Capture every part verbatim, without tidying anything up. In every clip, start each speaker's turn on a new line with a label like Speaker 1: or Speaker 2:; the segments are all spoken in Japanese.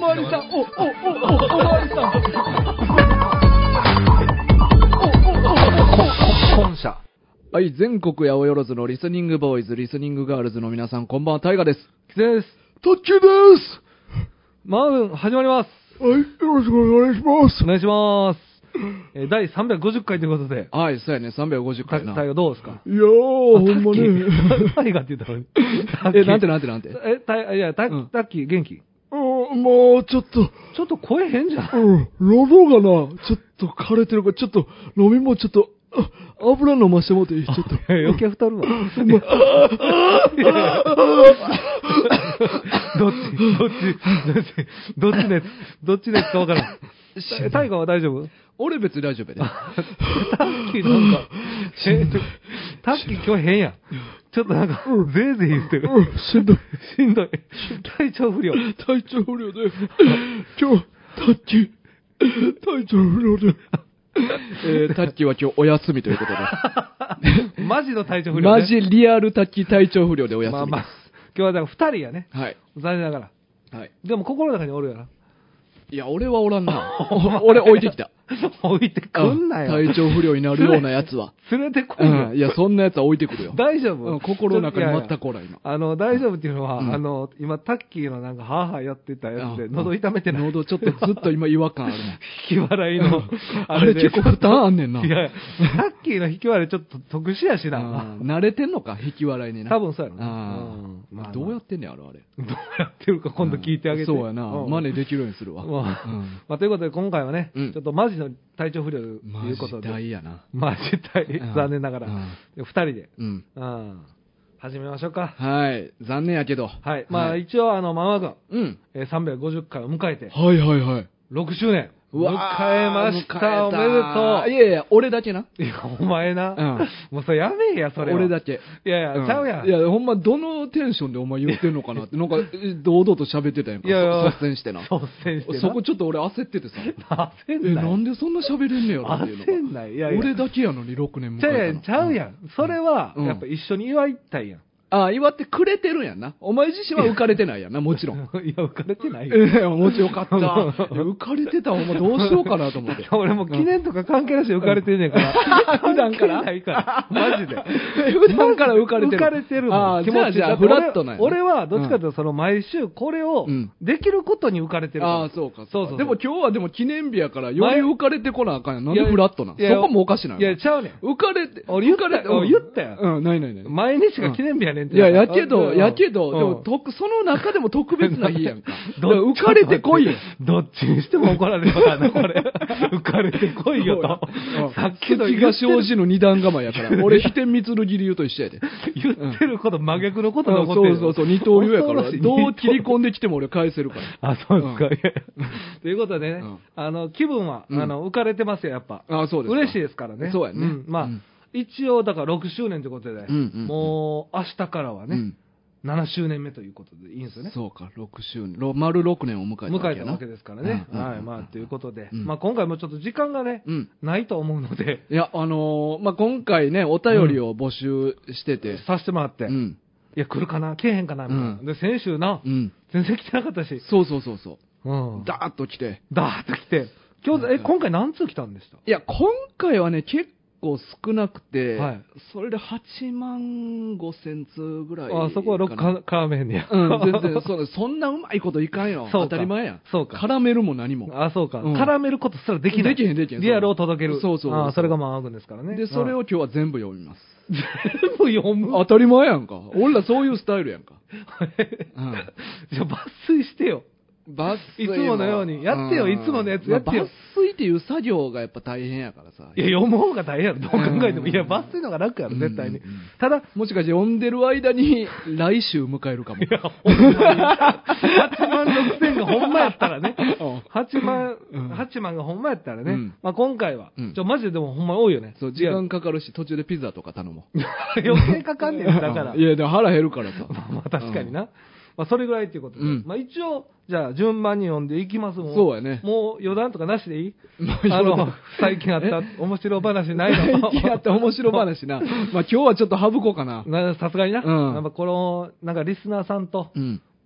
Speaker 1: まわりさん、お、お、お、お、おまわりさん。
Speaker 2: 本社。
Speaker 1: はい、全国八百万のリスニングボーイズ、リスニングガールズの皆さん、こんばんは、タイガです。
Speaker 2: キツネです。
Speaker 1: タッキーです。
Speaker 2: マー君、始まります。
Speaker 1: はい、よろしくお願いします。
Speaker 2: お願いします。えー、だいさんびゃくごじゅっかいということで。
Speaker 1: はい、そうやね、さんびゃくごじゅっかいな。
Speaker 2: タイガどうですか？
Speaker 1: いやー、ほんまね。
Speaker 2: タイガって言ったのに。
Speaker 1: え、なんてなんてなんて。
Speaker 2: え、タイ、いや、タ
Speaker 1: うん
Speaker 2: タッキー元気？
Speaker 1: うん、もう、ちょっと。
Speaker 2: ちょっと声変じゃん。
Speaker 1: うん、喉がな、ちょっと枯れてるから、ちょっと、飲みもちょっと、油飲ましてもらっていい？ちょっと。
Speaker 2: 余計太るわ。どっちどっちどっちどっち熱どっち熱かわからん。タイガは大丈夫？
Speaker 1: 俺別に大丈夫やで。
Speaker 2: タッキーなんか、えタッキー今日変やん。ちょっとなんか、ぜいぜい言ってる。
Speaker 1: うん、しんどい。
Speaker 2: しんどい。体調不良。
Speaker 1: 体調不良で。今日、タッキー、体調不良で。えー、タッキーは今日お休みということで。
Speaker 2: マジの体調不良、ね。
Speaker 1: マジリアルタッキー体調不良でお休み。まあまあ、
Speaker 2: 今日はだから二人やね。
Speaker 1: はい。
Speaker 2: 残念ながら。
Speaker 1: はい。
Speaker 2: でも心の中におるやな。
Speaker 1: いや、俺はおらんな。俺置いてきた。
Speaker 2: 置いてくんなよ。
Speaker 1: 体調不良になるようなやつは。
Speaker 2: 連れてこいよ、
Speaker 1: うん。いや、そんなやつは置いてくるよ。
Speaker 2: 大丈夫、
Speaker 1: うん、心の中に全くおらん今。
Speaker 2: あの、大丈夫っていうのは、
Speaker 1: うん、
Speaker 2: あの、今、タッキーのなんか、はぁはぁやってたやつで、喉痛めてない。
Speaker 1: 喉ちょっとずっと今違和感あるもん。
Speaker 2: 引き笑いの。
Speaker 1: あれ結構負担あんねんな。
Speaker 2: いや、タッキーの引き笑いちょっと特殊やしな。
Speaker 1: 慣れてんのか、引き笑いにな。
Speaker 2: 多分そうやろな。
Speaker 1: あうんまあ、どうやってんねやろ、あれ。
Speaker 2: どうやってるか今度聞いてあげて。
Speaker 1: そうやな。真似できるようにするわ。
Speaker 2: まあ、うんまあ、ということで今回はね、うん、ちょっとマジの体調不良ということで。
Speaker 1: マジ大やな。
Speaker 2: マジ大、残念ながら。二、うん、人で。
Speaker 1: うん。
Speaker 2: うん。始めましょうか。
Speaker 1: はい。残念やけど。
Speaker 2: はい。まあ、はい、一応、あの、ママ君。
Speaker 1: うん。
Speaker 2: えー、さんびゃくごじゅっかいを迎えて。
Speaker 1: はいはいはい。
Speaker 2: ろくしゅうねん。
Speaker 1: 迎
Speaker 2: えました。おめでとう。
Speaker 1: いやいや、俺だけな。
Speaker 2: いや、お前な。うん。もうそれやめえや、それは。
Speaker 1: 俺だけ。
Speaker 2: いやいや、うん、ちゃうやん。
Speaker 1: いや、ほんま、どのテンションでお前言ってんのかなって。なんか、堂々と喋ってたやんか。いやいや、率先してな。
Speaker 2: 率先してな。
Speaker 1: そこちょっと俺焦っててさ。
Speaker 2: 焦んない。
Speaker 1: え、なんでそんな喋れんねやろっていうのが。
Speaker 2: 焦んない。いやいや。
Speaker 1: 俺だけやのにろくねん迎えたの。
Speaker 2: ちゃうやん、ちゃうやん。それは、やっぱ一緒に祝いたいやん。
Speaker 1: ああ、祝ってくれてるんやんな。お前自身は浮かれてないやんな、もちろん。い
Speaker 2: や、浮かれてないよ。
Speaker 1: ええ、もちろんよかった。浮かれてたらお前どうしようかなと思って。
Speaker 2: 俺も記念とか関係なし浮かれてんねんから。
Speaker 1: 普段から
Speaker 2: ないから。マジで。
Speaker 1: 普段から浮かれてる。
Speaker 2: 浮かれてるもん。
Speaker 1: ああ、じゃあじゃあ、フラットなんや。
Speaker 2: 俺は、どっちかというと、その毎週これを、できることに浮かれてる。
Speaker 1: ああ、そうか。そうそう。でも今日はでも記念日やから、より浮かれてこなあかんやん。なんでフラットなん？そこもおかしない。
Speaker 2: いや、ちゃうねん。
Speaker 1: 浮かれて、
Speaker 2: 俺言ったよ。言ったよ。
Speaker 1: うん、ないないない。
Speaker 2: 毎日が記念日やねんって。
Speaker 1: いや、やけど、やけど、でも、と、その中でも特別な日やんか。浮かれてこいよ。
Speaker 2: どっちにしても怒られるからな、これ。浮かれてこいよと。さっきの
Speaker 1: 東大路の二段構えやから。俺、飛天三剣流と一緒やで。
Speaker 2: 言ってること真逆のことが起こってる。
Speaker 1: そうそうそう、二刀流やから。どう切り込んできても俺返せるから。
Speaker 2: あ、そうですか。ということでね、あの、気分は、あの、浮かれてますよ、やっぱ。
Speaker 1: あ、そうです。
Speaker 2: 嬉しいですからね。
Speaker 1: そうやね。
Speaker 2: まあ、一応、だからろくしゅうねんということで、もう、明日からはね、ななしゅうねんめということでいいんですよね。
Speaker 1: そうか、ろくしゅうねん。丸ろくねんを迎えたわけやな。
Speaker 2: 迎えたわけですからね。はい、まあ、ということで。まあ、今回もちょっと時間がね、ないと思うので。
Speaker 1: いや、あの、まあ、今回ね、お便りを募集してて。
Speaker 2: させてもらって。いや、来るかな来えへんかなみたいな。で、先週な、全然来てなかったし。
Speaker 1: そうそうそうそう。
Speaker 2: うん。
Speaker 1: ダーッと来て。
Speaker 2: ダーッと来て。今日、え、今回何通来たんでした？
Speaker 1: いや、今回はね、結構少なくて、はい、それではちまんごせんつうぐらい。
Speaker 2: あ、そこはろく絡めへんねや。
Speaker 1: うん、全然、そう、そんなうまいこといかんよ。当たり前やん。
Speaker 2: そうか。
Speaker 1: 絡めるも何も。
Speaker 2: あ、そうか。うん、絡めることすらできない。
Speaker 1: できへん、できへん。
Speaker 2: リアルを届ける。
Speaker 1: そうそうそう。
Speaker 2: あ、それがマー君ですからね。
Speaker 1: で、それを今日は全部読みます。
Speaker 2: 全部読む
Speaker 1: 当たり前やんか。俺らそういうスタイルやんか。
Speaker 2: うん、じゃあ抜粋してよ。
Speaker 1: 抜粋
Speaker 2: いつものように。やってよ、いつものやつやってよ。
Speaker 1: 抜粋っていう作業がやっぱ大変やからさ。
Speaker 2: いや、読む方が大変やろ。どう考えても。いや、抜粋の方が楽やろ、絶対に。ただ、
Speaker 1: もしかして読んでる間に来週迎えるかも。いや、
Speaker 2: ほんまに。はちまんろくせんがほんまやったらね。はちまん、はちまんがほんまやったらね。まあ今回は。ちょ、マジででもほんま多いよね。
Speaker 1: そう、時間かかるし、途中でピザとか頼もう。
Speaker 2: 余計かかんねん、だから。
Speaker 1: いや、でも腹減るからさ。
Speaker 2: まあ確かにな。まあ、それぐらいっていうことで。うん、まあ、一応、じゃあ、順番に読んでいきますもん。
Speaker 1: そうやね。
Speaker 2: もう、余談とかなしでいいあの、最近あった面白話ないの
Speaker 1: 最近あった面白話な。まあ、今日はちょっと省こうかな。
Speaker 2: さすがにな。うん。やっぱこの、なんかリスナーさんと、うん、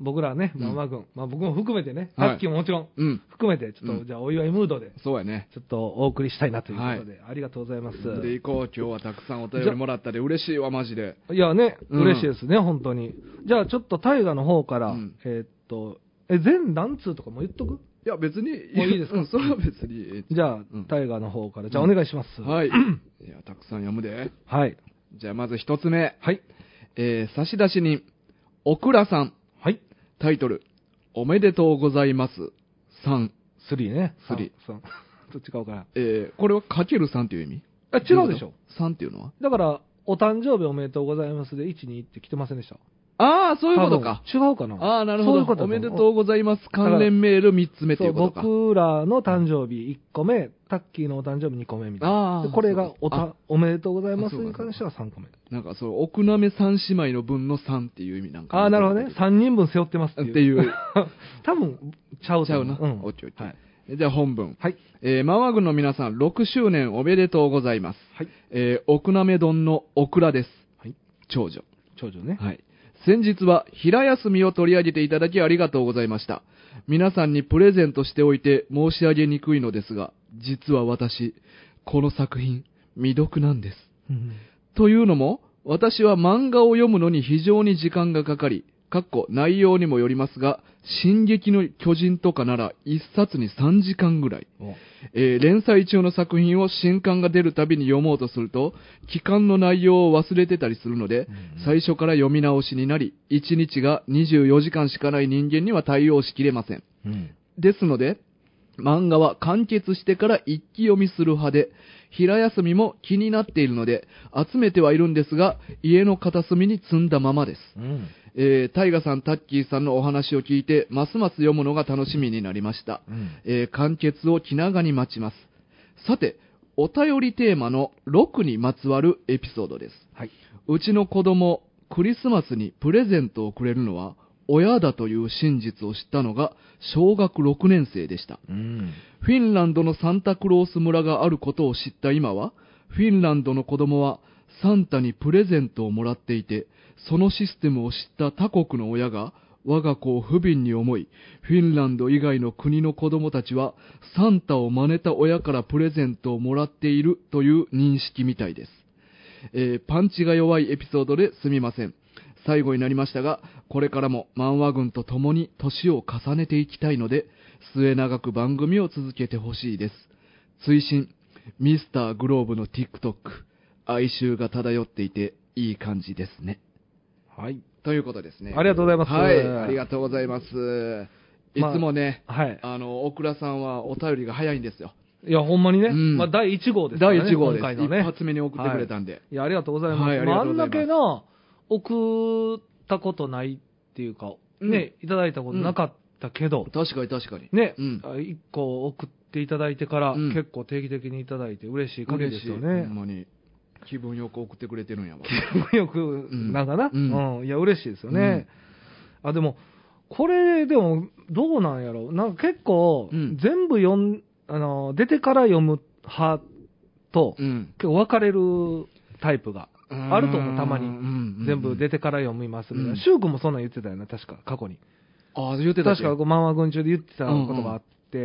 Speaker 2: 僕らね、ママ軍、まあ僕も含めてね、さっきももちろん、
Speaker 1: うん。
Speaker 2: 含めて、ちょっと、じゃあお祝いムードで、
Speaker 1: そうやね。
Speaker 2: ちょっとお送りしたいなということで、ありがとうございます。
Speaker 1: で、行こう。今日はたくさんお便りもらったで嬉しいわ、マジで。
Speaker 2: いやね、
Speaker 1: うん
Speaker 2: 嬉しいですね、本当に。じゃあちょっと大河の方から、
Speaker 1: うん
Speaker 2: えーっと、え、全何通とかも言っとく？
Speaker 1: いや、別に。
Speaker 2: もういいですか？
Speaker 1: うん、それは別に。
Speaker 2: じゃあ
Speaker 1: うん、
Speaker 2: 大河の方から、じゃあお願いします。
Speaker 1: はい。いや、たくさん読むで。
Speaker 2: はい。
Speaker 1: じゃあ、まず一つ目。
Speaker 2: はい。
Speaker 1: えー、差出人、オクラさん。
Speaker 2: はい。
Speaker 1: タイトル、おめでとうございます。さん。
Speaker 2: スリーね。
Speaker 1: スリー。
Speaker 2: さん。どっちかわからん。
Speaker 1: えー、これはかけるさんっていう意味？
Speaker 2: あ、違うでしょ。
Speaker 1: さんっていうのは？
Speaker 2: だから、お誕生日おめでとうございますで、いち、にって来てませんでした？
Speaker 1: ああ、そういうことか。
Speaker 2: 違うかな。
Speaker 1: ああ、なるほど。
Speaker 2: そういうこと
Speaker 1: おめでとうございます。関連メールみっつめっていうことか。
Speaker 2: 僕らの誕生日いっこめ、タッキーのお誕生日にこめみたいな。
Speaker 1: ああ。
Speaker 2: でこれがお
Speaker 1: あ
Speaker 2: たおめでとうございますに関してはさんこめ。
Speaker 1: なんか、そう、奥なめ三姉妹の分のさんっていう意味なんかな。
Speaker 2: ああ、なるほどね。さんにんぶん背負ってますっていう。
Speaker 1: っていう。
Speaker 2: 多分、ちゃう
Speaker 1: ちゃうな。
Speaker 2: うん。
Speaker 1: オッケーオッケー。
Speaker 2: はい。
Speaker 1: じゃあ本文。
Speaker 2: はい。
Speaker 1: えー、マワ軍の皆さん、ろくしゅうねんおめでとうございます。
Speaker 2: はい。
Speaker 1: えー、奥なめ丼のオクラです。
Speaker 2: はい。
Speaker 1: 長女。
Speaker 2: 長女ね。
Speaker 1: はい。先日は平休みを取り上げていただきありがとうございました。皆さんにプレゼントしておいて申し上げにくいのですが、実は私、この作品、未読なんです。
Speaker 2: うん、
Speaker 1: というのも、私は漫画を読むのに非常に時間がかかり、かっこ内容にもよりますが、進撃の巨人とかなら一冊にさんじかんぐらい。えー、連載中の作品を新刊が出るたびに読もうとすると、期間の内容を忘れてたりするので、うん、最初から読み直しになり、いちにちがにじゅうよじかんしかない人間には対応しきれません。うん、ですので、漫画は完結してから一気読みする派で、平休みも気になっているので、集めてはいるんですが、家の片隅に積んだままです。うんえー、タイガさん、タッキーさんのお話を聞いて、ますます読むのが楽しみになりました。うんえー、完結を気長に待ちます。さて、お便りテーマのろくにまつわるエピソードです。はい、うちの子供、クリスマスにプレゼントをくれるのは、親だという真実を知ったのが小学ろくねん生でした、うん、フィンランドのサンタクロース村があることを知った今は、フィンランドの子供はサンタにプレゼントをもらっていて、そのシステムを知った他国の親が我が子を不憫に思い、フィンランド以外の国の子供たちはサンタを真似た親からプレゼントをもらっているという認識みたいです、えー、パンチが弱いエピソードですみません。最後になりましたが、これからも漫画軍と共に年を重ねていきたいので、末永く番組を続けてほしいです。追伸、ミスターグローブの TikTok、哀愁が漂っていていい感じですね。はい。ということですね。
Speaker 2: ありがとうございます。
Speaker 1: はい。ありがとうございます。いつもね、まあ、はい。あの、大倉さんはお便りが早いんですよ。
Speaker 2: いや、ほんまにね。
Speaker 1: うん、
Speaker 2: まあ、だいいち号ですからね。
Speaker 1: だいいち号です。
Speaker 2: 今回のね。
Speaker 1: 一発目に送ってくれたんで。はい、
Speaker 2: いや、ありがとうございます。はい、ありがとうございます。まあ、あんだけの、送ったことないっていうか、うん、ね、いただいたことなかったけど。
Speaker 1: うん、確かに確かに。
Speaker 2: ね、うん、いっこ送っていただいてから、うん、結構定期的にいただいて嬉しい限りですよね。
Speaker 1: ほんまに。気分よく送ってくれてるんやわ。
Speaker 2: 気分よく、なんかな、うん、うん。いや、嬉しいですよね。うん、あ、でも、これ、でも、どうなんやろ。なんか結構、うん、全部読ん、あの、出てから読む派と、うん、結構分かれるタイプがあると思う、たまに。全部出てから読みますみたいな。シュウ君もそんなん言ってたよな、確か、過去に。
Speaker 1: ああ、言ってた。
Speaker 2: 確か、漫画群中で言ってたことがあって、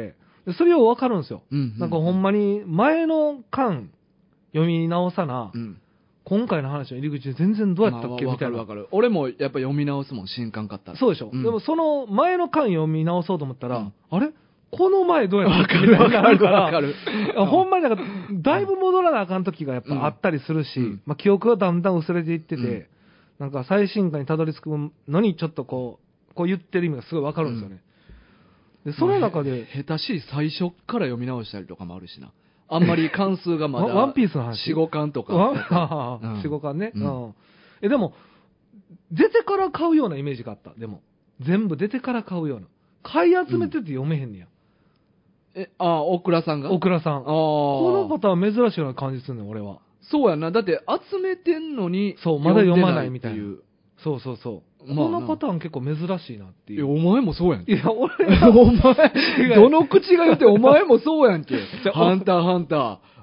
Speaker 2: うんうん、それを分かるんですよ。うんうん、なんかほんまに、前の巻、読み直さな、うん、今回の話の入り口で全然どうやったっけ、まあ、みたいな。
Speaker 1: わかるわかる。俺もやっぱ読み直すもん、新刊買ったら。
Speaker 2: そうでしょ。うん、でもその前の巻読み直そうと思ったら、うん、あれこの前どうやったっけみたいなるから、わかる。ほんまになんか、だいぶ戻らなあかん時がやっぱあったりするし、うん、まあ記憶がだんだん薄れていってて、うん、なんか最新刊にたどり着くのにちょっとこう、こう言ってる意味がすごいわかるんですよね。うん、で、その中で、
Speaker 1: まあ、下手しい最初から読み直したりとかもあるしな。あんまり関数がまだ、
Speaker 2: ワンピースの話。
Speaker 1: よん、ごかんとか。
Speaker 2: よん、ごかんね。うん。え、でも、出てから買うようなイメージがあった。でも、全部出てから買うような。買い集めてて読めへんねや。
Speaker 1: うん、え、あ、大倉さんが
Speaker 2: 大倉さん。あこのパターン珍しいような感じするねん、俺は。
Speaker 1: そうやな。だって、集めてんのに、
Speaker 2: そう、まだ読まないみたいな。そうそうそう。まあ、このパターン結構珍しいなっていう。
Speaker 1: いや、お前もそうやんけ。
Speaker 2: いや、俺
Speaker 1: お前、どの口が言ってお前もそうやんけ。ハンターハンター。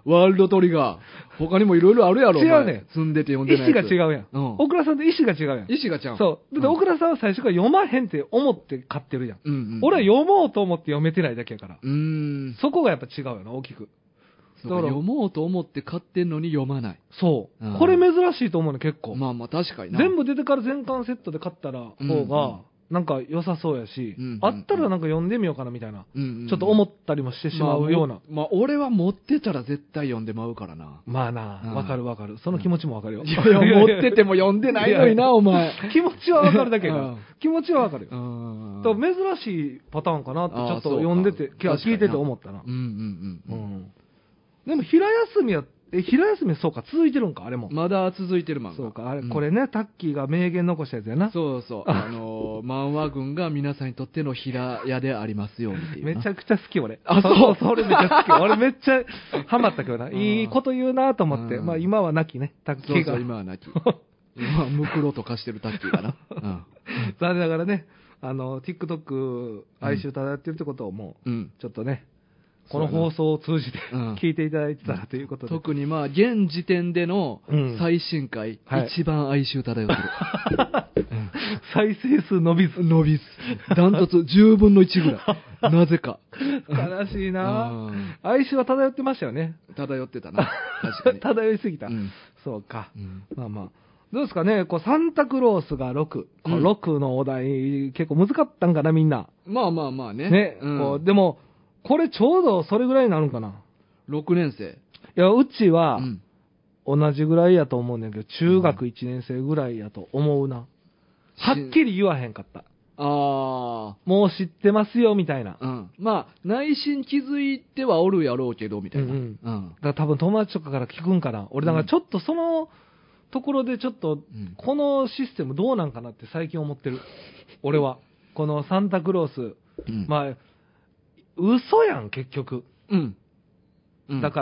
Speaker 1: ワールドトリガー。他にもいろいろあるやろ。
Speaker 2: 違うねん。
Speaker 1: 積んでて読んでない
Speaker 2: 意
Speaker 1: やつ。
Speaker 2: 思が違うやん。うん、大倉さんと意思が違うやん。
Speaker 1: 意思が違う。
Speaker 2: そう。だって大倉さんは最初から読まへんって思って買ってるやん。
Speaker 1: うんうんうん、
Speaker 2: 俺は読もうと思って読めてないだけやから。
Speaker 1: うーん。
Speaker 2: そこがやっぱ違うよな、大きく。
Speaker 1: だから読もうと思って買ってんのに読まない。
Speaker 2: そう。
Speaker 1: うん、
Speaker 2: これ珍しいと思うの結構。
Speaker 1: まあまあ確かにな。
Speaker 2: 全部出てから全巻セットで買ったら方が、なんか良さそうやし、うんうんうん、あったらなんか読んでみようかなみたいな、うんうんうん、ちょっと思ったりもしてしまうような。
Speaker 1: まあ、まあ、俺は持ってたら絶対読んでまうからな。
Speaker 2: まあな、わ、うん、かるわかる。その気持ちもわかるよ。
Speaker 1: いやいや、持ってても読んでないのにな、お前。
Speaker 2: 気持ちはわかるだけが。気持ちはわかるよ。だから珍しいパターンかなってちょっと読んでて、聞いてて思ったな。うんうんうん。うん、でも平休みは、え、平休みそうか、続いてるんか、あれも。
Speaker 1: まだ続いてる漫画。
Speaker 2: そうか、あれ、うん、これね、タッキーが名言残したやつやな。
Speaker 1: そうそう。あのー、漫画群が皆さんにとっての平屋でありますようにっていう。
Speaker 2: めちゃくちゃ好き、俺。
Speaker 1: あ、そう。
Speaker 2: それめっちゃ好き。俺めっちゃハマったけどな。いいこと言うなと思って。まあ今は亡きね、タッキーが。
Speaker 1: そうそう、今は亡き。今はムクロと化してるタッキーかな。うん。
Speaker 2: 残念ながらね、あの、TikTok 哀愁漂ってるってことをもう、うん、ちょっとね、この放送を通じて聞いていただいてたらということで、
Speaker 1: うん、特にまあ現時点での最新回、うんはい、一番哀愁漂ってる、
Speaker 2: うん、再生数伸びず
Speaker 1: 伸びずダントツじゅうぶんのいちぐらいなぜか
Speaker 2: 悲しいな哀愁は漂ってましたよね。
Speaker 1: 漂ってたな確かに
Speaker 2: 漂いすぎた、うん、そうか、うん、まあまあどうですかね、こうサンタクロースがろく、こうろくのお題結構難かったんかなみんな。
Speaker 1: まあまあまあね
Speaker 2: ね、うん、こうでもこれちょうどそれぐらいになるんかな。
Speaker 1: ろくねん生。
Speaker 2: いや、うちは、同じぐらいやと思うんだけど、中学いちねん生ぐらいやと思うな。うん、はっきり言わへんかった。ああ。もう知ってますよ、みたいな。
Speaker 1: うん。まあ、内心気づいてはおるやろうけど、みたいな。うん、うん。
Speaker 2: だから多分友達とかから聞くんかな。俺、だからちょっとそのところでちょっと、このシステムどうなんかなって最近思ってる。俺は。このサンタクロース。うん、まあ、嘘やん、結局。うん。うん、だから、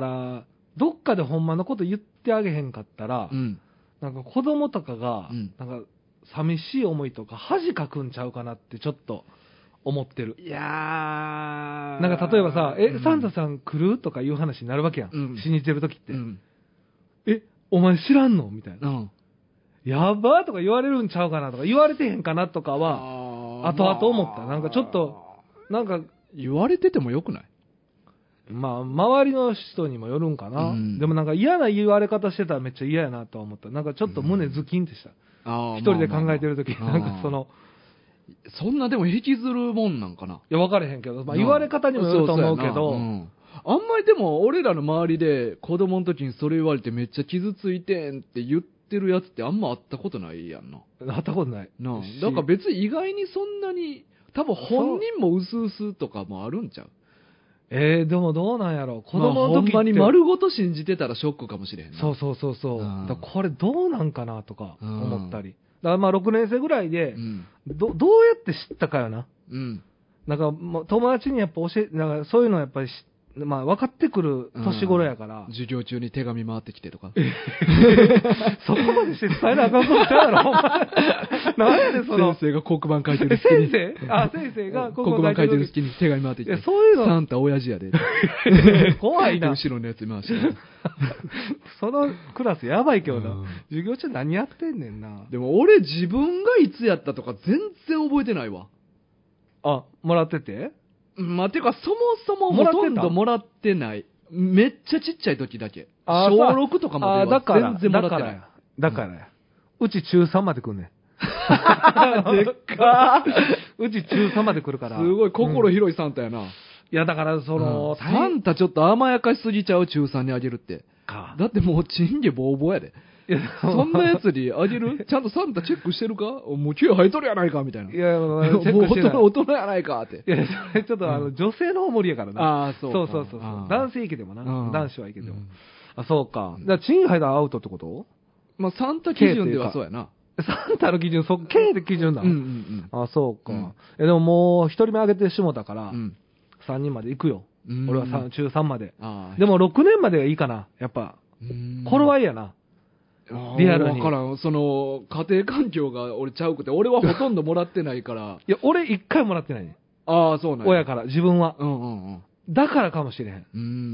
Speaker 2: どっかでほんまのこと言ってあげへんかったら、うん、なんか子供とかが、うん、なんか寂しい思いとか恥かくんちゃうかなってちょっと思ってる。
Speaker 1: いやー。
Speaker 2: なんか例えばさ、え、うん、サンタさん来るとかいう話になるわけやん。うん、死にてる時って。うん、え、お前知らんのみたいな。うん、やばーとか言われるんちゃうかなとか言われてへんかなとかは、後々思った。なんかちょっと、なんか、
Speaker 1: 言われててもよくない？
Speaker 2: まあ、周りの人にもよるんかな。うん、でもなんか嫌な言われ方してたらめっちゃ嫌やなとは思った。なんかちょっと胸ズキンってした。うん、一人で考えてるとき、まあまあまあ、なんかその、
Speaker 1: そんなでも引きずるもんなんかな。
Speaker 2: いや、分かれへんけど、まあ言われ方にもよると思うけど、うん、
Speaker 1: あんまりでも俺らの周りで子供の時にそれ言われてめっちゃ傷ついてんって言ってるやつってあんま会ったことないやんな。
Speaker 2: 会ったことない。
Speaker 1: なあ。だから別に意外にそんなに、多分本人もうすうすとかもあるんちゃう？
Speaker 2: えー、でもどうなんやろ。子供の時って、
Speaker 1: まあ、ほんまに丸ごと信じてたらショックかもしれへんな。
Speaker 2: そうそうそうそう。うん、だこれどうなんかなとか思ったり。だからまあろくねん生ぐらいで、うん、ど、どうやって知ったかよな。うん。なんか友達にやっぱ教え、なんかそういうのやっぱりまあ分かってくる年頃やから、
Speaker 1: うん、授業中に手紙回ってきてとか
Speaker 2: そこまでして伝えなあかんことちゃうやろお前何やねんその
Speaker 1: 先生が黒板書いてる隙に
Speaker 2: 先生あ先生が
Speaker 1: 黒板書いてる隙に手紙回ってきて、
Speaker 2: そういうの
Speaker 1: サンタ親父やで
Speaker 2: 怖いな
Speaker 1: 後ろのやつ回して
Speaker 2: そのクラスやばいけどな、うん、授業中何やってんねんな。
Speaker 1: でも俺自分がいつやったとか全然覚えてないわ。
Speaker 2: あ、もらってて
Speaker 1: まあ、てか、そもそもほとんどもらってない。めっちゃちっちゃい時だけ。
Speaker 2: あ
Speaker 1: 小ろくとかまでは全然もらってない。
Speaker 2: だからや。だからや。うち中さんまで来んねん。
Speaker 1: でっか
Speaker 2: うち中さんまで来るから。
Speaker 1: すごい心広いサンタやな。うん、い
Speaker 2: や、だから、その、
Speaker 1: うん、サンタちょっと甘やかしすぎちゃう中さんにあげるって。か。だってもうチンゲボーボーやで。いやそんなやつにあげるちゃんとサンタチェックしてるかもう毛生えとるやないかみたいな。
Speaker 2: いや、
Speaker 1: もう大人やないかって。
Speaker 2: いや、それちょっとあの、うん、女性の方無理やからな。
Speaker 1: ああ、そう。
Speaker 2: そうそうそう。男性いけてもな。男子はいけても。あ、そうか。だからチンハイダーアウトってこと？
Speaker 1: まあ、サンタ基準ではそうやな。
Speaker 2: サンタの基準、そ、K で基準なの？
Speaker 1: うんうんうん。
Speaker 2: あ、そうか。うん、え、でももう一人目上げてしもたから、うん、さんにんまで行くよ。俺は中さんまで。でもろくねんまではいいかな。やっぱ。頃合いやな。リアルに。
Speaker 1: だから、その、家庭環境が俺ちゃうくて、俺はほとんどもらってないから。
Speaker 2: いや、俺一回もらってないね。
Speaker 1: ああ、そうなんや。
Speaker 2: 親から、自分は。
Speaker 1: うんうんうん。
Speaker 2: だからかもしれへん。
Speaker 1: うん。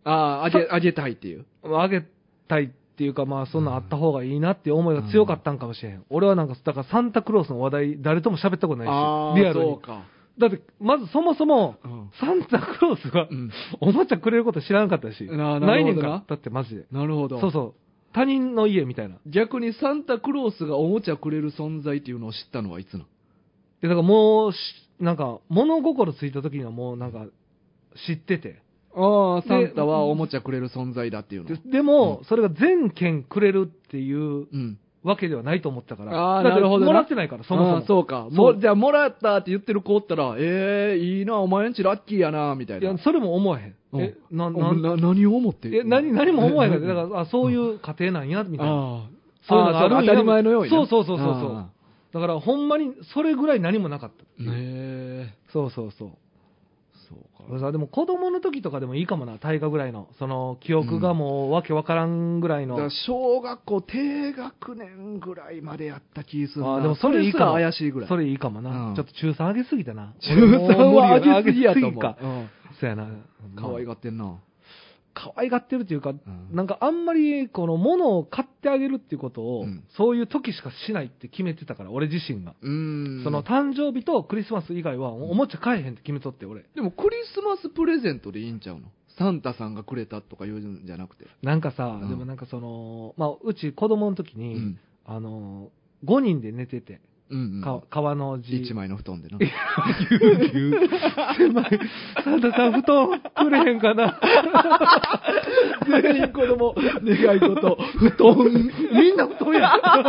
Speaker 1: ああ、あげ、あげたいっていう。
Speaker 2: あげたいっていうか、まあ、そんなんあった方がいいなっていう思いが強かったんかもしれへん。うん、俺はなんか、だからサンタクロースの話題、誰とも喋ったことないし、リアルに。そうか。だって、まずそもそも、うん、サンタクロースが、うん、おもちゃくれること知らなかったし、な, なないねんか。だってマジで。
Speaker 1: なるほど。
Speaker 2: そうそう。他人の家みたいな。
Speaker 1: 逆にサンタクロースがおもちゃくれる存在っていうのを知ったのはいつなの？
Speaker 2: で、だからもう、なんか、物心ついた時にはもうなんか、知ってて。
Speaker 1: ああ、サンタはおもちゃくれる存在だっていうの。
Speaker 2: で, でも、うん、それが全県くれるっていう、うんわけではないと思ったから。
Speaker 1: ああ、なるほど。
Speaker 2: もらってないから、そもそも。
Speaker 1: そうか。もじゃあ、もらったって言ってる子おったら、ええー、いいな、お前んちラッキーやな、みたいな。
Speaker 2: いや、それも思えへん。え、
Speaker 1: な、な、な、何を思って
Speaker 2: え、何、何も思えへんから、だから、あ、そういう家庭なんや、みたいな。あ
Speaker 1: そういうのがあるんや。当たり前のように。
Speaker 2: そうそうそうそうそう。だから、ほんまに、それぐらい何もなかった。へ
Speaker 1: え。
Speaker 2: そうそうそう。そうか。でも子供の時とかでもいいかもな、大河ぐらいの。その、記憶がもうわけわからんぐらいの。
Speaker 1: だ小学校低学年ぐらいまでやった気するな。
Speaker 2: あでもそれいいかも。
Speaker 1: 怪しいぐらい。
Speaker 2: それいいかもな。うん、ちょっと中さん上げすぎたな。
Speaker 1: 中さんは上げすぎやと思う。
Speaker 2: か。うん。そうやな。
Speaker 1: 可愛がってんな。
Speaker 2: 可愛がってるっていうか、うん、なんかあんまりこの物を買ってあげるっていうことを、うん、そういう時しかしないって決めてたから、俺自身が。うーんその誕生日とクリスマス以外はおもちゃ買えへんって決めとって、俺。
Speaker 1: でもクリスマスプレゼントでいいんちゃうの？サンタさんがくれたとか言うんじゃなくて。
Speaker 2: なんかさ、うん、でもなんかその、まあ、うち子供の時に、うん、あの、ごにんで寝てて。うんうん、か川の字
Speaker 1: 一枚の布団でな
Speaker 2: ぎゅうぎゅう狭いサンタさん布団くれへんかな
Speaker 1: 全員子供願い事布団
Speaker 2: みんな布団や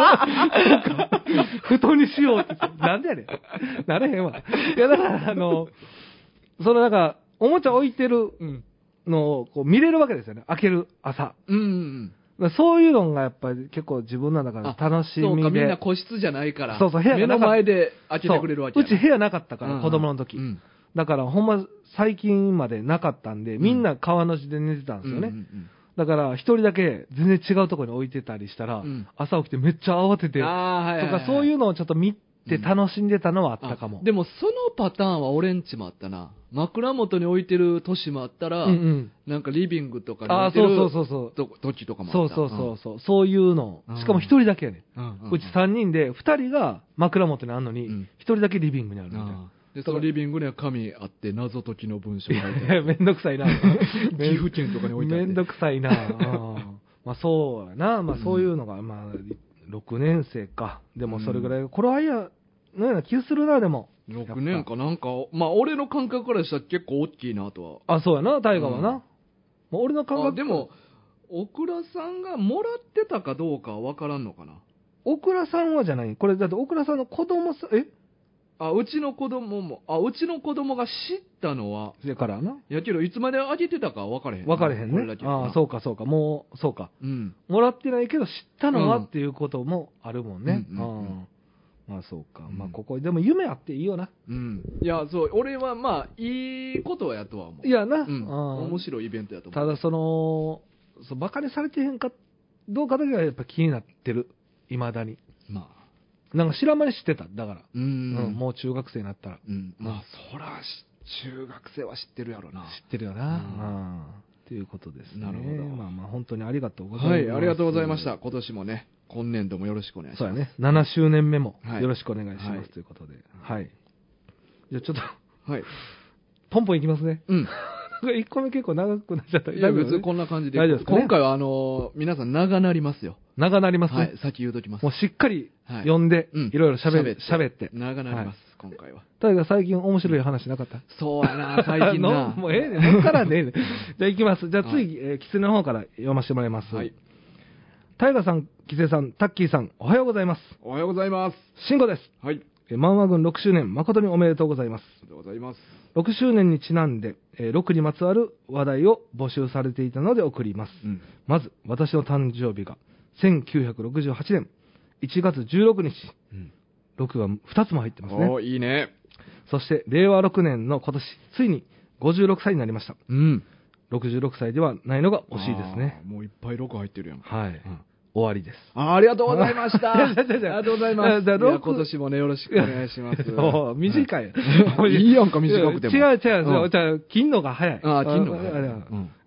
Speaker 2: 布団にしようってなんでやねんなれへんわいやだからあのそのなんかおもちゃ置いてるのをこう見れるわけですよね、開ける朝うんうんうんそういうのがやっぱり結構自分の中で楽しみで。そうか、
Speaker 1: みんな個室じゃないから。
Speaker 2: そうそう、部屋
Speaker 1: 目の前で開けてくれるわけや。
Speaker 2: うち部屋なかったから、子供の時、うん。だからほんま最近までなかったんで、みんな川の字で寝てたんですよね。うんうんうん、だから一人だけ全然違うところに置いてたりしたら、うん、朝起きてめっちゃ慌てて、あはいはいはい、とかそういうのをちょっと見て楽しんでたのはあったかも。
Speaker 1: うん、でもそのパターンは俺んちもあったな。枕元に置いてる年もあったら、うんうん、なんかリビングとかに置いてる
Speaker 2: そうそうそうそう
Speaker 1: 時とかもあった。
Speaker 2: そうそうそうそう、うん、そういうの。しかも一人だけやね、うんうんうん。うち三人で二人が枕元にあるのに、一、うん、人だけリビングにあるみたいな。
Speaker 1: で、そのリビングには紙あって、謎解きの文章が入って
Speaker 2: る。めんどくさいな。
Speaker 1: 岐阜県とかに置いてあって。
Speaker 2: めんどくさいな。まあそうやな。まあそういうのが、まあ、ろくねん生か。でもそれぐらい、うん、頃合いや、のような気がするな、でも。
Speaker 1: ろくねんかなんか、まあ俺の感覚からしたら結構大きいなと
Speaker 2: は。あ、そうやな、大河はな。うん、まあ、俺の感覚。
Speaker 1: でも、オクラさんがもらってたかどうかは分からんのかな。
Speaker 2: オクラさんはじゃない。これだってオクラさんの子供さ、え
Speaker 1: あ、うちの子供も、あ、うちの子供が知ったのは、
Speaker 2: それからな。
Speaker 1: やけど、いつまであげてたかは分からへん。
Speaker 2: 分からへんね。ああ、そうかそうか。もう、そうか。うん。もらってないけど知ったのは、うん、っていうこともあるもんね。うんうんうん、まあそうか。まあここ、でも夢あっていいよな。
Speaker 1: うん。いや、そう、俺はまあ、いいことやとは思う。
Speaker 2: いやな。
Speaker 1: うん。面白いイベントやと思
Speaker 2: う。ただその、そう、バカにされてへんか、どうかだけはやっぱ気になってる。未だに。まあ。なんか知らん間に知ってた。だから。うん、うん。もう中学生になったら。
Speaker 1: うん。まあ、そら、中学生は知ってるやろな。
Speaker 2: 知ってるよな。うん。っていうことですね。
Speaker 1: なるほど。
Speaker 2: まあまあ、本当にありがとうございます。
Speaker 1: はい、ありがとうございました。今年もね、今年度もよろしくお願いします。
Speaker 2: そうやね。ななしゅうねんめもよろしくお願いします。はい、ということで。はい。じゃあちょっと、はい。ポンポンいきますね。うん。いっこめ結構長くなっちゃった。
Speaker 1: いや、別にこんな感じで。
Speaker 2: 大丈夫ですかね。
Speaker 1: 今回は、あのー、皆さん長なりますよ。
Speaker 2: 長なりますね。
Speaker 1: はい、先言うときます。
Speaker 2: もうしっかり読んで、はい、いろいろ喋って。喋って。
Speaker 1: 長なります、はい、今回は。
Speaker 2: 大河最近面白い話なかった？
Speaker 1: そうやな、最近な。
Speaker 2: もうええねん、もうからねえねん。じゃあ行きます。じゃあ次、はい、えー、キツネの方から読ませてもらいます。はい。大河さん、キセさん、タッキーさん、おはようございます。
Speaker 1: おはようございます。
Speaker 2: 慎吾です。はい。漫画軍ろくしゅうねん、誠におめでとうございます。
Speaker 1: ありがとうございます。
Speaker 2: ろくしゅうねんにちなんで、えー、ろくにまつわる話題を募集されていたので送ります。うん、まず、私の誕生日が、せんきゅうひゃくろくじゅうはちねんいちがつじゅうろくにち。うん、ろくがふたつも入ってますね。
Speaker 1: おー、いいね。
Speaker 2: そして、れいわろくねんの今年、ついにごじゅうろくさいになりました。うん。ろくじゅうろくさいではないのが惜しいですね。
Speaker 1: もういっぱいろく入ってるやん。
Speaker 2: はい。うん終わりです。
Speaker 1: あ, ありがとうございました。ありがとうございます。じゃあ今年もね、よろしくお願いします。
Speaker 2: 短い。
Speaker 1: いいやんか、短くても。
Speaker 2: 違う違う、じゃあ、切んのが早い。
Speaker 1: ああ、切んのが早い。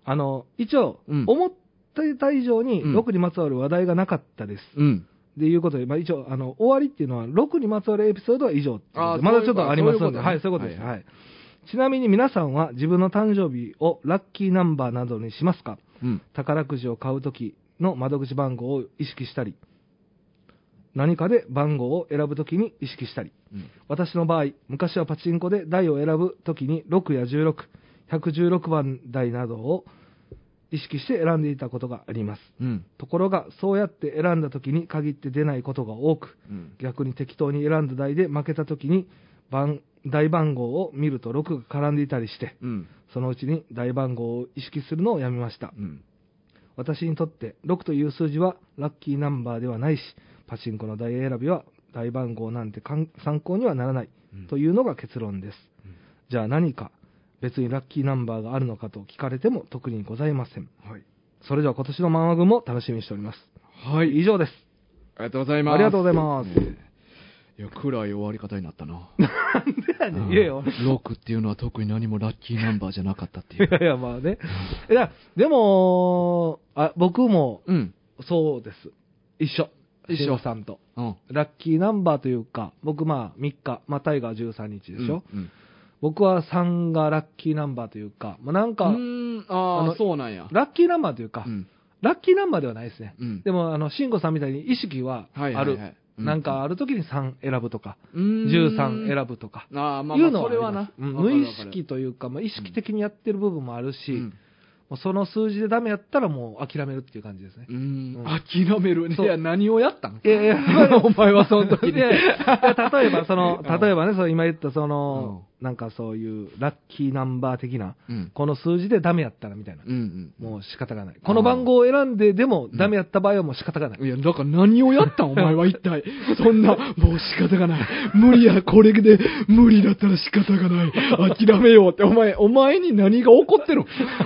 Speaker 2: あの、一応、
Speaker 1: うん
Speaker 2: 思ってた以上に
Speaker 1: うん
Speaker 2: ろくにまつわる話題がなかったです。
Speaker 1: うん。
Speaker 2: っていうことで、まあ、一応、あの、終わりっていうのは、ろくにまつわるエピソードは以上っていうことで
Speaker 1: あー
Speaker 2: まだちょっとありますので、
Speaker 1: そういうこと
Speaker 2: はい、そういうことです。
Speaker 1: はいは
Speaker 2: はい。ちなみに皆さんは自分の誕生日をラッキーナンバーなどにしますか？
Speaker 1: うん。
Speaker 2: 宝くじを買うときの窓口番号を意識したり、何かで番号を選ぶときに意識したり、
Speaker 1: うん。
Speaker 2: 私の場合、昔はパチンコで台を選ぶときにろくやじゅうろく、ひゃくじゅうろくばん台などを意識して選んでいたことがあります。
Speaker 1: うん。
Speaker 2: ところが、そうやって選んだときに限って出ないことが多く、
Speaker 1: うん。
Speaker 2: 逆に適当に選んだ台で負けたときに番台番号を見るとろくが絡んでいたりして、
Speaker 1: うん。
Speaker 2: そのうちに台番号を意識するのをやめました。
Speaker 1: うん。
Speaker 2: 私にとってろくという数字はラッキーナンバーではないし、パチンコの台選びは台番号なんてかん参考にはならない
Speaker 1: うん
Speaker 2: というのが結論です。
Speaker 1: うん
Speaker 2: じゃあ何か別にラッキーナンバーがあるのかと聞かれても特にございません。
Speaker 1: はい。
Speaker 2: それでは今年のマンワグも楽しみにしております。
Speaker 1: はい。
Speaker 2: 以上です。
Speaker 1: ありがとうございます。
Speaker 2: ありがとうございます
Speaker 1: ねえいや、暗い終わり方になったな。
Speaker 2: なんでやねん。いやいや、
Speaker 1: ろくっていうのは特に何もラッキーナンバーじゃなかったってい。
Speaker 2: いうやいや、まあね。いや、でも、あ僕も
Speaker 1: うん。
Speaker 2: そうです。一緒。
Speaker 1: 一緒
Speaker 2: 慎吾さんと。
Speaker 1: うん。
Speaker 2: ラッキーナンバーというか、僕まあみっか、まあタイガーじゅうさんにちでしょ。
Speaker 1: うん。
Speaker 2: 僕はさんがラッキーナンバーというか、まあ、なんか、
Speaker 1: うーん、ああ
Speaker 2: あの、
Speaker 1: そうなんや。
Speaker 2: ラッキーナンバーというか、
Speaker 1: うん。
Speaker 2: ラッキーナンバーではないですね。
Speaker 1: うん。
Speaker 2: でも、あの、慎吾さんみたいに意識はある。
Speaker 1: はいはいはいうん
Speaker 2: なんかある時にさん選ぶとか、
Speaker 1: うーん
Speaker 2: じゅうさん選ぶとか、
Speaker 1: ああ、まあ、まあ、
Speaker 2: いうのは
Speaker 1: それはな
Speaker 2: あります。うん
Speaker 1: わかる
Speaker 2: 無意
Speaker 1: わかる
Speaker 2: 識というか、まあ、意識的にやってる部分もあるし、
Speaker 1: うん
Speaker 2: もうその数字でダメやったらもう諦めるっていう感じですね。
Speaker 1: うー
Speaker 2: うん
Speaker 1: ん。諦めるね。
Speaker 2: そう
Speaker 1: いや、何をやったん
Speaker 2: いやいや、
Speaker 1: お前はその時に。
Speaker 2: いやいや例えば、その、
Speaker 1: うん
Speaker 2: 例えばね、その今言ったその、なんかそういうラッキーナンバー的な、
Speaker 1: うん。
Speaker 2: この数字でダメやったらみたいな。
Speaker 1: うんうん。
Speaker 2: もう仕方がない。この番号を選んででもダメやった場合はもう仕方がない。
Speaker 1: いや、だから何をやったんお前は一体。そんな、もう仕方がない。無理や、これで無理だったら仕方がない。諦めようって。お前、お前に何が起こってるの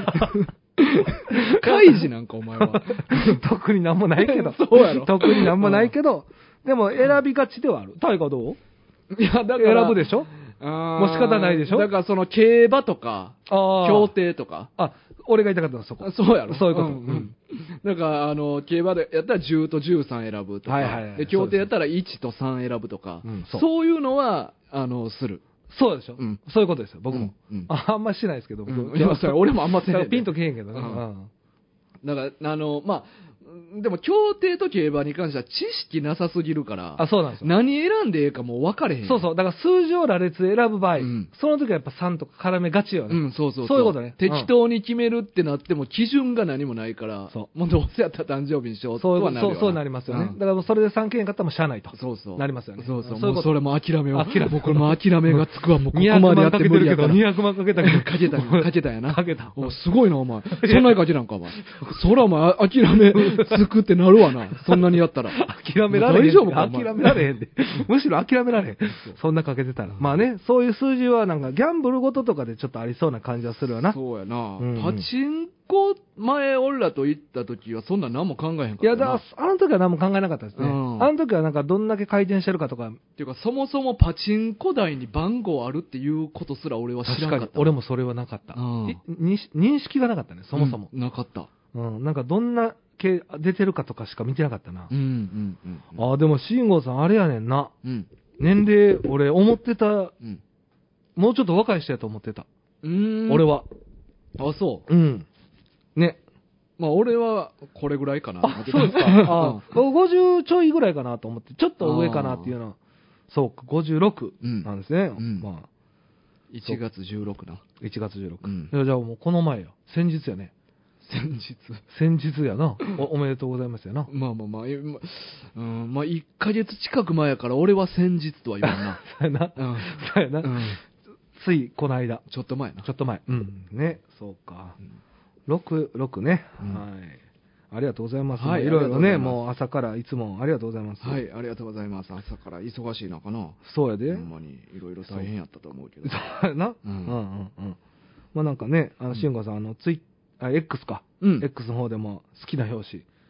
Speaker 1: 開示なんかお前は。
Speaker 2: 特になんもないけど。
Speaker 1: そうやろ
Speaker 2: 特になんもないけど、でも選びがちではある。タイガーどう
Speaker 1: いや、だから。
Speaker 2: 選ぶでしょ
Speaker 1: あー
Speaker 2: もう仕方ないでしょ
Speaker 1: だからその競馬とか、
Speaker 2: あ
Speaker 1: 競艇とか。
Speaker 2: あ、俺が言いたかったのはそこ。
Speaker 1: そうやろ
Speaker 2: そういうこと。
Speaker 1: んうんだから、あの、競馬でやったらじゅうとじゅうさん選ぶとか、
Speaker 2: はいはいはい
Speaker 1: で競艇やったらいちとさん選ぶとか、
Speaker 2: うんそう
Speaker 1: そういうのは、あの、する。
Speaker 2: そうでしょ、
Speaker 1: うん
Speaker 2: そういうことですよ、僕も。
Speaker 1: うんうん
Speaker 2: ああんましないですけど、僕。
Speaker 1: うんいやそれ俺もあんませえへんで
Speaker 2: だからピンとけへんけどね。
Speaker 1: うん
Speaker 2: うん
Speaker 1: だから、あの、まあ、でも競艇と競馬に関しては知識なさすぎるから、
Speaker 2: あ、そうなんですよ。
Speaker 1: 何選んでええかもう分かれへん。
Speaker 2: そうそう。だから数字を羅列選ぶ場合、
Speaker 1: うん
Speaker 2: その時はやっぱさんとか絡めがちよね。
Speaker 1: うん、そうそう
Speaker 2: そういうことね
Speaker 1: 適当に決めるってなっても基準が何もないから、
Speaker 2: そ
Speaker 1: もうどうせやったら誕生日にしようと
Speaker 2: そういう
Speaker 1: はなるよ
Speaker 2: そうそうなりますよね。
Speaker 1: うん
Speaker 2: だからもうそれでさんけん買ったらもうしゃあないと。
Speaker 1: そうそう。
Speaker 2: なりますよね
Speaker 1: そうそう。
Speaker 2: そういうこと
Speaker 1: もうそれも諦めよう。
Speaker 2: 諦め
Speaker 1: もうこれも諦めがつくわ。もうここ
Speaker 2: 200
Speaker 1: までやって
Speaker 2: 万かけてるけど、
Speaker 1: 無理やから。
Speaker 2: にひゃくまんかけたけど。
Speaker 1: かけたんやかけたんやな。
Speaker 2: かけた。
Speaker 1: おすごいな、お前。そんなにかけたんか、お前。そら、お前、諦めつくってなるわな。そんなにやったら。
Speaker 2: 諦められへん。
Speaker 1: 大丈夫かお前
Speaker 2: 諦められへんで。むしろ諦められへん。そんなかけてたら。まあね、そういう数字はなんかギャンブルごととかでちょっとありそうな感じはするよな。
Speaker 1: そうやな。
Speaker 2: うんうん
Speaker 1: パチンコ、前、俺らと行った時は、そんな何も考えへんかったな。
Speaker 2: いや、だから、あの時は何も考えなかったですね。
Speaker 1: うん
Speaker 2: あの時はなんかどんだけ回転してるかとか、
Speaker 1: っていうか、そもそもパチンコ台に番号あるっていうことすら俺は知ら
Speaker 2: 確
Speaker 1: んかった。
Speaker 2: かに俺もそれはなかった。
Speaker 1: うん
Speaker 2: いに認識がなかったね、そもそも。
Speaker 1: うんなかった。
Speaker 2: うん、なんかどんな系出てるかとかしか見てなかったな。
Speaker 1: うん、うん、うん。
Speaker 2: ああ、でも、慎吾さんあれやねんな。
Speaker 1: うん。
Speaker 2: 年齢、俺思ってた、
Speaker 1: うん。
Speaker 2: もうちょっと若い人やと思ってた。
Speaker 1: うーん。
Speaker 2: 俺。は。
Speaker 1: あ、そう。
Speaker 2: うん。ね。
Speaker 1: まあ、俺は、これぐらいかな。
Speaker 2: あ、そうですか。あ僕ごじゅうちょいぐらいかなと思って、ちょっと上かなっていうのは、そうか、ごじゅうろくなんですね。
Speaker 1: うん
Speaker 2: まあ、
Speaker 1: いちがつじゅうろくな。
Speaker 2: いちがつじゅうろく。
Speaker 1: うん
Speaker 2: いやじゃあもうこの前や。先日やね。
Speaker 1: 先日。
Speaker 2: 先日やな。お、おめでとうございますやな。
Speaker 1: まあまあまあ、えまうん、まあ、いっかげつ近く前やから、俺は先日とは言わんな。
Speaker 2: そうやな。
Speaker 1: うん。
Speaker 2: そうやな。
Speaker 1: うん。
Speaker 2: ついこの間。
Speaker 1: ちょっと前な。
Speaker 2: ちょっと前。うん。ね。そうか
Speaker 1: う。ん
Speaker 2: ろく、ろくね。
Speaker 1: うん
Speaker 2: はい。ありがとうございます。
Speaker 1: はい
Speaker 2: いろいろね、
Speaker 1: ありがとうございます
Speaker 2: もう朝からいつもありがとうございます。
Speaker 1: は。い、ありがとうございます。朝から忙しい中な。
Speaker 2: そうやで。
Speaker 1: ほんまに、いろいろ大変やったと思うけど。
Speaker 2: そうやな。
Speaker 1: う
Speaker 2: うんんうんうん。まあなんかね、あの、慎吾さん、あの、ツイあ、X か。
Speaker 1: うん
Speaker 2: X の方でも好きな表紙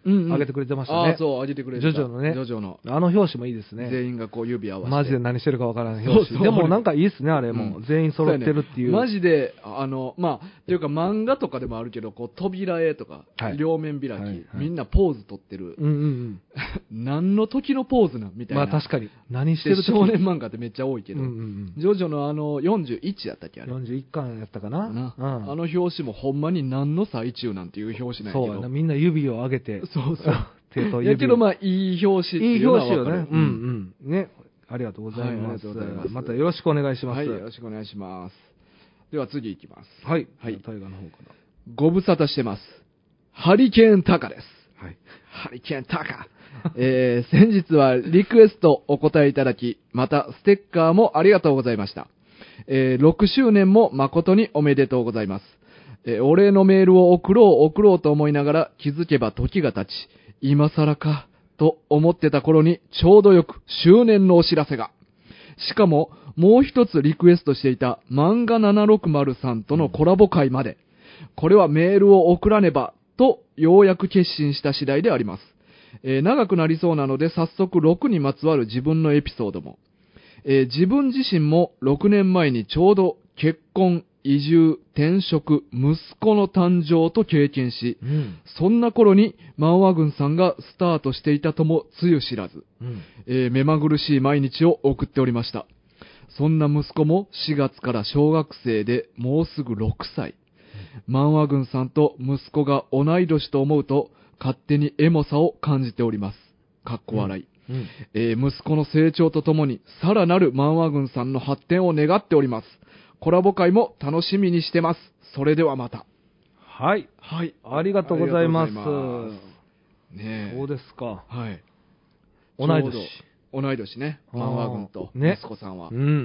Speaker 2: 上げてくれてましたね。
Speaker 1: ああ、そう、上げてくれてた。
Speaker 2: ジョジョのね。
Speaker 1: ジョジョの。
Speaker 2: あの表紙もいいですね。
Speaker 1: 全員がこう指合わせて。
Speaker 2: マジで何してるかわからない表紙。
Speaker 1: そうそう
Speaker 2: でもなんかいいっすね、あれも。うん、全員揃ってるっていう。
Speaker 1: マジで、あの、まあ、っていうか漫画とかでもあるけど、こう、扉絵とか、はい、両面開き、はいはい、みんなポーズ取ってる。うんうんうん。何の時のポーズなんみたいな。
Speaker 2: まあ確かに。何してる時
Speaker 1: 少年漫画ってめっちゃ多いけど、うんうんうん、ジョジョのあの、よんじゅういちやったっけあれ。
Speaker 2: よんじゅういっかんやったかな。な
Speaker 1: うん、あの表紙もほんまに何の最中なんていう表紙なんやけど。
Speaker 2: そうやな、みんな指を上げて。
Speaker 1: そうそう。
Speaker 2: 手と指を。
Speaker 1: やけどまあ、いい表紙っていうのは分かる。
Speaker 2: いい表紙よね。うんうん。ね。ありがとうございます。はい、ありがとうございます。またよろしくお願いします。
Speaker 1: はい、よろしくお願いします。では次いきます。
Speaker 2: はい。はい。タイガーの方かな。
Speaker 1: ご無沙汰してます。ハリケーンタカです。
Speaker 2: はい。
Speaker 1: ハリケーンタカ。えー、先日はリクエストお答えいただき、またステッカーもありがとうございました。えー、ろくしゅうねんも誠におめでとうございます。えー、お礼のメールを送ろう送ろうと思いながら気づけば時が経ち、今更かと思ってた頃にちょうどよく周年のお知らせが。しかももう一つリクエストしていた漫画ななろくまるさんとのコラボ会まで、これはメールを送らねばとようやく決心した次第であります。えー、長くなりそうなので早速ろくにまつわる自分のエピソードも。えー、自分自身もろくねんまえにちょうど結婚、移住、転職、息子の誕生と経験し、うん、そんな頃に漫画軍さんがスタートしていたともつゆ知らず、うん、えー、目まぐるしい毎日を送っておりました。そんな息子もしがつから小学生でもうすぐろくさい。うん、漫画軍さんと息子が同い年と思うと勝手にエモさを感じております。かっこ笑い。うんうんえー、息子の成長とともにさらなる漫画軍さんの発展を願っております。コラボ会も楽しみにしてます。それではまた。
Speaker 2: はい。
Speaker 1: はい。
Speaker 2: ありがとうございます。
Speaker 1: ねえ。
Speaker 2: そうですか。
Speaker 1: はい。
Speaker 2: 同い年。
Speaker 1: 同い年ね。漫画軍と息子さんは。
Speaker 2: ね、うん。うん。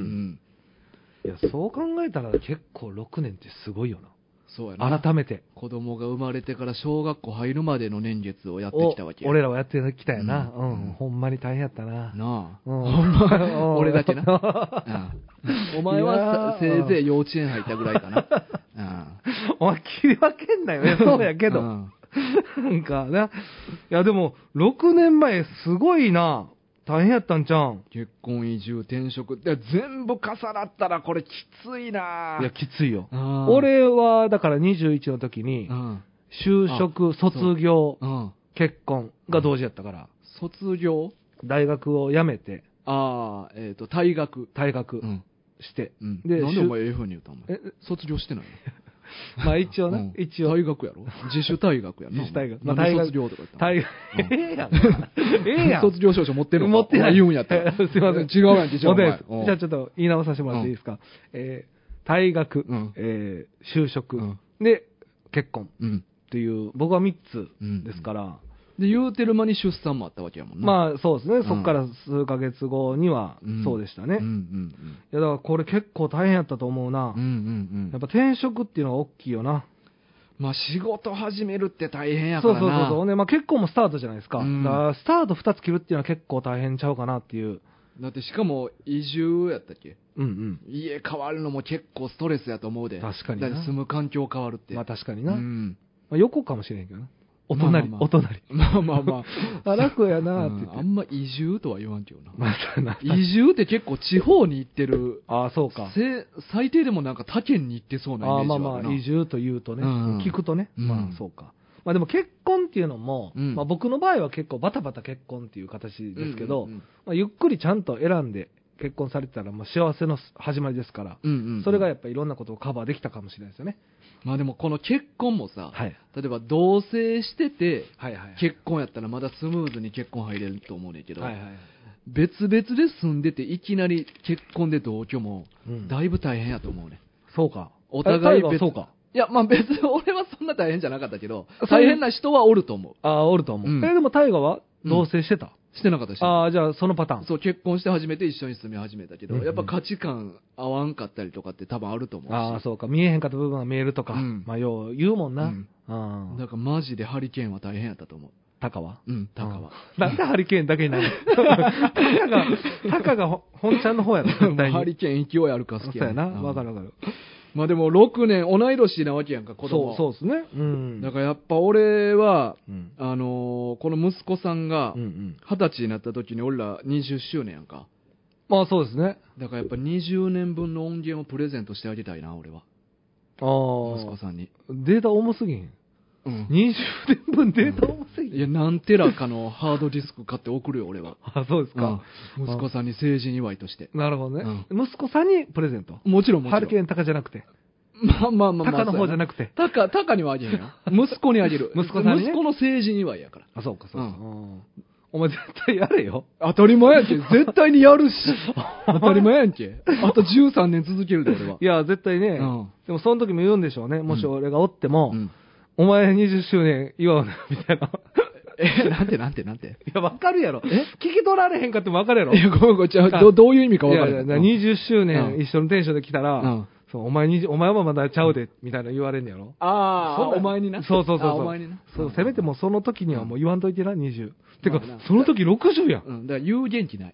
Speaker 2: いや、そう考えたら結構ろくねんってすごいよな。
Speaker 1: そうやな。
Speaker 2: 改めて。
Speaker 1: 子供が生まれてから小学校入るまでの年月をやってきたわけや。
Speaker 2: 俺らはやってきたやな。うん。うん、ほんまに大変やったな。
Speaker 1: なあ。うん、ほんま、俺だけな。うん、お前はせいぜい幼稚園入ったぐらいかな。
Speaker 2: うん、お前切り分けんなよね。そうやけど。うん、なんかな。いやでも、ろくねんまえすごいな。大変やったんちゃうん。
Speaker 1: 結婚、移住、転職って全部重なったらこれきついな。
Speaker 2: いや、きついよ。俺は、だからにじゅういちの時に、就職、卒業、結婚が同時やったから。
Speaker 1: 卒業
Speaker 2: 大学を辞めて。
Speaker 1: ああ、えっと、退学。
Speaker 2: 退学して。
Speaker 1: で、なんでお前ええ風に言うたんえ、卒業してないの
Speaker 2: まあ一応ね、一応。
Speaker 1: 退学やろ自主退学やな。
Speaker 2: 自主退学。
Speaker 1: まあ退学。卒業とか言った
Speaker 2: 退学。ええやん。ええやん。
Speaker 1: 卒業証書持ってるの
Speaker 2: 持ってない。
Speaker 1: 言うんやったら。
Speaker 2: すいません。
Speaker 1: 違うやんけ、
Speaker 2: じゃあちょっと言い直させてもらっていいですか。え退学、え就職、で、結婚。っていう、僕はみっつですから。
Speaker 1: で、言うてる間に出産もあったわけやもんな。
Speaker 2: まあ、そうですね。そこから数ヶ月後には、そうでしたね。いや、だからこれ結構大変やったと思うな。やっぱ転職っていうのが大きいよな。
Speaker 1: まあ、仕事始めるって大変やからな。
Speaker 2: そうそうそう。ね、まあ結婚もスタートじゃないですか。だからスタートふたつ切るっていうのは結構大変ちゃうかなっていう。
Speaker 1: だってしかも移住やったっけ。
Speaker 2: うんうん。
Speaker 1: 家変わるのも結構ストレスやと思うで。
Speaker 2: 確かに
Speaker 1: な。だって住む環境変わるって。
Speaker 2: まあ確かにな。うん。まあ横かもしれんけどな。お隣、お隣。
Speaker 1: まあまあま
Speaker 2: あ。楽やなって言って、
Speaker 1: うん。あんま移住とは言わんけどな。
Speaker 2: まあ、な
Speaker 1: 移住って結構地方に行ってる。
Speaker 2: ああ、そうか。
Speaker 1: 最低でもなんか他県に行ってそうなイメージはあるな。
Speaker 2: ああ、まあまあ、移住というとね、うん、聞くとね、うん、まあそうか。まあでも結婚っていうのも、うん、まあ僕の場合は結構バタバタ結婚っていう形ですけど、うんうんうん、まあ、ゆっくりちゃんと選んで結婚されてたら、まあ幸せの始まりですから、うんうんうん、それがやっぱりいろんなことをカバーできたかもしれないですよね。
Speaker 1: まあでもこの結婚もさ、はい、例えば同棲してて、
Speaker 2: はいはいはい、
Speaker 1: 結婚やったらまだスムーズに結婚入れると思うねんけど、
Speaker 2: はいはいはい、
Speaker 1: 別々で住んでていきなり結婚で同居もだいぶ大変やと思うね、
Speaker 2: うん、そうか。
Speaker 1: お互い別、
Speaker 2: そうか。
Speaker 1: いや、まあ別に俺はそんな大変じゃなかったけど、大変な人はおると思う。
Speaker 2: ああ、おると思う。うん、え、でも大河は同棲してた、うん
Speaker 1: してなかったし。
Speaker 2: ああ、じゃあそのパターン。
Speaker 1: そう、結婚して初めて一緒に住み始めたけど、うんうん、やっぱ価値観合わんかったりとかって多分あると思うし。
Speaker 2: ああ、そうか。見えへんかった部分が見えるとか。うん、まあ、よう言うもんな。うん。
Speaker 1: あだからマジでハリケーンは大変やったと思う。
Speaker 2: タカは
Speaker 1: うん、タカは。
Speaker 2: なんでハリケーンだけになるのタカが、タカが本ちゃんの方やろ、絶対に。
Speaker 1: ハリケーン勢いあるか好きや、
Speaker 2: ね。そうやな。わかるわかる。
Speaker 1: まあでもろくねん、同い年なわけやんか、子供。
Speaker 2: そう、そうですね。うん。
Speaker 1: だからやっぱ俺は、
Speaker 2: うん、
Speaker 1: あのー、この息子さんが、
Speaker 2: うんうん、
Speaker 1: 二十歳になった時に俺らにじゅっしゅうねんやんか。
Speaker 2: まあそうですね。
Speaker 1: だからやっぱにじゅうねんぶんの音源をプレゼントしてあげたいな、俺は。
Speaker 2: ああ。
Speaker 1: 息子さんに。
Speaker 2: データ重すぎん。うん、にじゅうねんぶんデータ重すぎん。
Speaker 1: いや、何テラかのハードディスク買って送るよ、俺は。
Speaker 2: あ、そうですか。
Speaker 1: うん、息子さんに成人祝いとして。
Speaker 2: なるほどね、うん。息子さんにプレゼント。
Speaker 1: もちろんもちろん。
Speaker 2: ハリケーンタカじゃなくて。
Speaker 1: まあまあまあまあ。
Speaker 2: タカの方じゃなくて。
Speaker 1: タカ、タカにはあげへんよ。息子にあげる。
Speaker 2: 息子さんに、ね、
Speaker 1: 息子の成人祝いやから。
Speaker 2: あ、そうか、そうか。うん、お前絶対やれよ。
Speaker 1: 当たり前やんけ。絶対にやるし。当たり前やんけ。あとじゅうさんねん続けるで、俺は。
Speaker 2: いや、絶対ね。うん、でもその時も言うんでしょうね。もし俺がおっても、うん、お前にじゅっしゅうねん祝うな、みたいな。
Speaker 1: え、なんてなんてなんて。
Speaker 2: いや、わかるやろ。え聞き取られへんかってもわかるやろ。
Speaker 1: いや、ごめんごめん、じゃあ、ど、どういう意味かわかる。
Speaker 2: いやいや、にじゅっしゅうねん一緒のテンションで来たら、うん、そう、お前に、お前はまだちゃうで、みたいな言われんやろ。
Speaker 1: ああ、お前にな。
Speaker 2: そうそうそうそう。
Speaker 1: お前にな。
Speaker 2: そう、せめてもうその時にはもう言わんといてな、にじゅう。てか、その時ろくじゅうやん。
Speaker 1: うん、だから言う元気ない。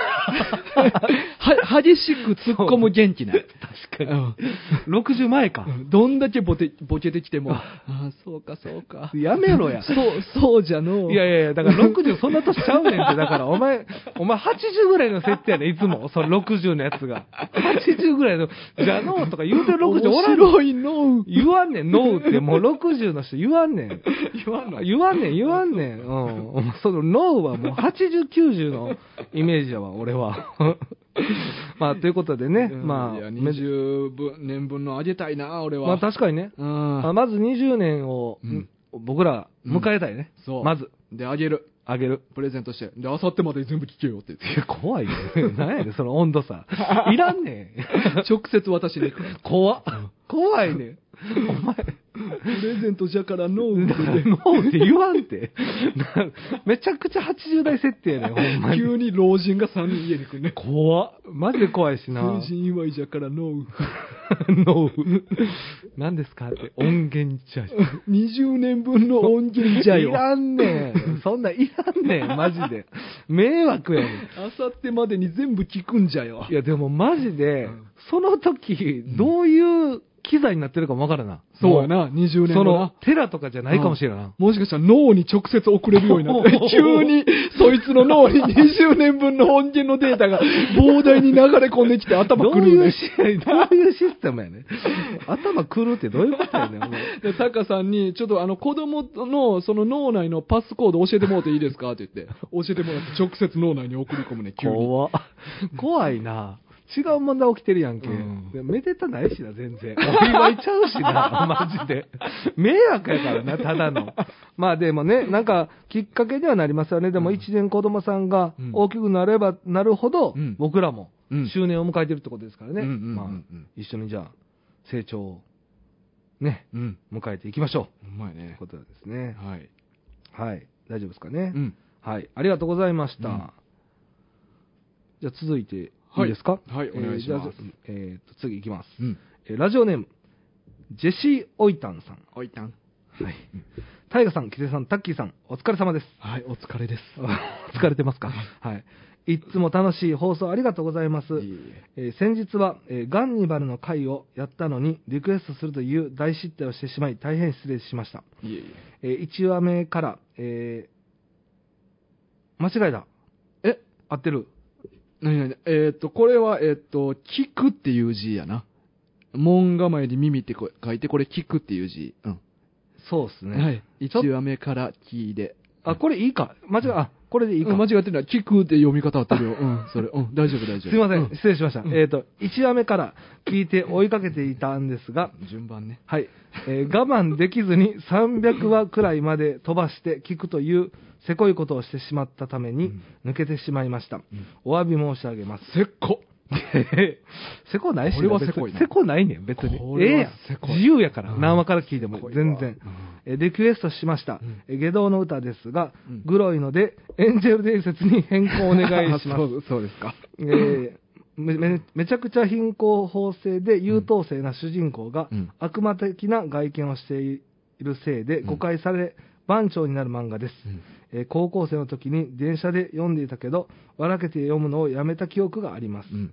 Speaker 1: は、激しく突っ込む元気ない。
Speaker 2: 確かに。うん、ろくじゅう前か。
Speaker 1: どんだけボケ、ボケてきても。ああ、そうか、そうか。
Speaker 2: やめろや。
Speaker 1: そう、そうじゃの。
Speaker 2: いやいやいや、だからろくじゅうそんな年ちゃうねんって。だからお前、お前はちじゅうぐらいの設定やねいつも。そのろくじゅうのやつが。はちじゅうぐらいの、じゃのとか言うてるろくじゅうおらん。
Speaker 1: 面白いの。
Speaker 2: 言わんねん、ノーって。もうろくじゅうの人言わんねん。
Speaker 1: 言わんの
Speaker 2: 言わんねん、言わんねん。うん。そのノーはもうはちじゅう、きゅうじゅうのイメージやわ、俺は。まあ、ということでね、うん、まあ、
Speaker 1: いやにじゅうねんぶんのあげたいな、俺は。
Speaker 2: まあ、確かにね。うん、まずにじゅうねんを、うん、僕ら迎えたいね。うん、そう。まず。
Speaker 1: で、あげる。
Speaker 2: あげる。
Speaker 1: プレゼントして。で、あさってまで全部聞けよって言って。
Speaker 2: いや、怖いよ。何やねん、その温度差。いらんね
Speaker 1: ん。直接私に。
Speaker 2: 怖っ。怖いねん。お前、プ
Speaker 1: レゼントじゃからノー
Speaker 2: って。ノーって言わんて。めちゃくちゃはちじゅう代設定やねん、ほんまに。
Speaker 1: 急に老人がさんにん家に来るね。
Speaker 2: 怖っ。マジで怖いしな。
Speaker 1: 成人祝いじゃからノー。
Speaker 2: ノー。何ですかって、音源じゃ。
Speaker 1: にじゅうねんぶんの音源じゃよ。
Speaker 2: いらんねん。そんなんいらんねん、マジで。迷惑やねん。
Speaker 1: あさってまでに全部聞くんじゃよ。
Speaker 2: いや、でもマジで、うん、その時、どういう、機材になってるかもわからな。
Speaker 1: そうやな、にじゅうねん後な。
Speaker 2: その、テラとかじゃないかもしれんな、うん。
Speaker 1: もしかしたら脳に直接送れるようになって、急にそいつの脳ににじゅうねんぶんの音源のデータが膨大に流れ込んできて頭狂うね。
Speaker 2: どういう試合、どういうシステムやね。頭狂うってどういうことやねん、
Speaker 1: で、タカさんに、ちょっとあの子供のその脳内のパスコード教えてもらっていいですかって言って、教えてもらって直接脳内に送り込むね、急に。
Speaker 2: 怖怖いな。違う問題起きてるやんけ。うん、めでたないしな、全然。お祝いちゃうしな、マジで。迷惑やからな、ただの。まあでもね、なんか、きっかけにはなりますよね。でも一年子供さんが大きくなればなるほど、うん、僕らも周年を迎えてるってことですからね。まあ、一緒にじゃあ、成長をね、うん、迎えていきましょう。
Speaker 1: うまいね。と
Speaker 2: いうことですね。
Speaker 1: はい。
Speaker 2: はい。大丈夫ですかね。うん、はい。ありがとうございました。うん、じゃあ続いて、いいですか？
Speaker 1: はい、お願いします。
Speaker 2: えーと、次いきます。うん、えー、ラジオネーム、ジェシー・オイタンさん。
Speaker 1: オイタン。
Speaker 2: はい。タイガさん、キセさん、タッキーさん、お疲れ様です。
Speaker 1: はい、お疲れです。
Speaker 2: 疲れてますか？はい。いつも楽しい放送ありがとうございます。いいえー、先日は、えー、ガンニバルの回をやったのに、リクエストするという大失態をしてしまい、大変失礼しました。いえいええー、いちわめから、えー、間違いだ。
Speaker 1: え
Speaker 2: 合ってる？
Speaker 1: 何々えっ、ー、と、これは、えっ、ー、と、聞くっていう字やな。門構えに耳って書いて、これ聞くっていう字。うん。
Speaker 2: そうですね。
Speaker 1: はい。一話目から聞いて。
Speaker 2: あ、これいいか。間違い、あ、これでいいか。
Speaker 1: うん、間違ってない。聞くって読み方あってるよ。うん、それ。うん、大丈夫、大丈夫。
Speaker 2: すいません、
Speaker 1: うん、
Speaker 2: 失礼しました。うん、えっ、ー、と、いちわめから聞いて追いかけていたんですが、
Speaker 1: 順番ね。
Speaker 2: はい。えー、我慢できずにさんびゃくわくらいまで飛ばして聞くという、せこいことをしてしまったために、抜けてしまいました。うん、お詫び申し上げます。
Speaker 1: せっこ
Speaker 2: せこないし、
Speaker 1: これはせこいな。
Speaker 2: せこないねん、別に。ええやん。自由やから、うん、何話から聞いても、全然。うん、リクエストしました。うん、下道の歌ですが、うん、グロいので、エンジェル伝説に変更お願いします。
Speaker 1: そう、そうですか。
Speaker 2: えーめ, め, めちゃくちゃ貧困法制で優等生な主人公が、うん、悪魔的な外見をしているせいで誤解され、番長になる漫画です、うんえー、高校生の時に電車で読んでいたけど笑けて読むのをやめた記憶があります、うん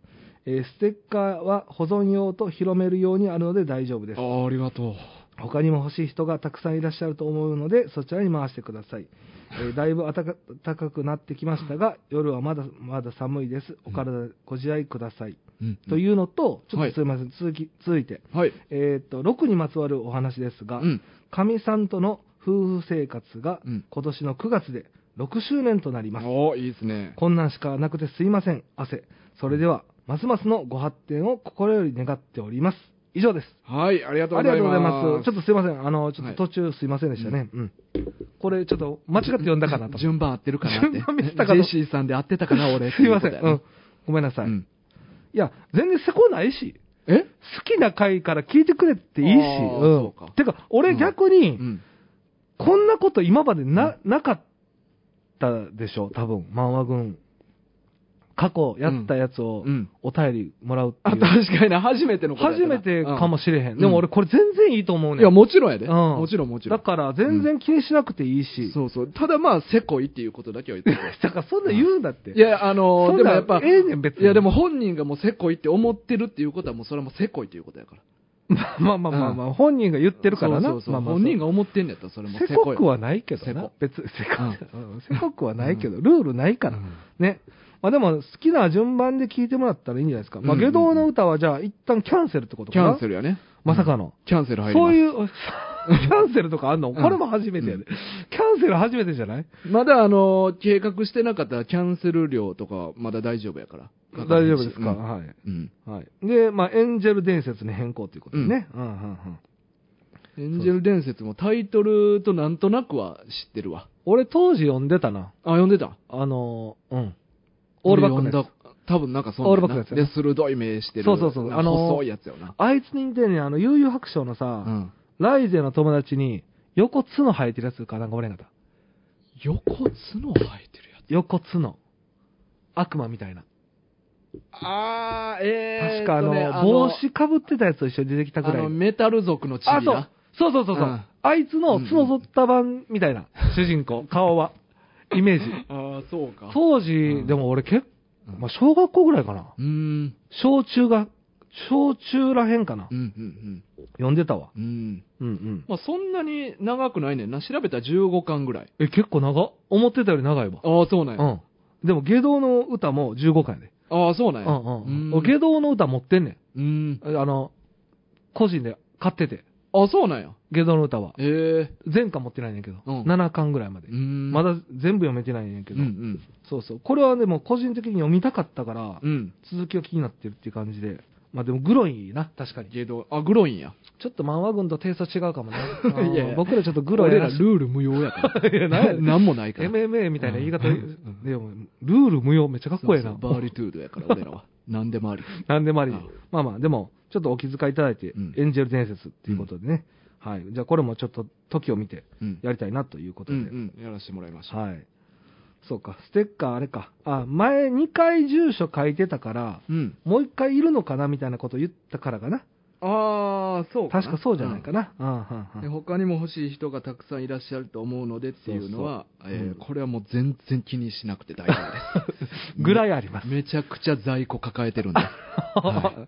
Speaker 2: えーステッカーは保存用と広めるようにあるので大丈夫です。
Speaker 1: ああ、ありがとう。
Speaker 2: 他にも欲しい人がたくさんいらっしゃると思うので、そちらに回してください。えーだいぶ暖か暖かくなってきましたが、夜はまだまだ寒いです。お体ご自愛ください。
Speaker 1: うん、
Speaker 2: というのと、ちょっとすいません、はい、続き続いて、
Speaker 1: はい、
Speaker 2: えっと、ろくにまつわるお話ですが、かみ、うん、さんとの夫婦生活が今年のくがつでろくしゅうねんとなります。
Speaker 1: おー、いいですね。
Speaker 2: こんなんしかなくてすいません、汗。それでは、ますますのご発展を心より願っております。以上です。
Speaker 1: はい、ありがとうございます。
Speaker 2: ありがとうございます。ちょっとすいません。あの、ちょっと途中すいませんでしたね。はい、うん。これちょっと間違って読んだかなと。
Speaker 1: 順番合ってるかなって。
Speaker 2: 順番見てたかな。
Speaker 1: ジェシーさんで合ってたかな、俺。
Speaker 2: すいません。うん。ごめんなさい。うん、いや、全然せこないし。
Speaker 1: え
Speaker 2: 好きな回から聞いてくれっていいし。うん。そうか。てか、俺逆に、うん、こんなこと今までな、うん、なかったでしょ、多分、漫画軍。過去やったやつをお便りもらうっていう。
Speaker 1: うんうん、あ、確かにな、初めてのことやった
Speaker 2: 初めてかもしれへん。うん、でも俺これ全然いいと思うね。
Speaker 1: いや、もちろんやで。うん、もちろんもちろん。
Speaker 2: だから全然気にしなくていいし。
Speaker 1: うん、そうそう。ただまあ、せこいっていうことだけは言ってる。
Speaker 2: だからそんな言うんだって。
Speaker 1: いや、あのー、でもやっぱ、
Speaker 2: ええねん別に。
Speaker 1: いや、でも本人がもうせこいって思ってるっていうことはもうそれはもうせこいっていうことやから。
Speaker 2: まあまあまあまあ、うん、本人が言ってるからな。
Speaker 1: そうそうそう、
Speaker 2: まあまあ
Speaker 1: 本人が思ってんねやったらそれもせこい。
Speaker 2: せこくはないけどな。別にせこ、うん、せこくはないけど、ルールないから。うん、ね。まあでも好きな順番で聞いてもらったらいいんじゃないですか。まあ下道の歌はじゃあ一旦キャンセルってことかな。
Speaker 1: キャンセルやね。
Speaker 2: まさかの。
Speaker 1: キャンセル入ります。
Speaker 2: そういう、キャンセルとかあんの、これも初めてやで、うん。キャンセル初めてじゃない？
Speaker 1: まだあの、計画してなかったらキャンセル料とかまだ大丈夫やから。
Speaker 2: 大丈夫ですか、
Speaker 1: うん、
Speaker 2: はい。
Speaker 1: うん。
Speaker 2: はい。で、まあエンジェル伝説に変更ということでね。うん。うんうん
Speaker 1: うん、エンジェル伝説もタイトルとなんとなくは知ってるわ。
Speaker 2: 俺当時読んでたな。
Speaker 1: あ、読んでた？
Speaker 2: あの、うん。オールバックのやつ。
Speaker 1: 多分なんかそんな。
Speaker 2: オールバックのやつ、
Speaker 1: ね。で、鋭い目してる。
Speaker 2: そうそうそう。
Speaker 1: あの、細いやつよな。
Speaker 2: あいつに似てんねん、あの、悠々白書のさ、うん、ライゼの友達に、横角生えてるやつかなんかおれんかった。
Speaker 1: 横角生えてるやつ
Speaker 2: 横角。悪魔みたいな。
Speaker 1: あー、えー、
Speaker 2: 確かあの、ね、帽子かぶってたやつと一緒に出てきたぐらい。あの、
Speaker 1: メタル族のチビな。
Speaker 2: あ、そう。そうそうそうそう、うん。あいつの角取った版みたいな、主人公、顔は。イメージ。
Speaker 1: ああ、そうか。
Speaker 2: 当時、うん、でも俺結構、まあ、小学校ぐらいかな。
Speaker 1: うん。
Speaker 2: 小中が、小中らへんかな。
Speaker 1: うんうんうん。
Speaker 2: 読んでたわ。
Speaker 1: うん。
Speaker 2: うんうん。
Speaker 1: まあ、そんなに長くないねんな。調べたらじゅうごかんぐらい。
Speaker 2: え、結構長思ってたより長いわ。
Speaker 1: ああ、そうなんや。
Speaker 2: うん。でも、下道の歌もじゅうごかんやで。
Speaker 1: ああ、そうなんや。
Speaker 2: うんうん。うん、下道の歌持ってんね
Speaker 1: ん。
Speaker 2: うん。あの、個人で買ってて。
Speaker 1: あ、そうなんや。
Speaker 2: 下道の歌は。
Speaker 1: へえ。
Speaker 2: 全巻持ってないねんけど。うん、ななかんぐらいまで。
Speaker 1: うん
Speaker 2: まだ全部読めてないねんけど。
Speaker 1: うんうん。
Speaker 2: そうそう。これはでも個人的に読みたかったから、
Speaker 1: うん、
Speaker 2: 続きが気になってるっていう感じで。まあでもグロいな、確かに。
Speaker 1: 下道。あ、グロいんや。
Speaker 2: ちょっと漫画軍とテイスト違うかもね。
Speaker 1: いやいや
Speaker 2: 僕らちょっとグロいや
Speaker 1: 俺らルール無用やから。いや、なんなんもないから。
Speaker 2: エムエムエー みたいな言い方、うん、でも、ルール無用めっちゃかっこいいな。
Speaker 1: そうそうバーリトゥードやから、俺らは。なんでもあり。
Speaker 2: なんでもあり。まあまあ、でも、ちょっとお気遣いいただいて、うん、エンジェル伝説っていうことでね。うん、はい。じゃあこれもちょっと時を見て、やりたいなということで。
Speaker 1: うんうんうん、やらせてもらいました。
Speaker 2: はい。そうか、ステッカーあれか。あ、前にかい住所書いてたから、うん、もういっかいいるのかなみたいなこと言ったからかな。
Speaker 1: ああ、そうか
Speaker 2: 確かそうじゃないかな。うんうんうん、
Speaker 1: で他にも欲しい人がたくさんいらっしゃると思うのでっていうのは、そうそう、えーうん、これはもう全然気にしなくて大丈夫です。
Speaker 2: ぐらいあります。
Speaker 1: めちゃくちゃ在庫抱えてるんで。
Speaker 2: はい、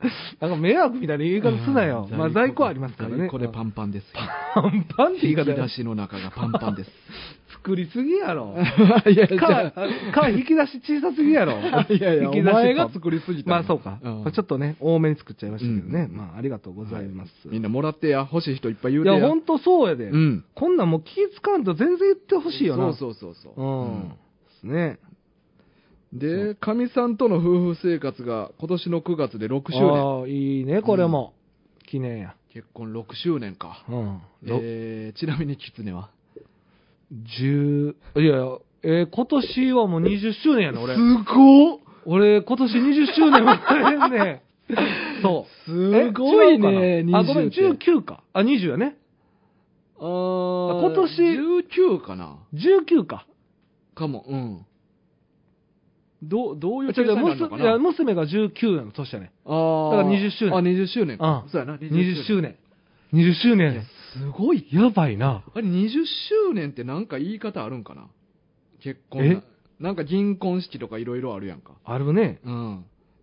Speaker 2: なんか迷惑みたいな言い方すなよ。うん、まあ在庫ありますからね。
Speaker 1: 在庫でパンパンです。
Speaker 2: パンパンって言い方
Speaker 1: 引き出しの中がパンパンです。
Speaker 2: 作りすぎやろ。
Speaker 1: いや、じゃあ、
Speaker 2: か、引き出し小さすぎやろ。
Speaker 1: いやいや、お前が作りすぎた。
Speaker 2: まあそうか。うん、ちょっとね、多めに作っちゃいましたけどね。うん、まあありがとうございます、
Speaker 1: はい。みんなもらってや、欲しい人いっぱい言うてや。
Speaker 2: いや、ほんとそうやで。
Speaker 1: うん、
Speaker 2: こんなんもう気使わんと全然言ってほしいよな。
Speaker 1: そうそうそうそう。
Speaker 2: うん。ですね。
Speaker 1: で、かみさんとの夫婦生活が今年のくがつでろくしゅうねん。
Speaker 2: ああ、いいね、これも。うん、記念や。
Speaker 1: 結婚ろくしゅうねんか。
Speaker 2: うん。
Speaker 1: えー、ちなみにキツネは
Speaker 2: 十、いやいや、えー、今年はもうにじゅっしゅうねんやな、俺。
Speaker 1: すごっ
Speaker 2: 俺、今年にじゅっしゅうねん迎えんねん。そう。
Speaker 1: すごいね、
Speaker 2: にじゅう。あ、ごめん、じゅうきゅうか。あ、にじゅうやね。
Speaker 1: あー、
Speaker 2: 今年。
Speaker 1: じゅうきゅうかな。
Speaker 2: じゅうきゅうか。
Speaker 1: かも、うん。どう、どういう計算になるのかな。
Speaker 2: いや、娘がじゅうきゅうの年やね。
Speaker 1: あー。
Speaker 2: だからにじゅっしゅうねん。
Speaker 1: あ、にじゅっしゅうねんか。
Speaker 2: うん。
Speaker 1: そうやな、
Speaker 2: にじゅっしゅうねん。にじゅっしゅうねん。
Speaker 1: すごい。
Speaker 2: やばいな。
Speaker 1: あれ、にじゅっしゅうねんってなんか言い方あるんかな、結婚。
Speaker 2: え
Speaker 1: なんか銀婚式とかいろいろあるやんか。
Speaker 2: あるね。
Speaker 1: うん。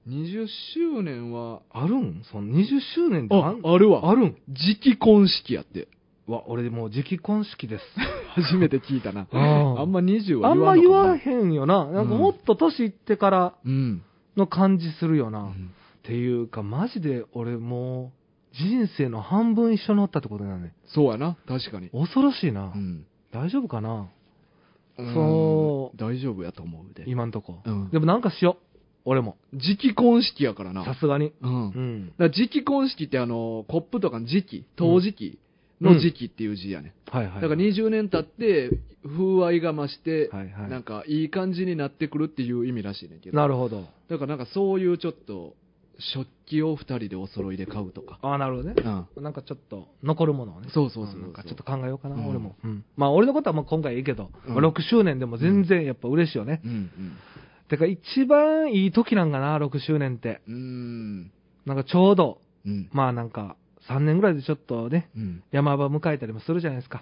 Speaker 1: にじゅっしゅうねんは、
Speaker 2: あるんそのにじゅっしゅうねんって
Speaker 1: あ、あるわ。
Speaker 2: あるん
Speaker 1: 直婚式やって。
Speaker 2: わ、俺もう直婚式です。
Speaker 1: 初めて聞いたな。
Speaker 2: あ
Speaker 1: あんまにじゅうは
Speaker 2: あん
Speaker 1: 言わんのかな。
Speaker 2: ま言わへんよな。なんかもっと年いってから
Speaker 1: うん。
Speaker 2: の感じするよな。
Speaker 1: うん
Speaker 2: っていうか、マジで俺もう、人生の半分一緒になったってことだね。
Speaker 1: そうやな、確かに。
Speaker 2: 恐ろしいな。
Speaker 1: うん。
Speaker 2: 大丈夫かな
Speaker 1: うん
Speaker 2: そう
Speaker 1: 大丈夫やと思うで。
Speaker 2: 今んとこ。
Speaker 1: うん
Speaker 2: でもなんかしよう。俺も。
Speaker 1: 直婚式やからな。
Speaker 2: さすがに。
Speaker 1: うん。
Speaker 2: うん。
Speaker 1: だから直婚式ってあの、コップとかの時期、陶磁器の時期っていう字やね。
Speaker 2: はいはい。
Speaker 1: だからにじゅうねん経って、風合いが増して、
Speaker 2: はいはい
Speaker 1: なんかいい感じになってくるっていう意味らしいねんけど。
Speaker 2: なるほど。
Speaker 1: だからなんかそういうちょっと、食器を二人でお揃いで買うとか。
Speaker 2: ああ、なるほどね。
Speaker 1: うん。
Speaker 2: なんかちょっと残るものをね。
Speaker 1: そうそうそうそう
Speaker 2: なんかちょっと考えようかな、
Speaker 1: うん
Speaker 2: 俺も。うん。まあ俺のことはもう今回いいけど、
Speaker 1: うん
Speaker 2: まあろくしゅうねんでも全然やっぱ嬉しいよね。
Speaker 1: うんうん。
Speaker 2: てか一番いい時なんかな、ろくしゅうねんって。
Speaker 1: うーん。
Speaker 2: なんかちょうど、
Speaker 1: うん。
Speaker 2: まあなんかさんねんぐらいでちょっとね、
Speaker 1: うん。
Speaker 2: 山場迎えたりもするじゃないですか。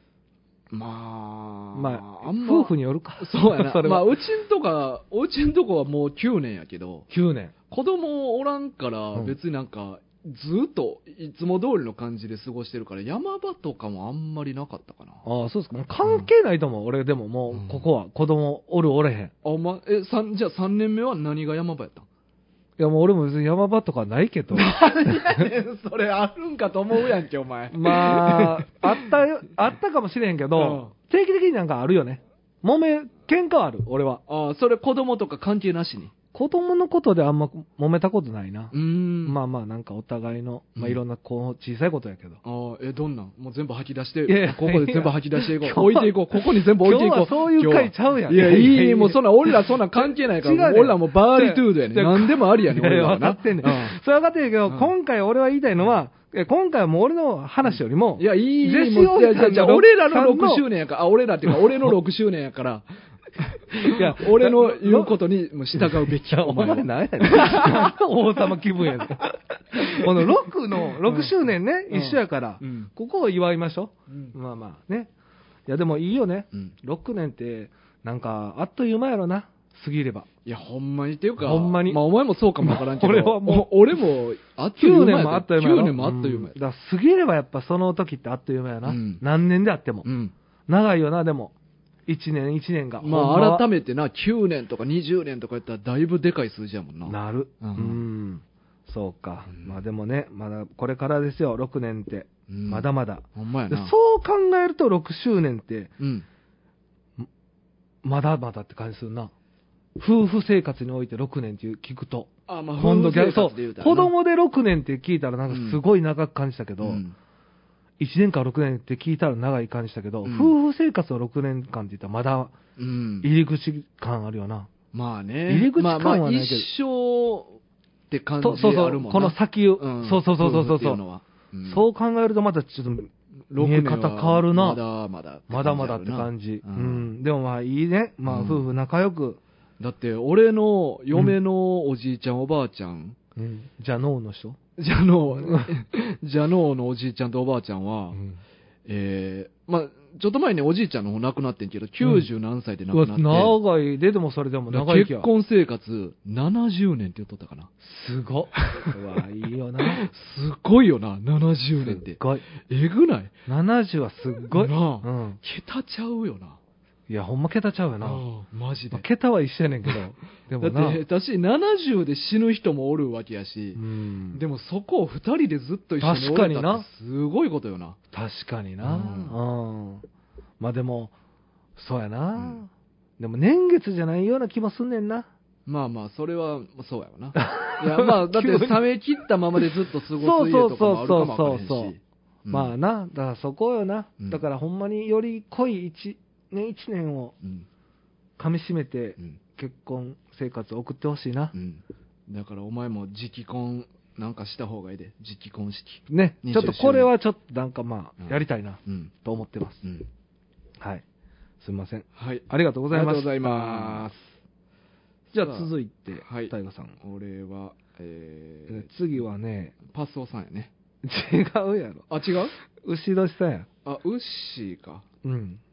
Speaker 1: まあ、
Speaker 2: まあ、
Speaker 1: あんま
Speaker 2: 夫婦によるか。
Speaker 1: そうやな。
Speaker 2: それは。
Speaker 1: まあ、うちんとか、うちんとこはもうきゅうねんやけど、
Speaker 2: きゅうねん。
Speaker 1: 子供おらんから
Speaker 2: うん
Speaker 1: 別になんか、ずっといつも通りの感じで過ごしてるから、山場とかもあんまりなかったかな。
Speaker 2: ああ、そうですか。もう関係ないと思う。俺でもも
Speaker 1: うん
Speaker 2: う、ここは子供おるおれへん。い
Speaker 1: あ、ま、え、三じゃあさんねんめは何が山場やったん
Speaker 2: やもう俺も別に山場とかないけど。
Speaker 1: それあるんかと思うやんけ、お前。
Speaker 2: まあ、あったよ、あったかもしれへんけど、定期的になんかあるよね。揉め、喧嘩はある、俺は。
Speaker 1: ああ、それ子供とか関係なしに。
Speaker 2: 子供のことであんま揉めたことないな。
Speaker 1: うーん。
Speaker 2: まあまあ、なんかお互いの、まあ
Speaker 1: うん
Speaker 2: いろんなこう小さいことやけど。
Speaker 1: ああ、え、どんなんもう全部吐き出して、
Speaker 2: いやいや
Speaker 1: ここで全部吐き出していこう。
Speaker 2: いや
Speaker 1: 置いていこう。ここに全部置いていこう。
Speaker 2: 今日はそういう回ちゃうやん
Speaker 1: いや、いい、
Speaker 2: いやいやいや
Speaker 1: もうそんな、俺らそんなん関係ないか
Speaker 2: 違うね
Speaker 1: ら、俺らもうバーリトゥードやねん。
Speaker 2: いや
Speaker 1: 何でもありやねん、
Speaker 2: いやいや、
Speaker 1: 俺らはな。
Speaker 2: 分かってんねん。
Speaker 1: う
Speaker 2: それ分かってんねんけど、
Speaker 1: うん
Speaker 2: 今回俺は言いたいのは、え今回はもう俺の話よりも、
Speaker 1: いや、いい、
Speaker 2: ジェシー
Speaker 1: もういやじゃあじゃあ
Speaker 2: オさんの
Speaker 1: 俺らのろく
Speaker 2: さんの
Speaker 1: 周年やから、あ、俺らっていうか、俺のろく周年やから、
Speaker 2: いや、
Speaker 1: 俺の言うことにもう従うべき。
Speaker 2: お前
Speaker 1: は
Speaker 2: 何やねん。王様気分やねん。このろくの、ろくしゅうねんね、
Speaker 1: うん
Speaker 2: 一緒やから、
Speaker 1: うん
Speaker 2: ここを祝いましょ
Speaker 1: うん
Speaker 2: う。まあまあね。いやでもいいよね。
Speaker 1: うん
Speaker 2: ろくねんって、なんか、あっという間やろな。過ぎれば。
Speaker 1: いや、ほんまにっていうか、
Speaker 2: ほんまに
Speaker 1: まあ、お前もそうかもわからんけど、
Speaker 2: 俺はも
Speaker 1: お俺も、あっと
Speaker 2: きゅ
Speaker 1: いうう間や
Speaker 2: ねんもあっという間やろ。
Speaker 1: きゅうねんもあっという間や
Speaker 2: んだから過ぎればやっぱその時ってあっという間やな。
Speaker 1: うん
Speaker 2: 何年であっても。
Speaker 1: うん。
Speaker 2: 長いよな、でも。いちねんいちねんが。
Speaker 1: まあ、改
Speaker 2: め
Speaker 1: めてな、きゅうねんとかにじゅうねんとか言ったらだいぶでかい数字やもんな。
Speaker 2: なる。
Speaker 1: う
Speaker 2: うんん。そうか。
Speaker 1: うん
Speaker 2: まあでもね、まだこれからですよ、ろくねんって。
Speaker 1: うん
Speaker 2: まだまだ。で
Speaker 1: ほんまやな。
Speaker 2: そう考えるとろくしゅうねんって、
Speaker 1: うん。
Speaker 2: まだまだって感じするな。夫婦生活においてろくねんっていう聞くと。
Speaker 1: あ、まあ、
Speaker 2: 今度逆、
Speaker 1: 夫婦生
Speaker 2: そう
Speaker 1: 活で言う。たらな
Speaker 2: 子供でろくねんって聞いたらなんかすごい長く感じたけど、
Speaker 1: うん
Speaker 2: いちねんかんろくねんって聞いたら長い感じしたけど、
Speaker 1: うん
Speaker 2: 夫婦生活のろくねんかんって言ったらまだ
Speaker 1: うん。
Speaker 2: 入り口感あるよな。
Speaker 1: まあね。
Speaker 2: 入り口感はないけど
Speaker 1: まあまあ、一生って感じ
Speaker 2: とそうそう
Speaker 1: あるもんな。
Speaker 2: この先を、
Speaker 1: うん
Speaker 2: そうそうそうそうそう
Speaker 1: 夫婦っていうのはうん
Speaker 2: そう考えるとまたちょっと見え方変わるな。
Speaker 1: まだまだ。
Speaker 2: まだまだって感じ。
Speaker 1: う
Speaker 2: うんん。でもまあいいね。まあ
Speaker 1: うん
Speaker 2: 夫婦仲良く。
Speaker 1: だって、俺の嫁のおじいちゃん、おばあちゃん、
Speaker 2: うん。じゃあ脳の人
Speaker 1: ジャノー、ジャノーのおじいちゃんとおばあちゃんは、
Speaker 2: うん
Speaker 1: えー、まあ、ちょっと前におじいちゃんの方亡くなってんけど、きゅうじゅう何歳で亡
Speaker 2: うわ
Speaker 1: くなって、
Speaker 2: 長い。で、でもそれでも
Speaker 1: だから
Speaker 2: 長生きや。
Speaker 1: 結婚生活ななじゅうねんって言っとったかな。
Speaker 2: すごっ。うわ、いいよな。
Speaker 1: すごいよな、ななじゅうねんって
Speaker 2: すっ。ごい。
Speaker 1: えぐない
Speaker 2: ななじゅうはすっごい。
Speaker 1: なあ
Speaker 2: うん。
Speaker 1: 桁ちゃうよな。
Speaker 2: いや、ほんま桁ちゃうよな。
Speaker 1: ああマジで
Speaker 2: まあ。桁は一緒やねんけど。でもな。
Speaker 1: だって、私ななじゅうで死ぬ人もおるわけやし
Speaker 2: う、ん。
Speaker 1: でもそこをふたりでずっと一緒におれた
Speaker 2: 確かにな
Speaker 1: ってすごいことよな。
Speaker 2: 確かにな。
Speaker 1: う
Speaker 2: うん。まあでも、そうやな。
Speaker 1: うん
Speaker 2: でも年月じゃないような気もすんねんな。
Speaker 1: まあまあ、それはそうやわな。いや、まあ、だって
Speaker 2: 急に
Speaker 1: 冷め切ったままでずっと過ごす家とかもあるかもわからへんし。
Speaker 2: そうそうそうそう
Speaker 1: うん
Speaker 2: まあな。だからそこよな。
Speaker 1: うん
Speaker 2: だからほんまにより濃い一年一年を
Speaker 1: うん。
Speaker 2: 噛み締めて
Speaker 1: うん。
Speaker 2: 結婚生活を送ってほしいな
Speaker 1: う。ん。だからお前も直婚なんかした方がいいで。直婚式。
Speaker 2: ね。
Speaker 1: にじゅっしゅうねん
Speaker 2: ちょっとこれはちょっとなんかま
Speaker 1: うん
Speaker 2: あ、やりたいな
Speaker 1: うん。
Speaker 2: と思ってます。
Speaker 1: うん。
Speaker 2: はい。すみません。
Speaker 1: はい。
Speaker 2: ありがとうございます。
Speaker 1: ありがとうございます。
Speaker 2: じゃあ続いて、
Speaker 1: はい。
Speaker 2: 大河さん。
Speaker 1: 俺は、え
Speaker 2: え
Speaker 1: ー、
Speaker 2: 次はね、
Speaker 1: パスオさんやね。
Speaker 2: 違うやろ。
Speaker 1: あ、違う
Speaker 2: 牛年さんや。
Speaker 1: あ、ウッシーか。
Speaker 2: うん。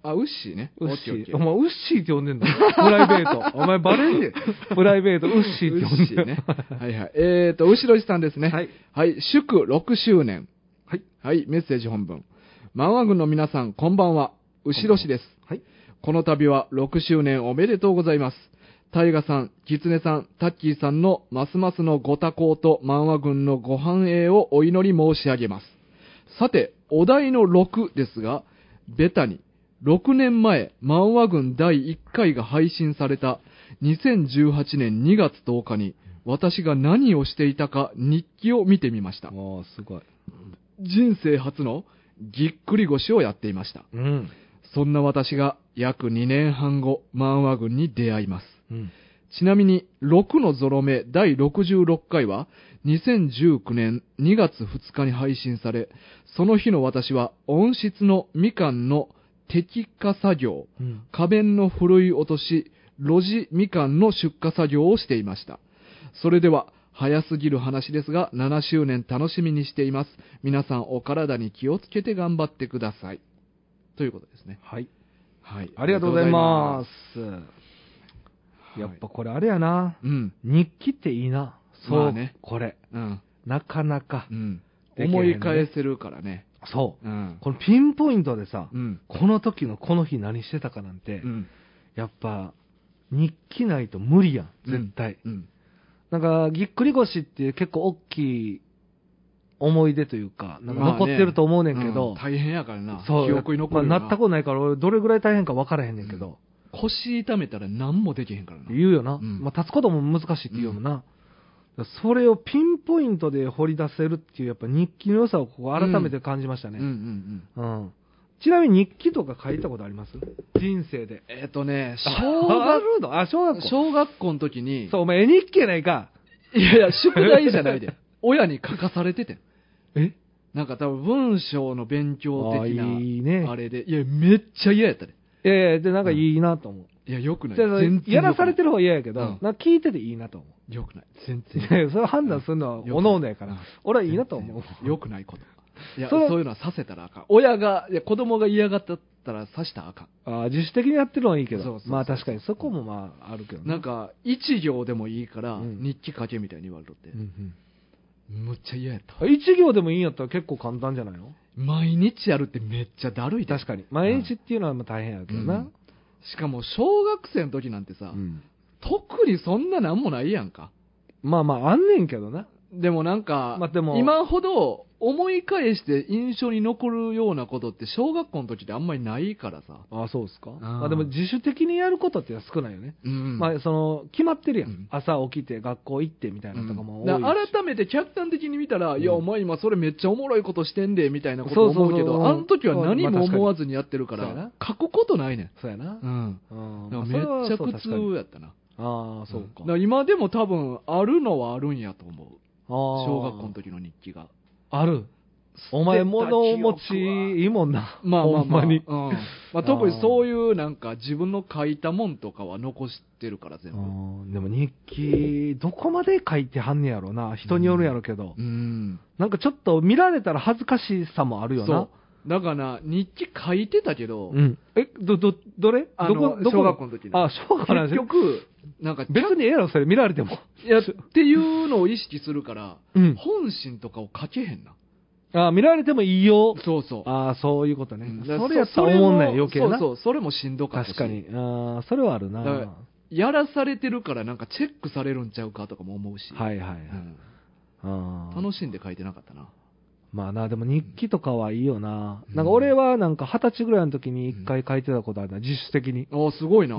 Speaker 1: あ、ウッシーね。
Speaker 2: ウッシー。
Speaker 1: オッケーオッケー
Speaker 2: お前、ウッシーって呼んでんのプライベート。お前、バレんで。プライベート、ウッシーって呼んでん
Speaker 1: ウッシーね。はいはい。えーと、後ろ地さんですね。
Speaker 2: はい。
Speaker 1: はい。祝ろくしゅうねん。
Speaker 2: はい。
Speaker 1: はい。メッセージ本文。漫画軍の皆さん、こんばんは。後ろ地です。
Speaker 2: はい。
Speaker 1: この度はろくしゅうねんおめでとうございます。タイガさん、キツネさん、タッキーさんのますますのご多幸と漫画軍のご繁栄をお祈り申し上げます。さて、お題のろくですが、ベタに、ろくねんまえ、漫画軍だいいっかいが配信されたにせんじゅうはちねんにがつとおかに、私が何をしていたか日記を見てみました。
Speaker 2: ああ、すごい。
Speaker 1: 人生初のぎっくり腰をやっていました。
Speaker 2: うん。
Speaker 1: そんな私が約にねんはん後、漫画軍に出会います。
Speaker 2: うん。
Speaker 1: ちなみに、ろくのゾロ目だいろくじゅうろっかいは、にせんじゅうきゅうねんにがつふつかに配信され、その日の私は温室のみかんの摘果作業、
Speaker 2: うん、
Speaker 1: 花弁のふるい落とし、露地みかんの出荷作業をしていました。それでは、早すぎる話ですが、ななしゅうねん楽しみにしています。皆さんお体に気をつけて頑張ってください。ということですね。
Speaker 2: はい。
Speaker 1: はい。
Speaker 2: ありがとうございます。やっぱこれあれやな。
Speaker 1: うん。
Speaker 2: 日記っていいな。そう、
Speaker 1: まあね、
Speaker 2: これ。
Speaker 1: うん。
Speaker 2: なかなか。
Speaker 1: うん。
Speaker 2: ね、
Speaker 1: 思い返せるからね。
Speaker 2: そう。
Speaker 1: うん。
Speaker 2: このピンポイントでさ、
Speaker 1: うん、
Speaker 2: この時のこの日何してたかなんて、
Speaker 1: うん、
Speaker 2: やっぱ、日記ないと無理やん、絶対。
Speaker 1: うんうん、
Speaker 2: なんか、ぎっくり腰って結構大きい思い出というか、なんか残ってると思うねんけど、
Speaker 1: まあねうん、大変やからな。
Speaker 2: そう。
Speaker 1: 記憶に残るよな。
Speaker 2: まあ、なったことないから、俺どれぐらい大変か分からへんねんけど。
Speaker 1: うん、腰痛めたら何もできへんからな。
Speaker 2: 言うよな。
Speaker 1: うん、
Speaker 2: まあ、立つことも難しいって言うもんな。うん、それをピンポイントで掘り出せるっていう、やっぱ日記の良さをここ改めて感じましたね。うんうんうんうん、ちなみに日記とか書いたことあります？人生で。
Speaker 1: えっ、ー、とね、
Speaker 2: 小学校あ、小学校。
Speaker 1: 小学校の時に。
Speaker 2: そう、お前絵日記やないか。
Speaker 1: いやいや、宿題じゃないで。親に書かされてて。
Speaker 2: え
Speaker 1: なんか多分文章の勉強的な。
Speaker 2: いいね。
Speaker 1: あれで。いや、めっちゃ嫌やったで。
Speaker 2: いやいや、で、なんかいいなと思う。
Speaker 1: いや、よくない。
Speaker 2: 全然やらされてる方は嫌やけど、うん、なんか聞いてていいなと思う。
Speaker 1: よくない。全然。
Speaker 2: それを判断するのはおのおのやから。うん、俺はいいなと思う。
Speaker 1: よくないこと。いや、そういうのはさせたらあかん。親が、いや、子供が嫌がったらさしたらあかん。
Speaker 2: ああ、自主的にやってるのはいいけど。
Speaker 1: そうそうそう
Speaker 2: まあ確かにそこもまああるけど、ね、
Speaker 1: なんか、一行でもいいから、日記書けみたいに言われとって。うんうん、むっちゃ嫌やった。
Speaker 2: 一行でもいいんやったら結構簡単じゃないの？
Speaker 1: 毎日やるってめっちゃだるいで。
Speaker 2: 確かに。毎日っていうのは大変やけどな。うん、
Speaker 1: しかも小学生の時なんてさ、うん、特にそんななんもないやんか。
Speaker 2: まあまああんねんけどな。
Speaker 1: でもなんか、
Speaker 2: まあ、でも
Speaker 1: 今ほど思い返して印象に残るようなことって小学校の時ってあんまりないからさ。
Speaker 2: ああ、そうですか。ああでも自主的にやることって少ないよね。うん、まあその決まってるやん、うん。朝起きて学校行ってみたいなとかも多いし、うん、
Speaker 1: 改めて客観的に見たら、うん、いやお前今それめっちゃおもろいことしてんでみたいなこと思うけど、あの時は何も思わずにやってるから、まあ、書くことないねん。
Speaker 2: そうやな。
Speaker 1: うん。うん、めっちゃ苦痛やったな。
Speaker 2: ああ、そうか。
Speaker 1: だから今でも多分あるのはあるんやと思う。小学校の時の日記が。
Speaker 2: ある。お前物持ちいいもんな。
Speaker 1: まあまあまあ。
Speaker 2: ほんまに。
Speaker 1: うん。まあ、特にそういうなんか自分の書いたもんとかは残してるから全部。
Speaker 2: でも日記、どこまで書いてはんねやろな。人によるやろけど。うん。うん、なんかちょっと見られたら恥ずかしさもあるよな。
Speaker 1: そう。だから日記書いてたけど。
Speaker 2: うん。え、ど、ど、どれ
Speaker 1: あのどこ、どこ小学校の時の。
Speaker 2: あ、小学校の
Speaker 1: 結局、なんか
Speaker 2: 別にええやろ、それ見られても。
Speaker 1: いや、っていうのを意識するから、
Speaker 2: うん、
Speaker 1: 本心とかを書けへんな。
Speaker 2: ああ、見られてもいいよ。
Speaker 1: そうそう。
Speaker 2: ああ、そういうことね。
Speaker 1: うん、
Speaker 2: それやったら思んない、余計な。
Speaker 1: そうそう、それもしんどかったし。
Speaker 2: 確かに。ああ、それはあるな。
Speaker 1: やらされてるからなんかチェックされるんちゃうかとかも思うし。
Speaker 2: はいはいはい。
Speaker 1: うん、あ楽しんで書いてなかったな。
Speaker 2: まあな、でも日記とかはいいよな。うん、なんか俺はなんか二十歳ぐらいの時に一回書いてたことあるな、自主的に。
Speaker 1: ああ、すごいな。
Speaker 2: うん。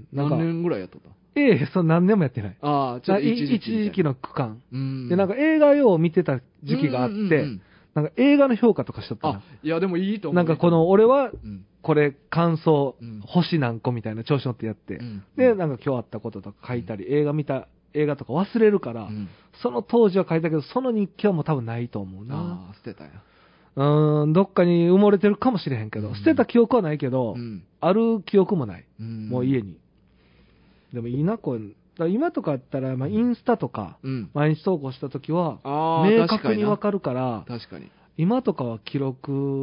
Speaker 1: 何年ぐらいやっとった
Speaker 2: ええ、そ何年もやってない。
Speaker 1: ああ、ちょっと一時期。
Speaker 2: 一時期の区間。
Speaker 1: うん。
Speaker 2: で、なんか映画を見てた時期があって、うんうんうん、なんか映画の評価とかしとったな。
Speaker 1: あ、いやでもいいと思う。
Speaker 2: なんかこの俺は、これ感想、うん、星何個みたいな調子乗ってやって、うん、で、なんか今日あったこととか書いたり、うん、映画見た、映画とか忘れるから、うん、その当時は書いたけど、その日記はもう多分ないと思うな。
Speaker 1: ああ、捨てたんや。
Speaker 2: うーん、どっかに埋もれてるかもしれへんけど、うん、捨てた記憶はないけど、うん、ある記憶もない。うん、もう家に。でもいいな、こう。だ今とかあったら、まあ、インスタとか、うん、毎日投稿したときは、明確にわかるから、
Speaker 1: 確かに。
Speaker 2: 今とかは記録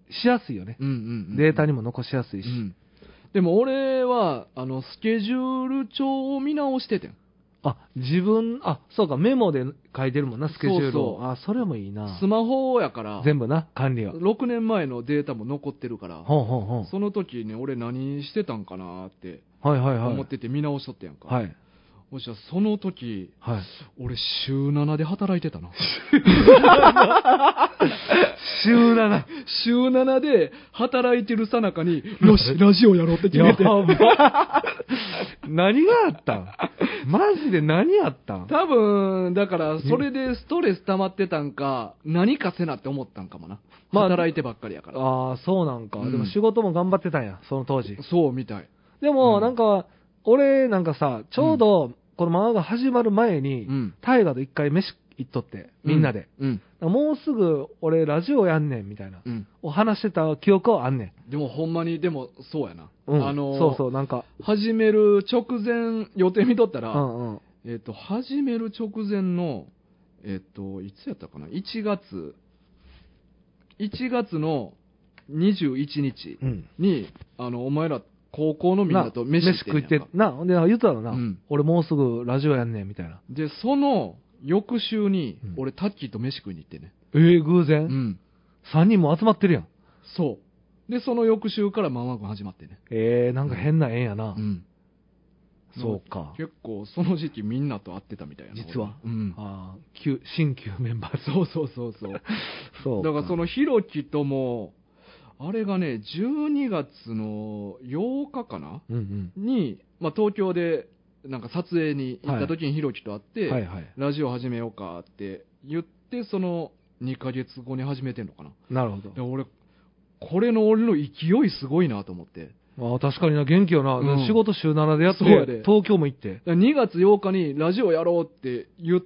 Speaker 2: しやすいよね。
Speaker 1: うんうんうん、
Speaker 2: データにも残しやすいし。うん、
Speaker 1: でも俺は、あの、スケジュール帳を見直しててん。
Speaker 2: あ、自分、あ、そうか、メモで書いてるもんな、スケジュールを。
Speaker 1: そうそう。
Speaker 2: あ、それもいいな。
Speaker 1: スマホやから。
Speaker 2: 全部な、管理は。
Speaker 1: ろくねんまえのデータも残ってるから。
Speaker 2: ほうほうほう。
Speaker 1: その時ね、俺何してたんかなって。
Speaker 2: はいはいはい。
Speaker 1: 思ってて見直しとってやんか。
Speaker 2: はい。
Speaker 1: もしやその時、
Speaker 2: はい、
Speaker 1: 俺週ななで働いてたな。
Speaker 2: 週なな。
Speaker 1: 週ななで働いてるさなかに、よし、ラジオやろうって決めて。
Speaker 2: 何があったんマジで何やったん
Speaker 1: 多分、だから、それでストレス溜まってたんか、何かせなって思ったんかもな。まあ、働いてばっかりやから。
Speaker 2: ああ、そうなんか、
Speaker 1: うん。
Speaker 2: でも仕事も頑張ってたんや、その当時。
Speaker 1: そうみたい。
Speaker 2: でも、なんか、うん、俺なんかさ、ちょうど、この漫画が始まる前に、大河、うん、と一回飯行っとって、みんなで。うんうん、もうすぐ俺ラジオやんねんみたいな、うん、を話してた記憶はあんね
Speaker 1: ん。でもほんまに、でもそうやな。
Speaker 2: うん、あのー、そうそう、なんか。
Speaker 1: 始める直前、予定見とったら、
Speaker 2: うんうん、
Speaker 1: えっ、ー、と、始める直前の、えっ、ー、と、いつやったかな ?いち 月、いちがつのにじゅういちにちに、うん、あの、お前ら、高校のみんなと飯
Speaker 2: 食ってな、で、言ったらな、うん、俺もうすぐラジオやんねんみたいな。
Speaker 1: で、その翌週に、うん、俺タッキーと飯食いに行ってね。
Speaker 2: ええー、偶然？
Speaker 1: うん。
Speaker 2: さんにんも集まってるやん。
Speaker 1: そう。で、その翌週からママ君始まってね。
Speaker 2: ええー、なんか変な縁やな。
Speaker 1: うん。
Speaker 2: そうか。
Speaker 1: 結構、その時期みんなと会ってたみたいな。
Speaker 2: 実は。
Speaker 1: うん。
Speaker 2: ああ、旧、新旧メンバー。
Speaker 1: そうそうそうそう。そうだからそのひろきとも、あれがね、じゅうにがつのようかかな、
Speaker 2: うんうん、
Speaker 1: に、まあ、東京でなんか撮影に行った時にひろきと会って、
Speaker 2: はいはいはい、
Speaker 1: ラジオ始めようかって言って、そのにかげつごに始めてんのかな。
Speaker 2: なるほど。
Speaker 1: で俺、これの俺の勢いすごいなと思って。
Speaker 2: ああ、確かにな、元気よな。うん、仕事週ななでやって、東京も行って。
Speaker 1: にがつようかにラジオやろうって言った、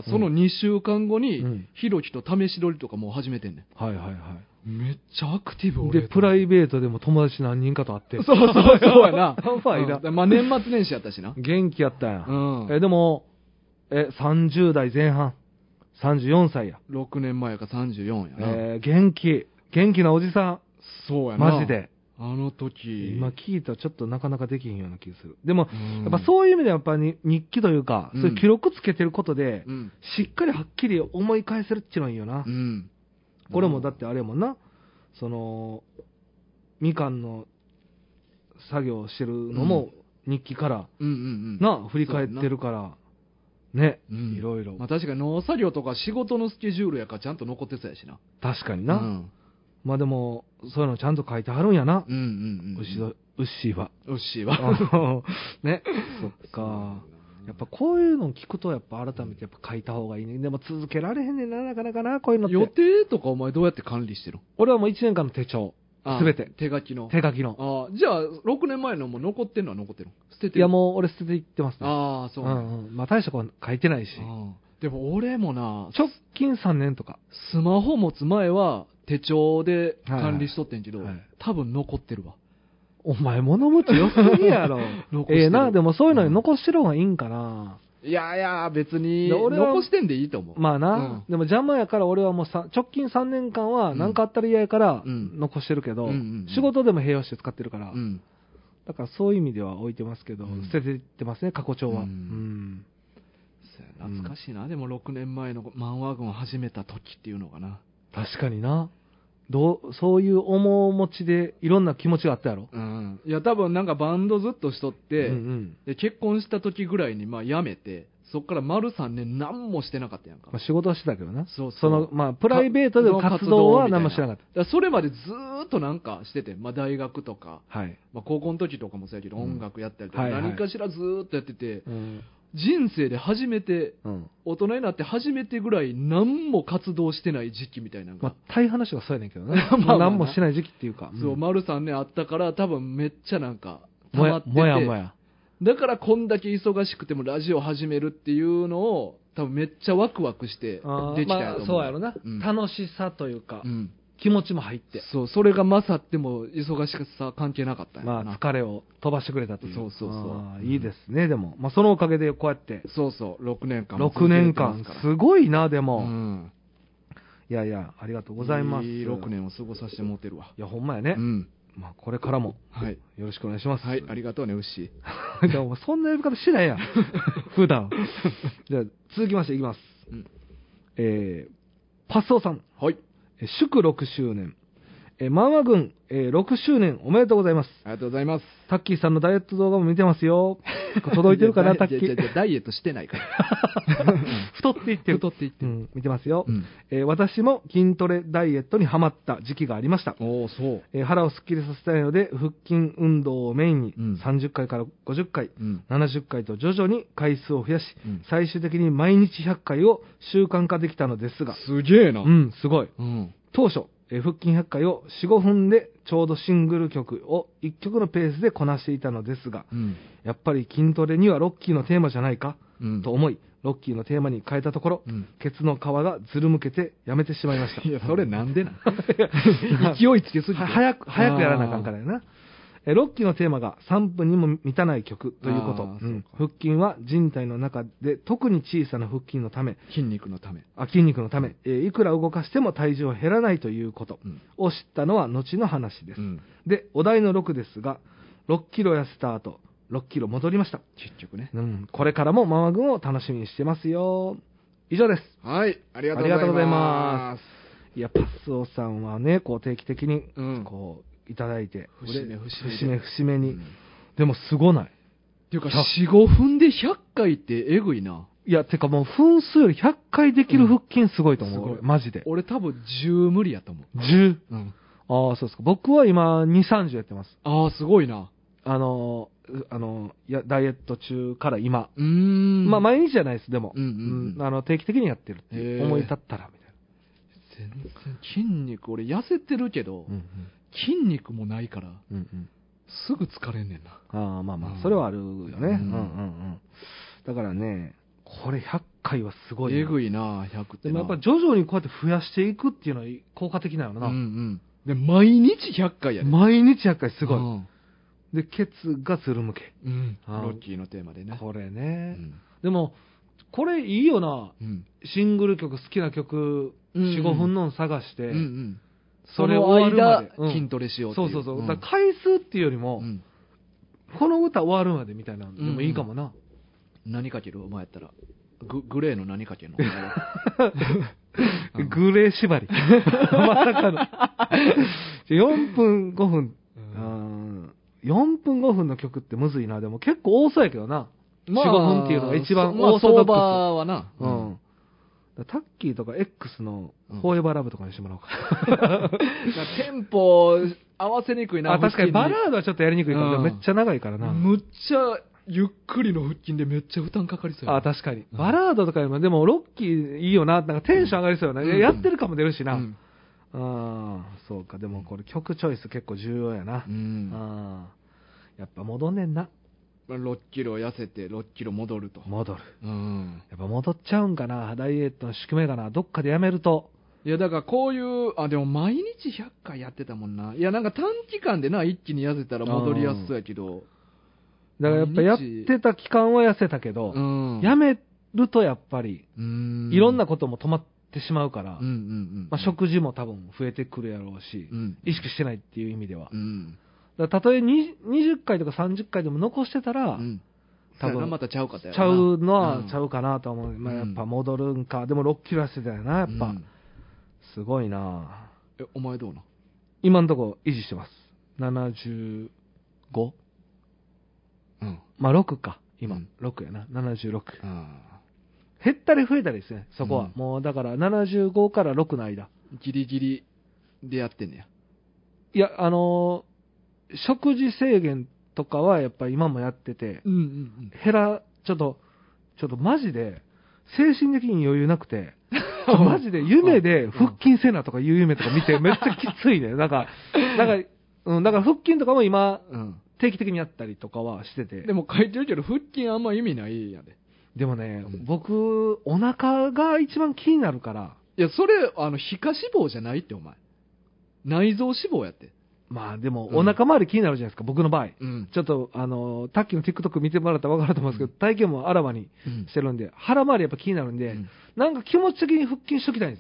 Speaker 1: そのにしゅうかんごに、ひろきと試し撮りとかもう始めてんねん。
Speaker 2: はいはいはい。
Speaker 1: めっちゃアクティブ
Speaker 2: 俺で、プライベートでも友達何人かと会って。
Speaker 1: そうそうそうやな。
Speaker 2: うん、
Speaker 1: まあ年末年始やったしな。
Speaker 2: 元気やったやん。
Speaker 1: うん、
Speaker 2: え、でも、え、さんじゅうだいぜん半。さんじゅうよんさいや。
Speaker 1: ろくねんまえかさんじゅうよんやな。
Speaker 2: えー、元気。元気なおじさん。
Speaker 1: そうやな。
Speaker 2: マジで。
Speaker 1: あの時。
Speaker 2: 今聞いたらちょっとなかなかできひんような気がする。でも、やっぱそういう意味でやっぱり日記というか、うん、そういう記録つけてることで、うん、しっかりはっきり思い返せるっていうのはいいよな。
Speaker 1: うん、
Speaker 2: これもだってあれやもんな。その、みかんの作業してるのも日記から、
Speaker 1: うんうんうん、
Speaker 2: な、振り返ってるから、ね、うん、いろいろ。
Speaker 1: まあ確かに農作業とか仕事のスケジュールやからちゃんと残ってそうやしな。
Speaker 2: 確かにな。
Speaker 1: うん、
Speaker 2: まあでも、そういうのちゃんと書いてはるんやな。
Speaker 1: うんうんうん。
Speaker 2: うっしーは。うっしーは。
Speaker 1: うっしーは。
Speaker 2: ね。そっか。やっぱこういうの聞くと、やっぱ改めてやっぱ書いた方がいいね。でも続けられへんねんな、なかなかな、こういうのって。
Speaker 1: 予定とかお前どうやって管理してるの？
Speaker 2: 俺はもういちねんかんの手帳。すべて。
Speaker 1: 手書きの。
Speaker 2: 手書きの。
Speaker 1: ああ、じゃあ、ろくねんまえのも残ってんのは残ってるの？捨ててる？
Speaker 2: いやもう俺捨てていってますね。
Speaker 1: ああ、そう、ね。
Speaker 2: うんうん。まあ大したこと書いてないし。
Speaker 1: でも俺もな、
Speaker 2: 直近さんねんとか。
Speaker 1: スマホ持つ前は手帳で管理しとってんけど、はいはい、多分残ってるわ。
Speaker 2: お前物持ち良すぎやろ。ええな、でもそういうのに残してる方がいいんかな。
Speaker 1: いやいや、別に、残してんでいいと思う。
Speaker 2: まあな、うん、でも邪魔やから俺はもうさ直近さんねんかんは何かあったら嫌やから残してるけど、うんうんうんうん、仕事でも併用して使ってるから、うん、だからそういう意味では置いてますけど、うん、捨てていってますね、過去帳は。うんうん
Speaker 1: 懐かしいな、うん、でもろくねんまえの漫画軍を始めた時っていうのかな。
Speaker 2: 確かにな。どうそういう面持ちでいろんな気持ちがあったやろ。
Speaker 1: うん、いや多分なんかバンドずっとしとって、うんうん、で結婚した時ぐらいにまあ辞めて、そっから丸さんねん何もしてなかったやんか。
Speaker 2: まあ、仕事はしてたけどな。
Speaker 1: そうそう。
Speaker 2: そのまあプライベートでの活動は何もしてなかった。だ
Speaker 1: からそれまでずーっとなんかしてて、まあ大学とか、
Speaker 2: はい、
Speaker 1: まあ高校の時とかもそうやけど、うん、音楽やったりとか、はいはい、何かしらずーっとやってて。
Speaker 2: うん
Speaker 1: 人生で初めて、うん、大人になって初めてぐらい何も活動してない時期みたいなのが、
Speaker 2: まあ、大話がそうやねんけどねまあまあ、何もしてない時期っていうか、
Speaker 1: そう、
Speaker 2: うん、
Speaker 1: 丸さんねんあったから多分めっちゃなんか溜まってて、
Speaker 2: もやもや
Speaker 1: だからこんだけ忙しくてもラジオ始めるっていうのを多分めっちゃワクワクしてできたやと思う、
Speaker 2: まあ、そうやろな、うん、楽しさというか、うん気持ちも入って。
Speaker 1: そう、それが勝っても忙しさ関係なかったんやな。
Speaker 2: まあ疲れを飛ばしてくれたという。
Speaker 1: そうそうそう。
Speaker 2: いいですね、でも。まあそのおかげでこうやって。
Speaker 1: そうそう、ろくねんかん
Speaker 2: も続けてますから。ろくねんかん、すごいな、でも。
Speaker 1: うん。
Speaker 2: いやいや、ありがとうございます。
Speaker 1: いいろくねんを過ごさせてもらってるわ。
Speaker 2: いや、ほんまやね。
Speaker 1: うん。
Speaker 2: まあ、これからも、
Speaker 1: はい。
Speaker 2: よろしくお願いします。
Speaker 1: はい、ありがとうね、ウッシ
Speaker 2: ー。でも、そんな呼び方しないやん。普段。じゃあ、続きましていきます。うん、えー、パスオさん。
Speaker 1: はい。
Speaker 2: 祝ろくしゅうねん。えー、マンワ軍、えー、ろくしゅうねんおめでとうございます。
Speaker 1: ありがとうございます。
Speaker 2: タッキーさんのダイエット動画も見てますよ。届いてるかな、タッキー。
Speaker 1: いやいやダイエットしてないから。
Speaker 2: 太っていってる。
Speaker 1: 太っていってる。
Speaker 2: うん、見てますよ、
Speaker 1: うん
Speaker 2: えー。私も筋トレダイエットにハマった時期がありました。
Speaker 1: おー、そう。
Speaker 2: えー、腹をすっきりさせたいので、腹筋運動をメインにさんじゅっかいからごじゅっかい、うん、ななじゅっかいと徐々に回数を増やし、うん、最終的に毎日ひゃっかいを習慣化できたのですが。
Speaker 1: すげえな。
Speaker 2: うん、すごい。
Speaker 1: うん、
Speaker 2: 当初、えー、腹筋ひゃっかいをよん、ごふんでちょうどシングル曲をいっきょくのペースでこなしていたのですが、うん、やっぱり筋トレにはロッキーのテーマじゃないか、うん、と思い、ロッキーのテーマに変えたところ、うん、ケツの皮がずるむけてやめてしまいました。
Speaker 1: いや、それなんでなん勢いつけすぎて。
Speaker 2: 早く、早くやらなあかんからやな。えロッキーのテーマがさんぷんにも満たない曲ということ。うん、腹筋は人体の中で特に小さな腹筋のため、
Speaker 1: 筋肉のため。
Speaker 2: あ、筋肉のため、えー、いくら動かしても体重は減らないということを知ったのは後の話です。うん、で、お題のろくですが、ろっキロ痩せた後、ろっキロ戻りました。
Speaker 1: 結局ね。
Speaker 2: うん。これからもママ軍を楽しみにしてますよ。以上です。
Speaker 1: はい。ありがとうございます。ありがとうございます。
Speaker 2: いや、パスオさんはね、こう定期的に、こう、いただいて。
Speaker 1: 節目節目。
Speaker 2: 節目節目に。うん、でも、すごない。
Speaker 1: っていうか、よん、ごふんでひゃっかいってえぐいな。
Speaker 2: いや、てかもう、分数よりひゃっかいできる腹筋すごいと思う。うん、すごい。マジで。
Speaker 1: 俺多分じゅう無理やと思う。
Speaker 2: じゅう? うん。ああ、そうですか。僕は今、に、さんじゅうやってます。
Speaker 1: ああ、すごいな。
Speaker 2: あの、あの、いや、ダイエット中から今。
Speaker 1: うーん。
Speaker 2: まあ、毎日じゃないです、でも。
Speaker 1: うんうんうん。
Speaker 2: あの、定期的にやってるっていう。思い立ったら、みたいな。
Speaker 1: 全然、筋肉、俺痩せてるけど、うんうん、筋肉もないから、うんうん、すぐ疲れんねんな。
Speaker 2: ああ、まあまあ、うん、それはあるよね。うんうんうん。だからね、これひゃっかいはすごい。
Speaker 1: えぐいな、ひゃくってな。
Speaker 2: でもやっぱ徐々にこうやって増やしていくっていうのは効果的なのな。
Speaker 1: うんうん。で、毎日ひゃっかいやね。
Speaker 2: 毎日ひゃっかいすごい。うんで、ケツがずるむけ。
Speaker 1: うん。ロッキーのテーマでね。
Speaker 2: これね。うん、でも、これいいよな。うん、シングル曲、好きな曲、うんうん、よん、ごふんの探して、うんうん、
Speaker 1: それを終わるまで、うん、筋トレしようっていう。
Speaker 2: そうそうそう。だから回数っていうよりも、うん、この歌終わるまでみたいなのでもいいかもな。
Speaker 1: うん、何かけるお前やったら。ググレーの何かけるの
Speaker 2: グレー縛り。まさかの。よんぷん、ごふん。うんよんぷんごふんの曲ってむずいな。でも結構多そうやけどな。まあ、よん、ごふんっていうのが一番
Speaker 1: オーソドックス。まあ、相場はな。
Speaker 2: うん。うん、タッキーとか X のフォーエバーラブとかにしてもらおうか。
Speaker 1: テンポ合わせにくいな。
Speaker 2: あ、確かにバラードはちょっとやりにくいから、うん、めっちゃ長いからな。
Speaker 1: むっちゃゆっくりの腹筋でめっちゃ負担かかりそうや
Speaker 2: な。あ、確かに。バラードとかよりも、でもロッキーいいよな。なんかテンション上がりそうよな。うん、やってるかも出るしな。うんああ、そうか。でもこれ曲チョイス結構重要やな。うん、あやっぱ戻んねんな。
Speaker 1: ろっキロ痩せてろっキロ戻ると。
Speaker 2: 戻る。うん。やっぱ戻っちゃうんかな。ダイエットの宿命かな。どっかでやめると。
Speaker 1: いや、だからこういう、あ、でも毎日ひゃっかいやってたもんな。いや、なんか短期間でな、一気に痩せたら戻りやすそうやけど。
Speaker 2: だからやっぱやってた期間は痩せたけど、うん、やめるとやっぱり、うんいろんなことも止まって、てしまうから、うんうんうんまあ、食事も多分増えてくるやろうし、うん、意識してないっていう意味では。うん、だたとえにじゅっかいとかさんじゅっかいでも残してたら、うん、
Speaker 1: 多分またちゃうかったよな。
Speaker 2: ちゃうのはちゃうかなと思う。うん、まあ、やっぱ戻るんか。でもろっキロ痩せてたよな、やっぱ。うん、すごいな
Speaker 1: え、お前どうな
Speaker 2: 今のところ維持してます。ななじゅうご? うん。まあろくか、今。うん、ろくやな。ななじゅうろく。うん減ったり増えたりですね、そこは。うん、もうだからななじゅうごからろくの間。
Speaker 1: ギリギリでやってんねや。
Speaker 2: いや、あのー、食事制限とかはやっぱり今もやってて、うんうんうん、減ら、ちょっと、ちょっとマジで、精神的に余裕なくて、マジで夢で腹筋せなとかいう夢とか見てめっちゃきついね。なんか、なんか、うん、だから腹筋とかも今、うん、定期的にやったりとかはしてて。
Speaker 1: でも書いてるけど腹筋あんま意味ないやで。
Speaker 2: でもね、うん、僕、お腹が一番気になるから。
Speaker 1: いや、それ、あの、皮下脂肪じゃないって、お前。内臓脂肪やって。
Speaker 2: まあ、でも、お腹周り気になるじゃないですか、うん、僕の場合。うん、ちょっと、あの、タッキーの TikTok 見てもらったら分かると思うんですけど、うん、体型もあらわにしてるんで、うん、腹周りやっぱ気になるんで、うん、なんか気持ち的に腹筋しときたいんですよね。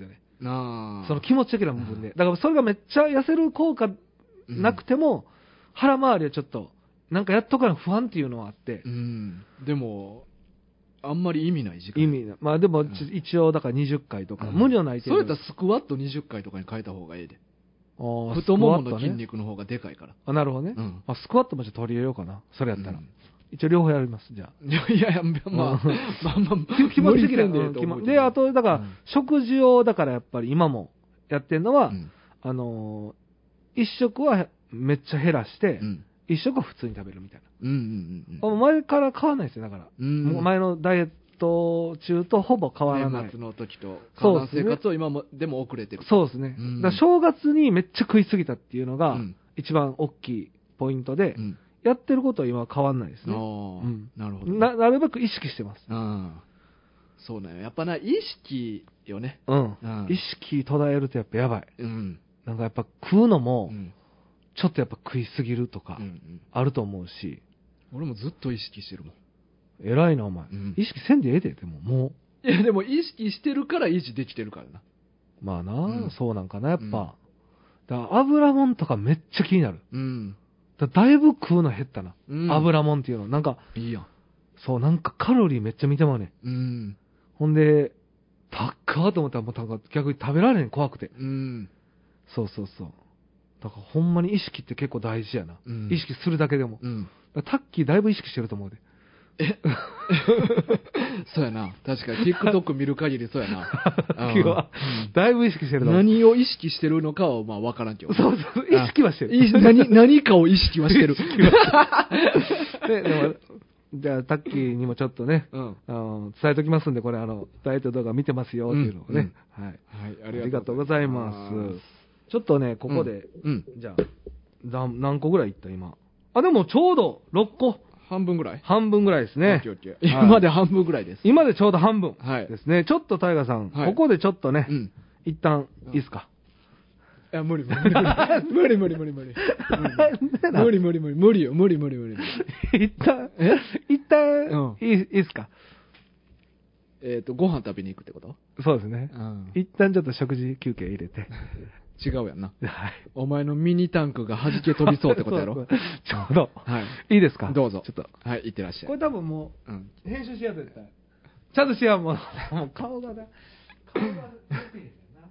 Speaker 1: あ
Speaker 2: その気持ち的な部分で。だからそれがめっちゃ痩せる効果なくても、うん、腹回りはちょっと、なんかやっとかな不安っていうのはあって。
Speaker 1: うん。でも、あんまり意味ない時間。
Speaker 2: 意味ない。まあでも、うん、一応だからにじゅっかいとか、うん、無理のない程度。
Speaker 1: それやったらスクワットにじゅっかいとかに変えた方がいいで。あ太ももの筋肉の方がでかいから。
Speaker 2: あ、なるほどね。うん、あスクワットもちょっと取り入れようかな。それやったら。うん、一応両方やります、じゃあ。
Speaker 1: いやいや、まあ、まあ、まあ、まあ、
Speaker 2: 気持ち的な。で、あと、だから、うん、食事を、だからやっぱり今もやってるのは、うん、あのー、一食はめっちゃ減らして、うん、一食は普通に食べるみたいな。うんうんうん、前から変わらないですよ、だから。うん、前のダイエット中とほぼ変わらない。
Speaker 1: 年末の時と、変わらん生活を今も、でも遅れてる。
Speaker 2: そうですね。うん、だから正月にめっちゃ食いすぎたっていうのが、一番大きいポイントで、うん、やってることは今は変わんないですね。
Speaker 1: うん、なるほど、ね、
Speaker 2: な。なるべく意識してます。
Speaker 1: うん、そうね。やっぱな、意識よね。
Speaker 2: うん。うん、意識途絶えるとやっぱやばい。うん。なんかやっぱ食うのも、うん、ちょっとやっぱ食いすぎるとか、あると思うし、
Speaker 1: うんうん。俺もずっと意識してるもん。
Speaker 2: 偉いな、お前。うん、意識せんでええで、でも、も
Speaker 1: う。いや、でも意識してるから維持できてるからな。
Speaker 2: まあな、うん、そうなんかな、やっぱ。うん、だから油もんとかめっちゃ気になる。うん。だ, だいぶ食うの減ったな、うん、油もんっていうのなんか
Speaker 1: いいやん。
Speaker 2: そうなんかカロリーめっちゃ見てまうね、うん、ほんで高っと思ったらもう逆に食べられへん怖くて、うん、そうそうそうだからほんまに意識って結構大事やな、うん、意識するだけでも、うん、タッキーだいぶ意識してると思うで
Speaker 1: えそうやな確かに TikTok 見る限りそうやな
Speaker 2: タッキーはだいぶ意識してるの
Speaker 1: 何を意識してるのかはまあ分からんけど
Speaker 2: そうそう意識はしてる
Speaker 1: 何, 何かを意識はしてる
Speaker 2: で, でもじゃあタッキーにもちょっとね、うん、あの伝えときますんでこれあのダイエット動画見てますよっていうのをね、うんうん、はい、はい、ありがとうございますちょっとねここで、うん、じゃあ何個ぐらいいった今あでもちょうどろっこ
Speaker 1: 半分ぐらい
Speaker 2: 半分ぐらいですね。
Speaker 1: 今で半分ぐらいです。
Speaker 2: 今でちょうど半分ですね。はい、ちょっとタイガさん、はい、ここでちょっとね、うん、一旦いいですか。
Speaker 1: いや無理無理無理無理無理無理無理無理無理無理無理よ無理無理無理
Speaker 2: 一旦え一旦、うん、いいいいですか。
Speaker 1: えっとご飯食べに行くってこと？
Speaker 2: そうですね。うん、一旦ちょっと食事休憩入れて。
Speaker 1: 違うやんな。はい。お前のミニタンクが弾け飛びそうってことやろ。
Speaker 2: そうそうちょうど。はい。いいですか。
Speaker 1: どうぞ。
Speaker 2: ちょっと。
Speaker 1: はい、いってらっしゃい。
Speaker 2: これ多分もう、うん、編集しやすいですから。ちゃんとしやもう、もう顔がな、顔が安いですよな。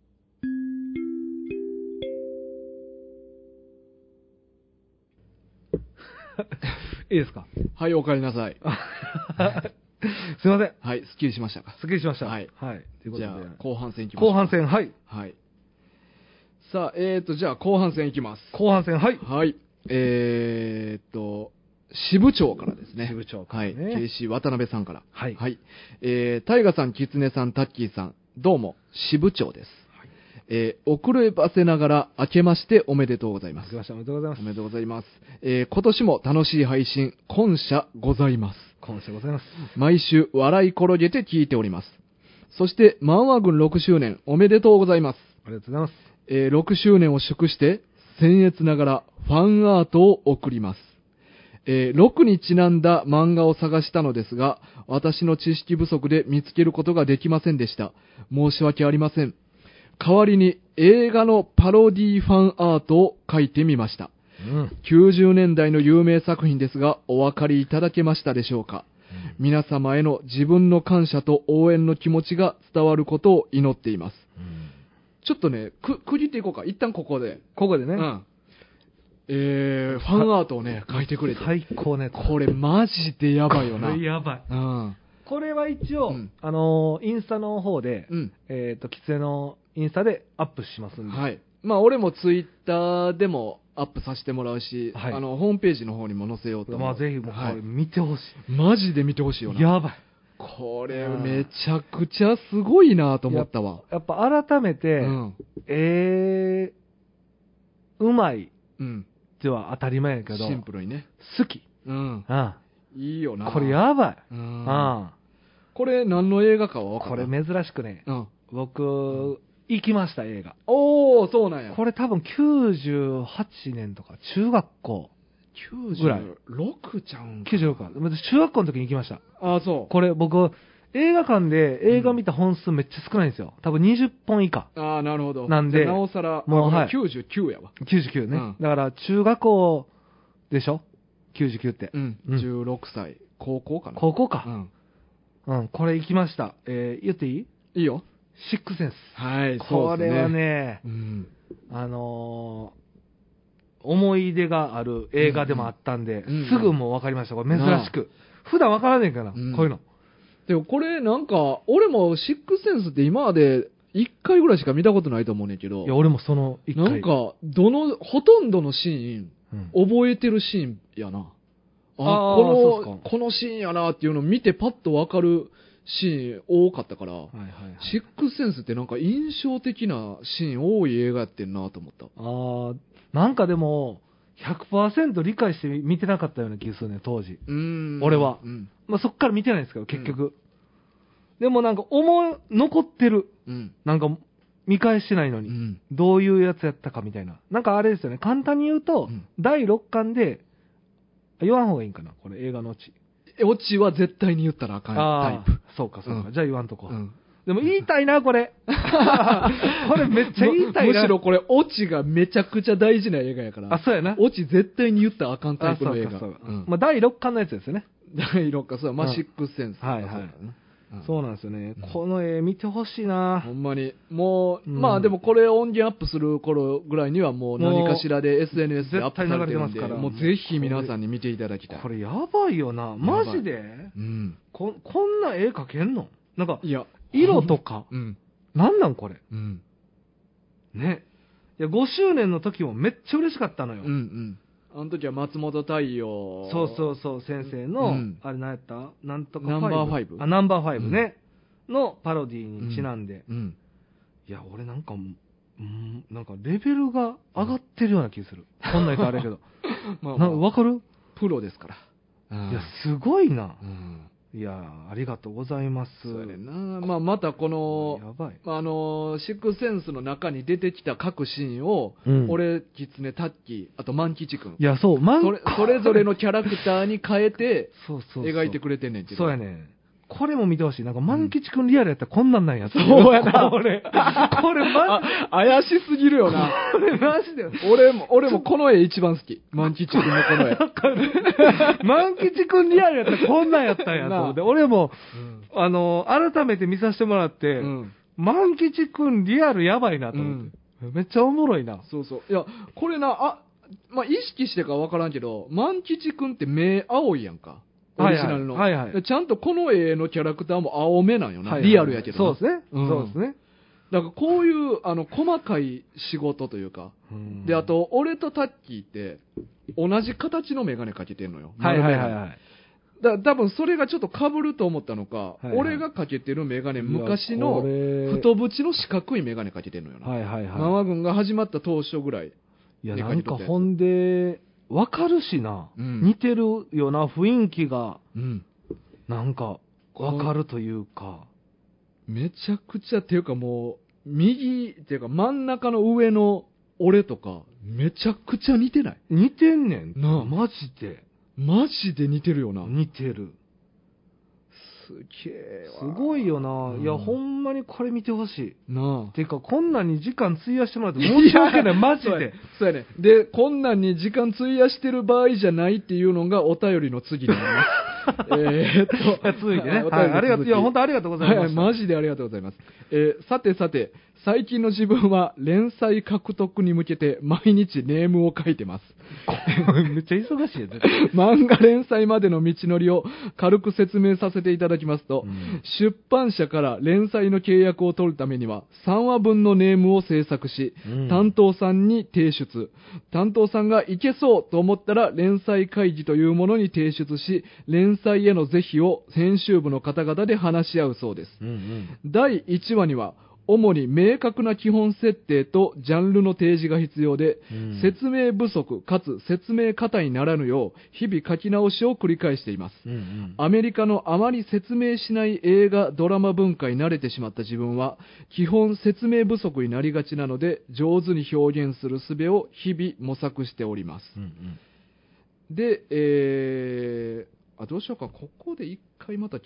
Speaker 2: いいですか。
Speaker 1: はい、お帰りなさい。
Speaker 2: すいません。
Speaker 1: はい、すっきりしましたか。
Speaker 2: すっきりしました。
Speaker 1: はい。
Speaker 2: はい。
Speaker 1: ということで。じゃあ、後半戦いきましょう。
Speaker 2: 後半戦、はい。
Speaker 1: はい。さあ、えーと、じゃあ後半戦いきます。
Speaker 2: 後半戦、はい。
Speaker 1: はい。えーと、支部長からですね。
Speaker 2: 支部長からね。
Speaker 1: はい。ケーシー 渡辺さんから。
Speaker 2: はい。
Speaker 1: はい。えー、タイガさん、キツネさん、タッキーさん、どうも、支部長です。はい。えー、遅ればせながら、明けましておめでとうございます。
Speaker 2: 明けましておめでとうございます。
Speaker 1: おめでとうございます。えー、今年も楽しい配信、感謝ございます。
Speaker 2: 感謝ございます。
Speaker 1: 毎週、笑い転げて聞いております。そして、漫画軍ろくしゅうねん、おめでとうございます。
Speaker 2: ありがとうございます。
Speaker 1: えー、ろくしゅうねんを祝して、僭越ながらファンアートを送ります。えー、ろくにちなんだ漫画を探したのですが、私の知識不足で見つけることができませんでした。申し訳ありません。代わりに映画のパロディファンアートを描いてみました。うん、きゅうじゅうねんだいの有名作品ですが、お分かりいただけましたでしょうか。うん、皆様への自分の感謝と応援の気持ちが伝わることを祈っています。うんちょっとね、く、区切っていこうか。一旦ここで。
Speaker 2: ここでね。
Speaker 1: うん。えー、ファンアートをね、書いてくれて。
Speaker 2: 最高ね。
Speaker 1: これマジでやばいよな。
Speaker 2: これやばい。うん。これは一応、うん、あのー、インスタの方で、うん、えっと、キツネのインスタでアップしますんで。
Speaker 1: はい。まあ、俺もツイッターでもアップさせてもらうし、はい、あの、ホームページの方にも載せようと思う。
Speaker 2: まあ、ぜひもうこれ見てほしい、
Speaker 1: はい。マジで見てほしいよな。
Speaker 2: やばい。
Speaker 1: これめちゃくちゃすごいなと思ったわ。
Speaker 2: やっぱ改めて、うん、えー、うまいでは当たり前やけど、
Speaker 1: シンプルにね。
Speaker 2: 好き。
Speaker 1: うん。
Speaker 2: ああ
Speaker 1: いいよな。
Speaker 2: これやばい。
Speaker 1: うん。ああこれ何の映画かは分かる？
Speaker 2: これ珍しくね、うん、僕、うん、行きました映画。
Speaker 1: おー、そうなんや。
Speaker 2: これ多分きゅうじゅうはちねんとか中学校。
Speaker 1: きゅうじゅうろくちゃん
Speaker 2: きゅうじゅうろくか。中学校の時に行きました。
Speaker 1: ああ、そう。
Speaker 2: これ僕、 映画館で映画見た本数めっちゃ少ないんですよ。多分にじゅっぽん以下。
Speaker 1: ああ、なるほど。
Speaker 2: なんで
Speaker 1: なおさら、
Speaker 2: もうはい
Speaker 1: きゅうじゅうきゅうやわ。
Speaker 2: きゅうじゅうきゅうね。
Speaker 1: うん、
Speaker 2: だから中学校でしょ ?きゅうじゅうきゅう って。
Speaker 1: うん。じゅうろくさい。高校かな。
Speaker 2: 高校か。
Speaker 1: うん。
Speaker 2: うん、これ行きました。えー、言っていい？
Speaker 1: いいよ。
Speaker 2: シックセンス。
Speaker 1: はい、
Speaker 2: これはね、
Speaker 1: うん、
Speaker 2: あのー、思い出がある映画でもあったんで、うんうん、すぐもう分かりました。これ珍しく。普段分からねえかな、うん、こういうの。
Speaker 1: でもこれなんか、俺もシックスセンスって今までいっかいぐらいしか見たことないと思うねんけど。
Speaker 2: いや、俺もそのいっかい。
Speaker 1: なんか、どの、ほとんどのシーン、うん、覚えてるシーンやな。あ、あこの、このシーンやなっていうのを見てパッと分かるシーン多かったから、はいはいはい、シックスセンスってなんか印象的なシーン多い映画やってんなと思った。
Speaker 2: ああ、なんかでも、ひゃくパーセント 理解して見てなかったような気がするね、当時。
Speaker 1: うーん。
Speaker 2: 俺は。うん、まあそっから見てないんですけど、結局。うん、でもなんか思い、残ってる。うん、なんか、見返してないのに、うん、どういうやつやったかみたいな。なんかあれですよね、簡単に言うと、うん、だいろっかんで、言わん方がいいんかな、これ映画のオチ。
Speaker 1: オチは絶対に言ったらあかんタイプ。
Speaker 2: そうか、そうか。うん、じゃあ言わんとこ。うん、でも言いたいな、これ。これめっちゃ言いたいな。
Speaker 1: むしろこれ、オチがめちゃくちゃ大事な映画やから。
Speaker 2: あ、そうやな。
Speaker 1: オチ絶対に言ったらあかんタイプの映画。
Speaker 2: そうか、そうか。うん、まあ、だいろっかんのやつですよね。
Speaker 1: だいろっかん、そう、まあ、シックスセンス。
Speaker 2: はいはい。うん、そうなんですよね。うん、この絵見てほしいな。
Speaker 1: ほんまに。もう、うん、まあでもこれ音源アップする頃ぐらいにはもう何かしらで エスエヌエス でアップされてるんで、もうぜひ皆さんに見ていただきたい。
Speaker 2: これやばいよな。マジで、うん、ここんな絵描けんの？なんか、いや、色とか。うん、なんなんこれ。うん、ね。いや、ごしゅうねんの時もめっちゃ嬉しかったのよ。
Speaker 1: うんうん。あの時は松本太陽。
Speaker 2: そうそうそう、先生の、うん、あれ何やったなんとかファイブ。
Speaker 1: ナンバーファイブ。
Speaker 2: あ、ナンバーファイブね。うん、のパロディにちなんで。うんうん、いや、俺なんか、うん、なんかレベルが上がってるような気がする。こんなん言うとあれやけど。まあ、まあ、わかる？
Speaker 1: プロですから。
Speaker 2: いや、すごいな。うんいやありがとうございます。
Speaker 1: そうやねんな。まあ、またこの、やばい。あの、シックスセンスの中に出てきた各シーンを、うん、俺、キツネ、タッキー、あと万吉くん。い
Speaker 2: や、そう、万
Speaker 1: それ、それぞれのキャラクターに変えて、そうそうそう描いてくれてんねんけど。
Speaker 2: そうやねん。これも見てほしい。なんか、万吉くんリアルやったらこんなんなんやって。
Speaker 1: そうやな、
Speaker 2: 俺。これ、ま、
Speaker 1: 怪しすぎるよな。
Speaker 2: これ、マジで。
Speaker 1: 俺も、俺もこの絵一番好き。万吉くんのこの絵。
Speaker 2: わかる。万吉くんリアルやったらこんなんやったんやと思って。俺も、うん、あの、改めて見させてもらって、うん、万吉くんリアルやばいなと思って。うん、めっちゃおもろいな。
Speaker 1: そうそう。いや、これな、あ、まあ、意識してかわからんけど、万吉くんって目青いやんか。オリジナルの、はいはいはいはい。ちゃんとこの絵のキャラクターも青目なんよな。はいはい、リアルやけど
Speaker 2: な。そうですね。うん、そうですね。
Speaker 1: だからこういう、あの、細かい仕事というか。うんで、あと、俺とタッキーって、同じ形のメガネかけてんのよ。
Speaker 2: はいはいはいはい。
Speaker 1: だから多分それがちょっと被ると思ったのか、はいはい、俺がかけてるメガネ、昔の太縁の四角いメガネかけてんのよな。はいはいはい。ママ軍が始まった当初ぐらい。
Speaker 2: いや、なんかほんで、わかるしな、うん、似てるような雰囲気が、うん、なんかわかるというか。
Speaker 1: めちゃくちゃっていうかもう、右っていうか真ん中の上の俺とか、めちゃくちゃ似てない？
Speaker 2: 似てんねん。なあ。マジで。
Speaker 1: マジで似てるよな。
Speaker 2: 似てる。すげえわ。すごいよな、うん、いや、ほんまにこれ見てほしい。なあ。てか、こんなんに時間費やしてもらって申し訳ない、マジで。
Speaker 1: そうやね。で、こんなんに時間費やしてる場合じゃないっていうのがお便りの次になります。えっと、
Speaker 2: 続いてね。はい、ありがとう、いや、本当ありがとうございます。
Speaker 1: はい、マジでありがとうございます。えー、さてさて、最近の自分は連載獲得に向けて毎日ネームを書いてます。
Speaker 2: めっちゃ忙しいやつ。
Speaker 1: 漫画連載までの道のりを軽く説明させていただきますと、うん、出版社から連載の契約を取るためにはさんわぶんのネームを制作し、うん、担当さんに提出。担当さんがいけそうと思ったら連載会議というものに提出し、連載への是非を編集部の方々で話し合うそうです。うんうん、だいいちわには主に明確な基本設定とジャンルの提示が必要で、うん、説明不足かつ説明過多にならぬよう日々書き直しを繰り返しています、うんうん、アメリカのあまり説明しない映画ドラマ文化に慣れてしまった自分は基本説明不足になりがちなので上手に表現する術を日々模索しております、うんうん、で、えー、あどうしようかここで一回また切っ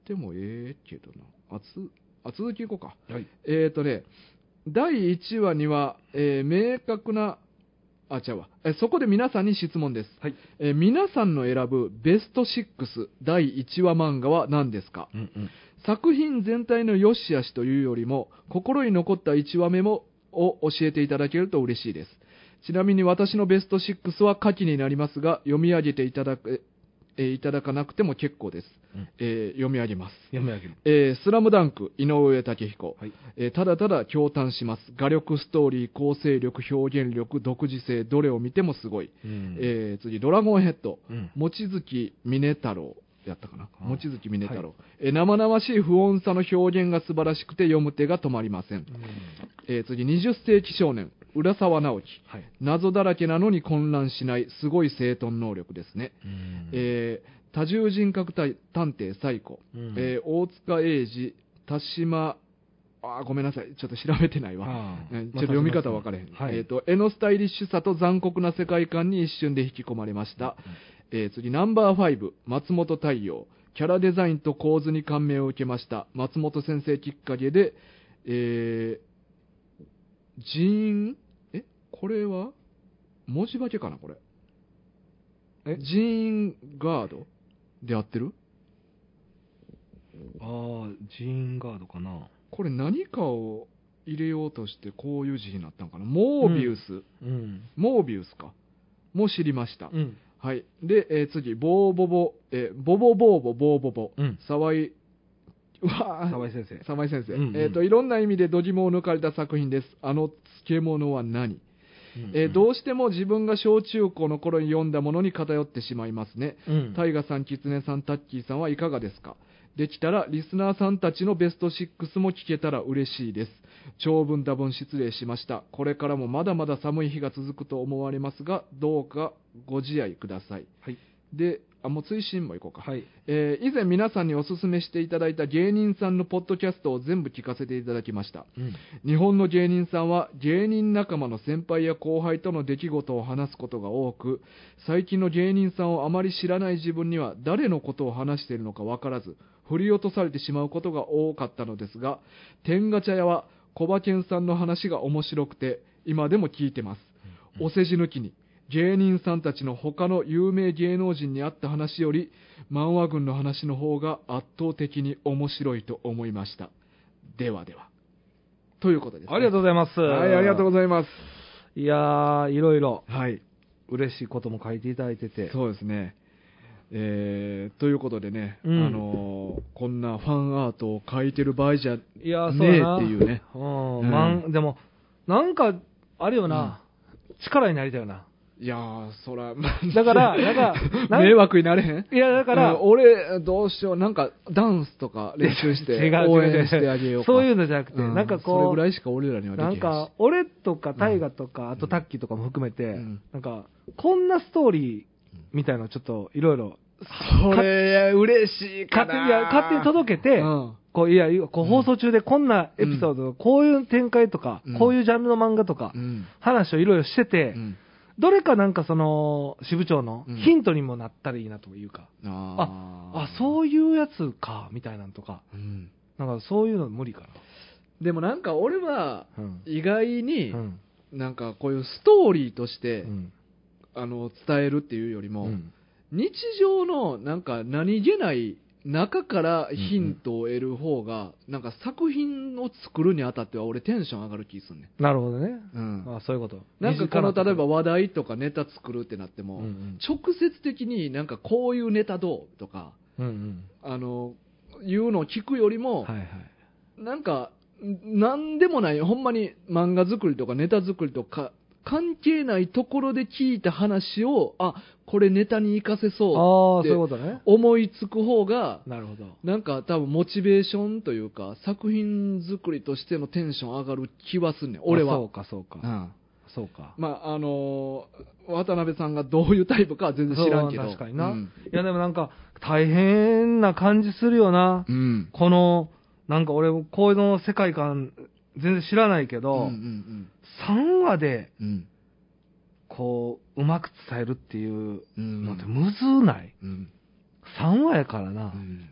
Speaker 1: ってもええけどな。あつ、あ、続きいこうか。
Speaker 2: はい。
Speaker 1: えっとね、だいいちわには、えー明確な、あ、違うわ。えそこで皆さんに質問です。
Speaker 2: はい。
Speaker 1: えー皆さんの選ぶベストろくだいいちわ漫画は何ですか？
Speaker 2: うんうん。
Speaker 1: 作品全体の良し悪しというよりも、心に残ったいちわめもを教えていただけると嬉しいです。ちなみに私のベストろくは下記になりますが、読み上げていただく、えーいただかなくても結構です。
Speaker 2: うん
Speaker 1: えー読み上げます。
Speaker 2: 読み上げる。
Speaker 1: えースラムダンク、井上武彦、
Speaker 2: はい。
Speaker 1: えーただただ驚嘆します。画力、ストーリー、構成力、表現力、独自性、どれを見てもすごい。
Speaker 2: うん
Speaker 1: えー次、ドラゴンヘッド、
Speaker 2: うん
Speaker 1: 望月峰太郎。やったかな
Speaker 2: あ
Speaker 1: 望月峰太郎、
Speaker 2: はい
Speaker 1: えー生々しい不穏さの表現が素晴らしくて読む手が止まりません。
Speaker 2: うん
Speaker 1: えー次、にじゅっ世紀少年、浦沢直樹。
Speaker 2: はい。
Speaker 1: 謎だらけなのに混乱しない、すごい整頓能力ですね。
Speaker 2: うん
Speaker 1: えー多重人格体探偵サイコ、
Speaker 2: うん
Speaker 1: えー大塚英二、田島、あーごめんなさい、ちょっと調べてないわ。
Speaker 2: あー
Speaker 1: うんちょっと読み方分かれへん。
Speaker 2: はい
Speaker 1: えーと、絵のスタイリッシュさと残酷な世界観に一瞬で引き込まれました。えー次、ナンバーファイブ、松本太陽。キャラデザインと構図に感銘を受けました。松本先生きっかけで、えー、ジーン、えこれは文字化けかなこれ。
Speaker 2: え
Speaker 1: ジーンガードで合ってる？
Speaker 2: ああ、ジーンガードかな。
Speaker 1: これ何かを入れようとしてこういう字になったのかな。モービウス、
Speaker 2: うん。
Speaker 1: モービウスかも知りました。
Speaker 2: うん。
Speaker 1: はい。で、えー次、ボーボボ、えーボボボーボボーボボ、
Speaker 2: うん
Speaker 1: 沢井、うわー
Speaker 2: 沢井先生。
Speaker 1: 沢井先生。
Speaker 2: うんうん
Speaker 1: えっ、と、いろんな意味で度肝を抜かれた作品です。あの漬物は何？えーどうしても自分が小中高の頃に読んだものに偏ってしまいますね。
Speaker 2: うん。
Speaker 1: タイガさん、キツネさん、タッキーさんはいかがですか？できたらリスナーさんたちのベストろくも聞けたら嬉しいです。長文多文失礼しました。これからもまだまだ寒い日が続くと思われますが、どうかご自愛ください。
Speaker 2: はい。
Speaker 1: で、あ、もう追伸もいこうか。
Speaker 2: はい。
Speaker 1: えー以前皆さんにお勧めしていただいた芸人さんのポッドキャストを全部聞かせていただきました。
Speaker 2: うん。
Speaker 1: 日本の芸人さんは芸人仲間の先輩や後輩との出来事を話すことが多く、最近の芸人さんをあまり知らない自分には誰のことを話しているのかわからず、振り落とされてしまうことが多かったのですが、天ガチャ屋は小馬健さんの話が面白くて、今でも聞いてます。お世辞抜きに、芸人さんたちの他の有名芸能人にあった話より、漫画軍の話の方が圧倒的に面白いと思いました。ではでは。ということです、ね。
Speaker 2: ありがとうございます。
Speaker 1: はい、ありがとうございます。
Speaker 2: いやー、いろいろ
Speaker 1: はい。
Speaker 2: 嬉しいことも書いていただいてて。
Speaker 1: そうですね。えー、ということでね、
Speaker 2: うん
Speaker 1: あのーこんなファンアートを描いてる場合じゃね
Speaker 2: いやー、
Speaker 1: え
Speaker 2: そうやな。
Speaker 1: っていうね。
Speaker 2: うん。
Speaker 1: うん
Speaker 2: まん、でも、なんか、あれよな、力になりたいよな。
Speaker 1: いやー、そら、まあ
Speaker 2: だからなんかなん
Speaker 1: 迷惑になれへん
Speaker 2: いや、だから、
Speaker 1: うん俺、どうしよう、なんか、ダンスとか練習して、
Speaker 2: 違う
Speaker 1: 応
Speaker 2: 違う違う
Speaker 1: 援してあげようか。
Speaker 2: そういうのじゃなくて、
Speaker 1: うん
Speaker 2: なんかこう、
Speaker 1: それぐらいしか俺らにはできへんし。
Speaker 2: なんか、俺とか大河とか、あとタッキーとかも含めて、
Speaker 1: うん
Speaker 2: なんか、こんなストーリーみたいなのちょっといろいろ、
Speaker 1: それ、嬉しいかな。
Speaker 2: 勝手に、いや、勝手に届けて、
Speaker 1: うん
Speaker 2: こう、いや、こう放送中でこんなエピソード、こういう展開とか、
Speaker 1: うん
Speaker 2: こういうジャンルの漫画とか、
Speaker 1: うん
Speaker 2: 話をいろいろしてて、
Speaker 1: うん
Speaker 2: どれかなんかその、支部長の
Speaker 1: うん
Speaker 2: ヒントにもなったらいいなというか、
Speaker 1: あ
Speaker 2: あ、そういうやつか、みたいなのとか、
Speaker 1: うん。
Speaker 2: なんかそういうの無理か
Speaker 1: でもなんか俺は、
Speaker 2: な。うん。
Speaker 1: 意外に
Speaker 2: う、ん。
Speaker 1: なんかこういうストーリーとして
Speaker 2: う、ん。
Speaker 1: あの、伝えるっていうよりも、
Speaker 2: うん
Speaker 1: 日常のなんか何気ない中からヒントを得る方が、なんか作品を作るにあたっては俺テンション上がる気すんねん。
Speaker 2: なるほどね。
Speaker 1: うん。
Speaker 2: あ、そういうこと。
Speaker 1: なんかこの例えば
Speaker 2: は、
Speaker 1: 話題とかネタ作るってなっても、
Speaker 2: うんうん
Speaker 1: 直接的になんかこういうネタどうとか、
Speaker 2: うんうん。
Speaker 1: あの、いうのを聞くよりも、
Speaker 2: はいはい。
Speaker 1: なんか、んなんでもない、ほんまに漫画作りとかネタ作りとか、関係ないところで聞いた話を、あ、これネタに活かせ
Speaker 2: ああ、
Speaker 1: そう
Speaker 2: そう
Speaker 1: って
Speaker 2: いうことね。
Speaker 1: 思いつく方が、
Speaker 2: なるほど。
Speaker 1: なんか多分モチベーションというか、作品作りとしてのテンション上がる気はすんねん、俺は。
Speaker 2: あそうか、そうか。
Speaker 1: うん。
Speaker 2: そうか。
Speaker 1: まあ、あのー渡辺さんがどういうタイプかは全然知らんけど。
Speaker 2: そう確かにな。
Speaker 1: うん。
Speaker 2: いや、でもなんか、大変な感じするよな。
Speaker 1: うん。
Speaker 2: この、なんか俺、こういうの世界観、全然知らないけ
Speaker 1: うん
Speaker 2: ど、
Speaker 1: うん
Speaker 2: さんわで、
Speaker 1: うん。うん。
Speaker 2: こう、うまく伝えるっていう
Speaker 1: うん
Speaker 2: のってむずない、
Speaker 1: うん。
Speaker 2: ?さん 話やからな。
Speaker 1: うん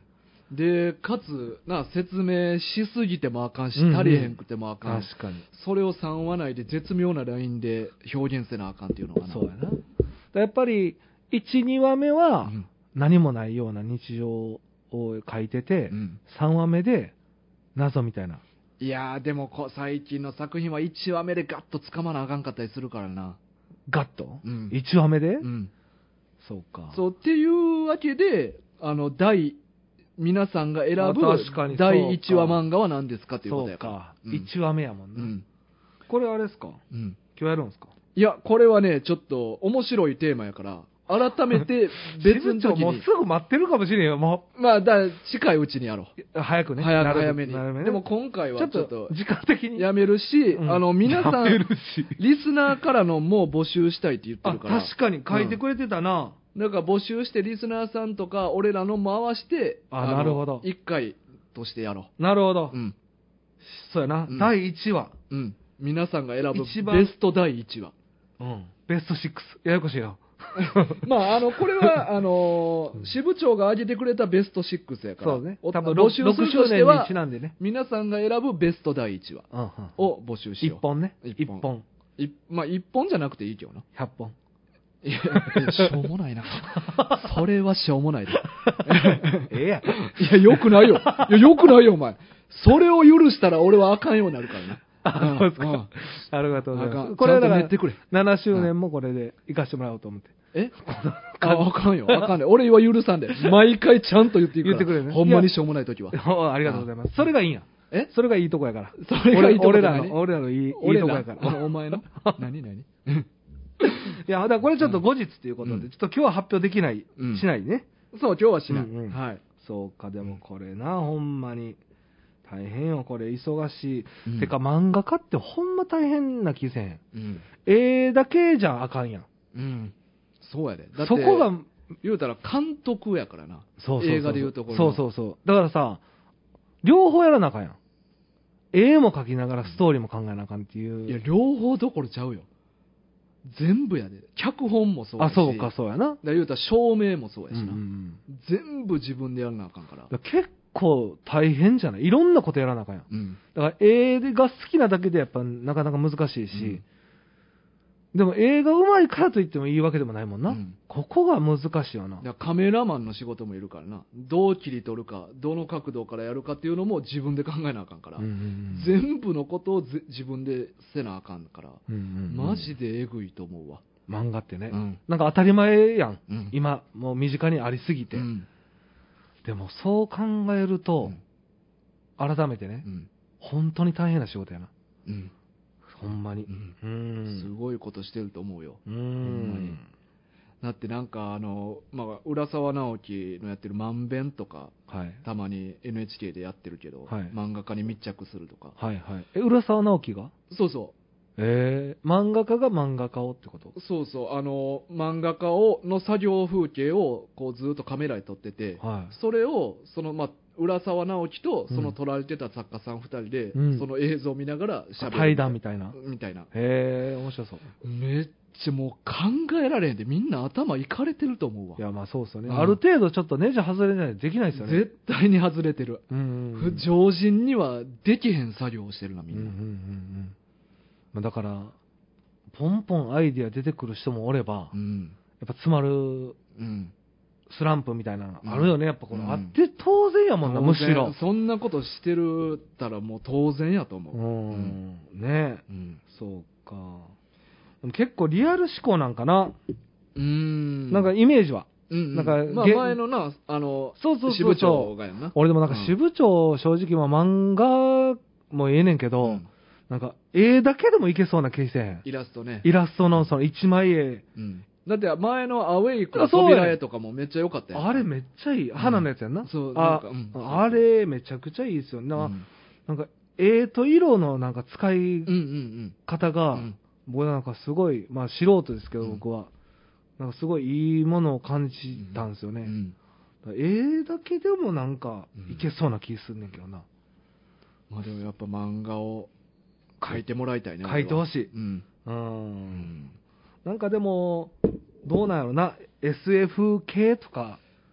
Speaker 1: で、かつ、な、説明しすぎてもあかんし、
Speaker 2: うんうん
Speaker 1: 足りへんくてもあかん。
Speaker 2: 確かに。
Speaker 1: それをさんわ内で絶妙なラインで表現せなあかんっていうのがな。
Speaker 2: そうやな。やっぱり、いち、にわめは
Speaker 1: うん
Speaker 2: 何もないような日常を書いてて、
Speaker 1: うん、
Speaker 2: さんわめで謎みたいな。
Speaker 1: いやー、でもこ最近の作品はいちわめでガッと掴まなあかんかったりするからな。
Speaker 2: ガッと、
Speaker 1: うん、
Speaker 2: いちわめで、
Speaker 1: うん。
Speaker 2: そうか。
Speaker 1: そう、っていうわけで、あの、第、皆さんが選ぶ
Speaker 2: あ確かにそうか
Speaker 1: 第いちわ漫画は何ですかっていうことやから。
Speaker 2: そうか。
Speaker 1: うん
Speaker 2: いちわめやもんな。
Speaker 1: うん。
Speaker 2: これあれですか、
Speaker 1: うん。
Speaker 2: 今日やるんですか？
Speaker 1: いや、これはね、ちょっと面白いテーマやから、改めて別の
Speaker 2: 支部長
Speaker 1: 時に。
Speaker 2: もうすぐ待ってるかもしれんよ、も
Speaker 1: まあ、だ近いうちにやろう。
Speaker 2: う。早くね。
Speaker 1: 早く
Speaker 2: なるべく
Speaker 1: 早めに。
Speaker 2: なるべくね
Speaker 1: でも今回は
Speaker 2: ちょっ
Speaker 1: ちょっと
Speaker 2: と時間的に。
Speaker 1: やめるし、
Speaker 2: うん
Speaker 1: あの、皆さん
Speaker 2: やめるし、
Speaker 1: リスナーからのも募集したいって言って
Speaker 2: あ、
Speaker 1: るから。
Speaker 2: 確かに書いてくれてたな。
Speaker 1: だから募集してリスナーさんとか俺らの回して
Speaker 2: あなるほど
Speaker 1: いっかいとしてやろ
Speaker 2: なるほど。
Speaker 1: う。うん。
Speaker 2: そうやな。
Speaker 1: うん
Speaker 2: だいいちわ。
Speaker 1: うん。皆さんが選ぶ
Speaker 2: 一番
Speaker 1: ベストだいいちわ。
Speaker 2: うん。ベストシックス。ややこしいよ。
Speaker 1: まあ、あの、これは、あのー、支部長が挙げてくれたベストシックスやから。
Speaker 2: そうね。
Speaker 1: お
Speaker 2: 多分
Speaker 1: 募集するとして
Speaker 2: ろくしゅうねんに
Speaker 1: は
Speaker 2: ち、なんでね。
Speaker 1: 皆さんが選ぶベストだいいちわ
Speaker 2: うんうん。
Speaker 1: を募集しよう。
Speaker 2: 一本ね。
Speaker 1: 一本
Speaker 2: 一本。
Speaker 1: いまあ、一本じゃなくていいけどな。
Speaker 2: ひゃっぽん。
Speaker 1: いや、しょうもないな。それはしょうもないで。
Speaker 2: ええやん。
Speaker 1: いや、よくないよ。いや、よくないよ、お前。それを許したら俺はあかんようになるからな。
Speaker 2: あ、そうです
Speaker 1: うん
Speaker 2: か。ありがとうござい
Speaker 1: あかん
Speaker 2: ます。これはだから
Speaker 1: ちゃんと練ってくれ、
Speaker 2: ななしゅうねんもこれで行かしてもらおうと思って。
Speaker 1: えあ、あかんよ。あかんね。俺は許さんで。毎回ちゃんと言っていくから。
Speaker 2: 言ってくれるね
Speaker 1: ほんまにしょうもない時は。
Speaker 2: おありがとうございます。それがいいんや。
Speaker 1: え
Speaker 2: それがいいとこやから。
Speaker 1: それがいいとこ
Speaker 2: 俺
Speaker 1: じゃない
Speaker 2: 俺らの、俺らのいい、いいとこ
Speaker 1: 俺ら
Speaker 2: やから。
Speaker 1: あのお前の何何
Speaker 2: いや、だからこれちょっと後日っていうことで、
Speaker 1: うん
Speaker 2: ちょっと今日は発表できない、
Speaker 1: うん
Speaker 2: しないね。
Speaker 1: そう、今日はしない。
Speaker 2: うんうん
Speaker 1: はい。
Speaker 2: そうか、でもこれな、ほんまに。大変よ、これ、忙しい。
Speaker 1: うん
Speaker 2: てか、漫画家ってほんま大変な気せん。
Speaker 1: うん。
Speaker 2: 絵だけじゃあかんやん。
Speaker 1: うん。そうやで。だって
Speaker 2: そこが、
Speaker 1: 言うたら監督やからな。
Speaker 2: そうそうそう
Speaker 1: 映画で言うところ
Speaker 2: そうそうそう。だからさ、両方やらなあかんやん。絵も描きながらストーリーも考えなあかんっていう。
Speaker 1: いや、両方どころちゃうよ。全部やで。脚本もそうや
Speaker 2: あ、
Speaker 1: し。
Speaker 2: そうか、そうやな。
Speaker 1: だから言うたら照明もそうやしな。
Speaker 2: うんうん
Speaker 1: 全部自分でやらなあかんから。
Speaker 2: だから結構大変じゃない？いろんなことやらなあかんやん。
Speaker 1: うん。
Speaker 2: だから絵が好きなだけでやっぱなかなか難しいし、
Speaker 1: うん
Speaker 2: でも映画上手いからといってもいいわけでもないもんな。
Speaker 1: うん
Speaker 2: ここが難しいよな
Speaker 1: だ。からカメラマンの仕事もいるからな。どう切り取るか、どの角度からやるかっていうのも自分で考えなあかんから。
Speaker 2: うんうんうん
Speaker 1: 全部のことをぜ自分でせなあかんから。
Speaker 2: うんうんうん
Speaker 1: マジでえぐいと思うわ。
Speaker 2: 漫画ってね、
Speaker 1: うん
Speaker 2: なんか当たり前やん、
Speaker 1: うん
Speaker 2: 今もう身近にありすぎて、
Speaker 1: うん
Speaker 2: でもそう考えると、改めてね、
Speaker 1: うん
Speaker 2: 本当に大変な仕事やな、
Speaker 1: うん
Speaker 2: ほんまに
Speaker 1: う、
Speaker 2: うんん
Speaker 1: すごいことしてると思うよ。
Speaker 2: う
Speaker 1: ほんまに
Speaker 2: ん
Speaker 1: だってなんかあの、まあ、浦沢直樹のやってる「まんべん」とか
Speaker 2: はい
Speaker 1: たまに エヌエイチケー でやってるけど、
Speaker 2: はい
Speaker 1: 漫画家に密着するとか。
Speaker 2: はいはいえ浦沢直樹が
Speaker 1: そうそ
Speaker 2: えー、漫画家が漫画家をってこと
Speaker 1: う。そうそう。あの、漫画家を、の作業風景を、こう、ずっとカメラで撮ってて、
Speaker 2: はい
Speaker 1: それを、その、まあ、浦沢直樹と、その
Speaker 2: うん
Speaker 1: 撮られてた作家さんふたりで、
Speaker 2: うん
Speaker 1: その映像を見ながら喋る。
Speaker 2: 対談みたいな
Speaker 1: みたいな。
Speaker 2: へえ面白そう
Speaker 1: めっちゃもう考えられへんで、みんな頭いかれてると思うわ
Speaker 2: い。やまあそうですよね、
Speaker 1: うん
Speaker 2: ある程度ちょっとネジ外れないとできないですよね
Speaker 1: 絶対に外れてる。
Speaker 2: うんうんうん
Speaker 1: 常人にはできへん作業をしてるな、みんな。
Speaker 2: うんうんうんうんまあだからポンポンアイディア出てくる人もおれば、
Speaker 1: うん。
Speaker 2: やっぱ詰まる
Speaker 1: うん。
Speaker 2: スランプみたいなの
Speaker 1: うん
Speaker 2: あるよね、やっぱこれ、
Speaker 1: うん
Speaker 2: あって当然やもんな、
Speaker 1: 当然
Speaker 2: むしろ。
Speaker 1: そんなことしてるったらもう当然やと思
Speaker 2: う
Speaker 1: う。
Speaker 2: ん、ねえ、
Speaker 1: うん。
Speaker 2: そうか。でも結構リアル思考なんかな、
Speaker 1: うーん。
Speaker 2: なんかイメージは。
Speaker 1: うんうん、
Speaker 2: なんか
Speaker 1: まあ
Speaker 2: げ
Speaker 1: 前のな、あの、
Speaker 2: そうそうそうそう
Speaker 1: 支部長がやんな。
Speaker 2: 俺でもなんか支部長、正直まあ漫画もええねんけど、
Speaker 1: うん
Speaker 2: なんか絵だけでもいけそうな気せえへん。
Speaker 1: イラストね。
Speaker 2: イラストのその一枚絵。
Speaker 1: うん。だって前のアウェイクの
Speaker 2: あそうやね
Speaker 1: 扉絵とかもめっちゃ良かったやん。
Speaker 2: あれめっちゃいい。花のやつやんな。
Speaker 1: そうなん
Speaker 2: あ
Speaker 1: かうん
Speaker 2: あれめちゃくちゃいいですよ。な,、
Speaker 1: うん
Speaker 2: なんか絵と色のなんか使い
Speaker 1: うんうん
Speaker 2: 方が、
Speaker 1: うん
Speaker 2: 僕なんかすごい、まあ素人ですけど、
Speaker 1: うん
Speaker 2: 僕は。なんかすごいいいものを感じたんですよね。
Speaker 1: うん。うん
Speaker 2: だから絵だけでもなんかいけそうな気すんねんけどな。
Speaker 1: まあでもやっぱ漫画を描いてもらいたいね。
Speaker 2: 描いてほしい。
Speaker 1: うん。
Speaker 2: うん。
Speaker 1: うん。
Speaker 2: なんかでも、どうなんやろな、エスエフ 系とか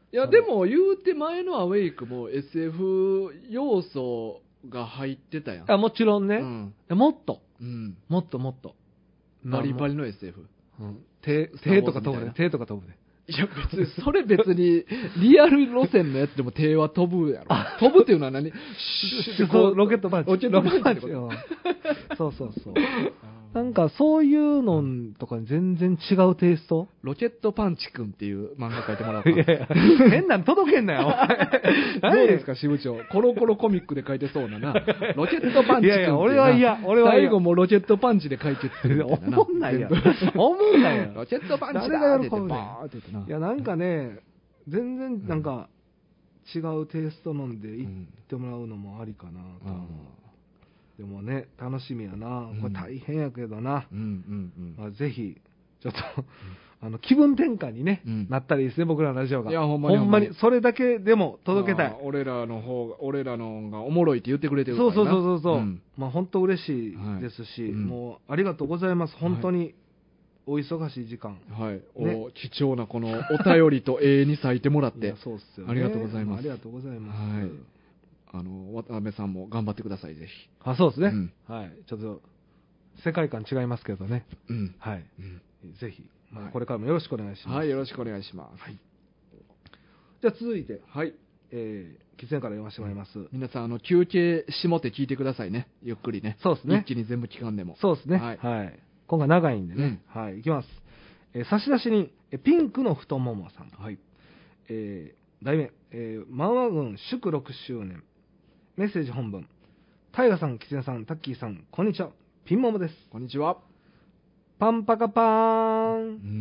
Speaker 1: いやでも言うて前のアウェイクも エスエフ 要素が入ってたやん。
Speaker 2: あ、もちろんね、うん、もっと、うん、もっともっと
Speaker 1: バリバリの エスエフ、
Speaker 2: うん、手手とか飛ぶね、手とか飛ぶね。
Speaker 1: いや別にそれ別にリアル路線のやつでも手は飛ぶやろ。飛ぶっていうのは何？
Speaker 2: こうロケットパンチ。
Speaker 1: ロケットパンチ。
Speaker 2: そうそうそう。なんかそういうのとかに全然違うテイスト。
Speaker 1: ロケットパンチくんっていう漫画書いてもらおうか。いやいや
Speaker 2: 変なの届けんなよ。
Speaker 1: どうですか支部長。コロコロコミックで書いてそうなな。ロケットパンチくんっていうな。いやいや
Speaker 2: 俺は嫌。俺は
Speaker 1: 最後もロケットパンチで解決するみたいな。
Speaker 2: 思んないや。思んないや。
Speaker 1: ロケットパンチだ
Speaker 2: 誰が喜ぶねん。いやなんかね、全然なんか違うテイスト飲んで行ってもらうのもありかなと思う。でもね、楽しみやな。これ大変やけどな。うんうんうんまあ、ぜひ、ちょっと、あの、気分転換にね、うん、なったらいいですね、僕らのラジオが。
Speaker 1: いや、ほんまに。
Speaker 2: ほんまに、それだけでも届けたい。
Speaker 1: 俺らの方が、俺らのがおもろいって言ってくれてるからな。
Speaker 2: そうそうそうそう。うん、まあ、本当嬉しいですし、はい、もう、ありがとうございます。本当に。はいお忙しい時間、
Speaker 1: はい、ね、お貴重なこのお便りと絵に咲いてもらって
Speaker 2: そうっすよ、ね、
Speaker 1: ありがとうございます。
Speaker 2: ありがとうございます。
Speaker 1: はい、あの渡辺さんも頑張ってくださいぜひ。
Speaker 2: あ、そうですね。うん、はい、ちょっと世界観違いますけどね。うん、はい、うん、ぜひ、まあ、これからもよろしくお願いします。
Speaker 1: はい、よろしくお願いします。はい、
Speaker 2: じゃあ続いて、
Speaker 1: はい、
Speaker 2: えー、喫煙から読ませてもらいます。
Speaker 1: 皆さんあの休憩しもって聞いてくださいね。ゆっくりね。
Speaker 2: そうですね。
Speaker 1: 一気に全部聞かんでも。
Speaker 2: そうですね。はい。はい今回長いんでね、うん、はい、いきます。えー、差出人、えピンクの太ももさん。はい。えー、題名、えー、漫画軍祝ろくしゅうねん。メッセージ本文。タイガさん、キツネさん、タッキーさん、こんにちは。ピンモモです。
Speaker 1: こんにちは。
Speaker 2: パンパカパーン。うん、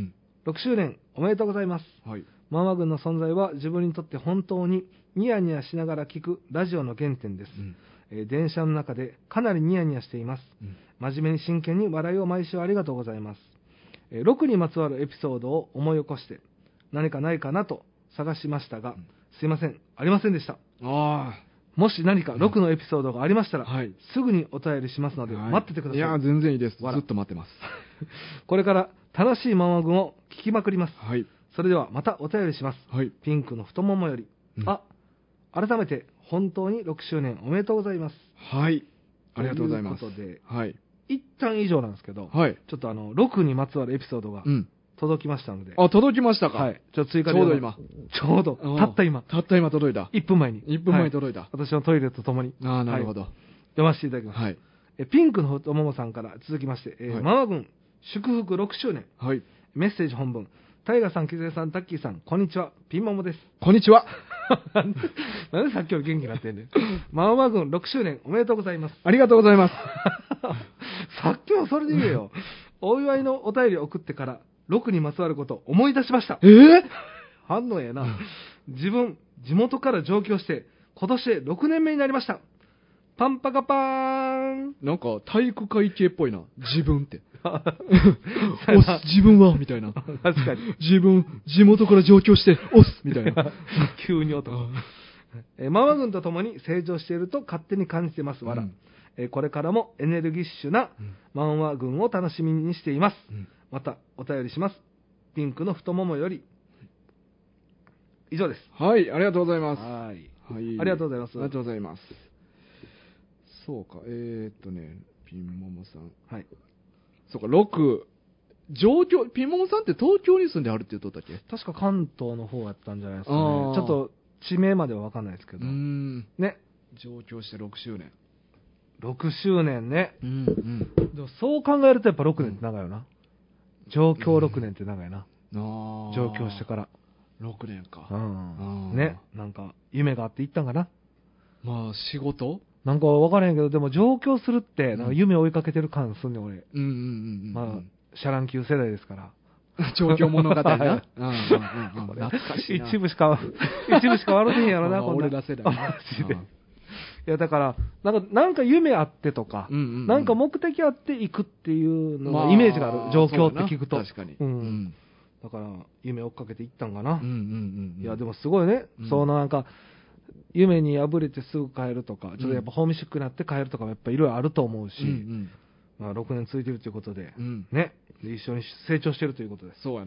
Speaker 2: ろくしゅうねん、おめでとうございます。はい。漫画軍の存在は自分にとって本当にニヤニヤしながら聞くラジオの原点です。うんえー、電車の中でかなりニヤニヤしています。うん真面目に真剣に笑いを毎週ありがとうございます。えー、ろくにまつわるエピソードを思い起こして何かないかなと探しましたが、うん、すいません、ありませんでした。あもし何かろくのエピソードがありましたら、はい、すぐにお便りしますので、はい、待っててください。
Speaker 1: いや全然いいです。ずっと待ってます。
Speaker 2: これから楽しいママ軍を聞きまくります。はい、それではまたお便りします。はい、ピンクの太ももより、うん、あ改めて本当にろくしゅうねんおめでとうございます。
Speaker 1: はいありがとうございます。
Speaker 2: ということで、
Speaker 1: はい
Speaker 2: 一旦以上なんですけど、はい、ちょっとあのろくにまつわるエピソードが届きましたので、
Speaker 1: うん、あ届きましたか。
Speaker 2: はい、ちょっと追加で
Speaker 1: ちょうど今
Speaker 2: ちょうどたった今
Speaker 1: たった今届いた。
Speaker 2: いっぷんまえに
Speaker 1: いっぷんまえに届いた、
Speaker 2: はい、私のトイレとともに
Speaker 1: あなるほど、はい、
Speaker 2: 読ませていただきます。はい、えピンクの太ももさんから続きまして、えーはい、ママ軍祝福ろくしゅうねん、はい、メッセージ本文。タイガさん、キズエさん、タッキーさん、こんにちは。ピンモモです。
Speaker 1: こんにちは。
Speaker 2: なんでさっきより元気になってんねん。ママ軍ろくしゅうねんおめでとうございます。
Speaker 1: ありがとうございます。
Speaker 2: さっきもそれで言えよ。お祝いのお便りを送ってからろくにまつわることを思い出しました。
Speaker 1: えー、
Speaker 2: 反応やな。自分、地元から上京して、今年でろくねんめになりました。パンパカパーン。
Speaker 1: なんか体育会系っぽいな。自分って。おす、自分はみたいな。
Speaker 2: 確かに。
Speaker 1: 自分、地元から上京して、おすみたいな。
Speaker 2: 急に男。えママ軍と共に成長していると勝手に感じてます。わら。うんえこれからもエネルギッシュな漫画軍を楽しみにしています。うん、またお便りします。ピンクの太ももより。以上です。
Speaker 1: はい、ありがとうございます。
Speaker 2: はい。はい、ありがとうございます。
Speaker 1: ありがとうございます。そうか、えー、っとね、ピンモモさん。はい。そうか、ろく、上京、ピンモモさんって東京に住んであるって言っとったっけ？
Speaker 2: 確か関東の方やったんじゃないですかね。ちょっと地名までは分かんないですけど。うーん。ね。
Speaker 1: 上京してろくしゅうねん。
Speaker 2: ろくしゅうねんね。うんうん。でもそう考えるとやっぱろくねんって長いよな。うん、上京ろくねんって長いな。うん、上京してから。
Speaker 1: ろくねんか。
Speaker 2: うん。ね。なんか夢があって行ったんかな。
Speaker 1: まあ仕事
Speaker 2: なんか分からへんけど、でも上京するって、なんか夢を追いかけてる感すんねん、俺。うんうんうんうん。まあ、シャラン級世代ですから。
Speaker 1: 上京物語な。うんうんうん。懐かしいな。
Speaker 2: 一部しか、一部しか笑ってへんやろな、
Speaker 1: こんな。俺ら世代。マジで。
Speaker 2: いや、だから、なんか、なんか夢あってとか、うんうんうん、なんか目的あって行くっていうのがイメージがある。上京って聞くと。
Speaker 1: 確かに。
Speaker 2: うん。うん、だから、夢追っかけて行ったんかな。うんうんうんうん、いや、でもすごいね。うん、そのなんか、夢に破れてすぐ帰るとか、ちょっとやっぱホームシックになって帰るとかもやっぱいろいろあると思うし、うんうん、まあろくねん続いてるということで、うん、ねで、一緒に成長してるということです。
Speaker 1: そうやな。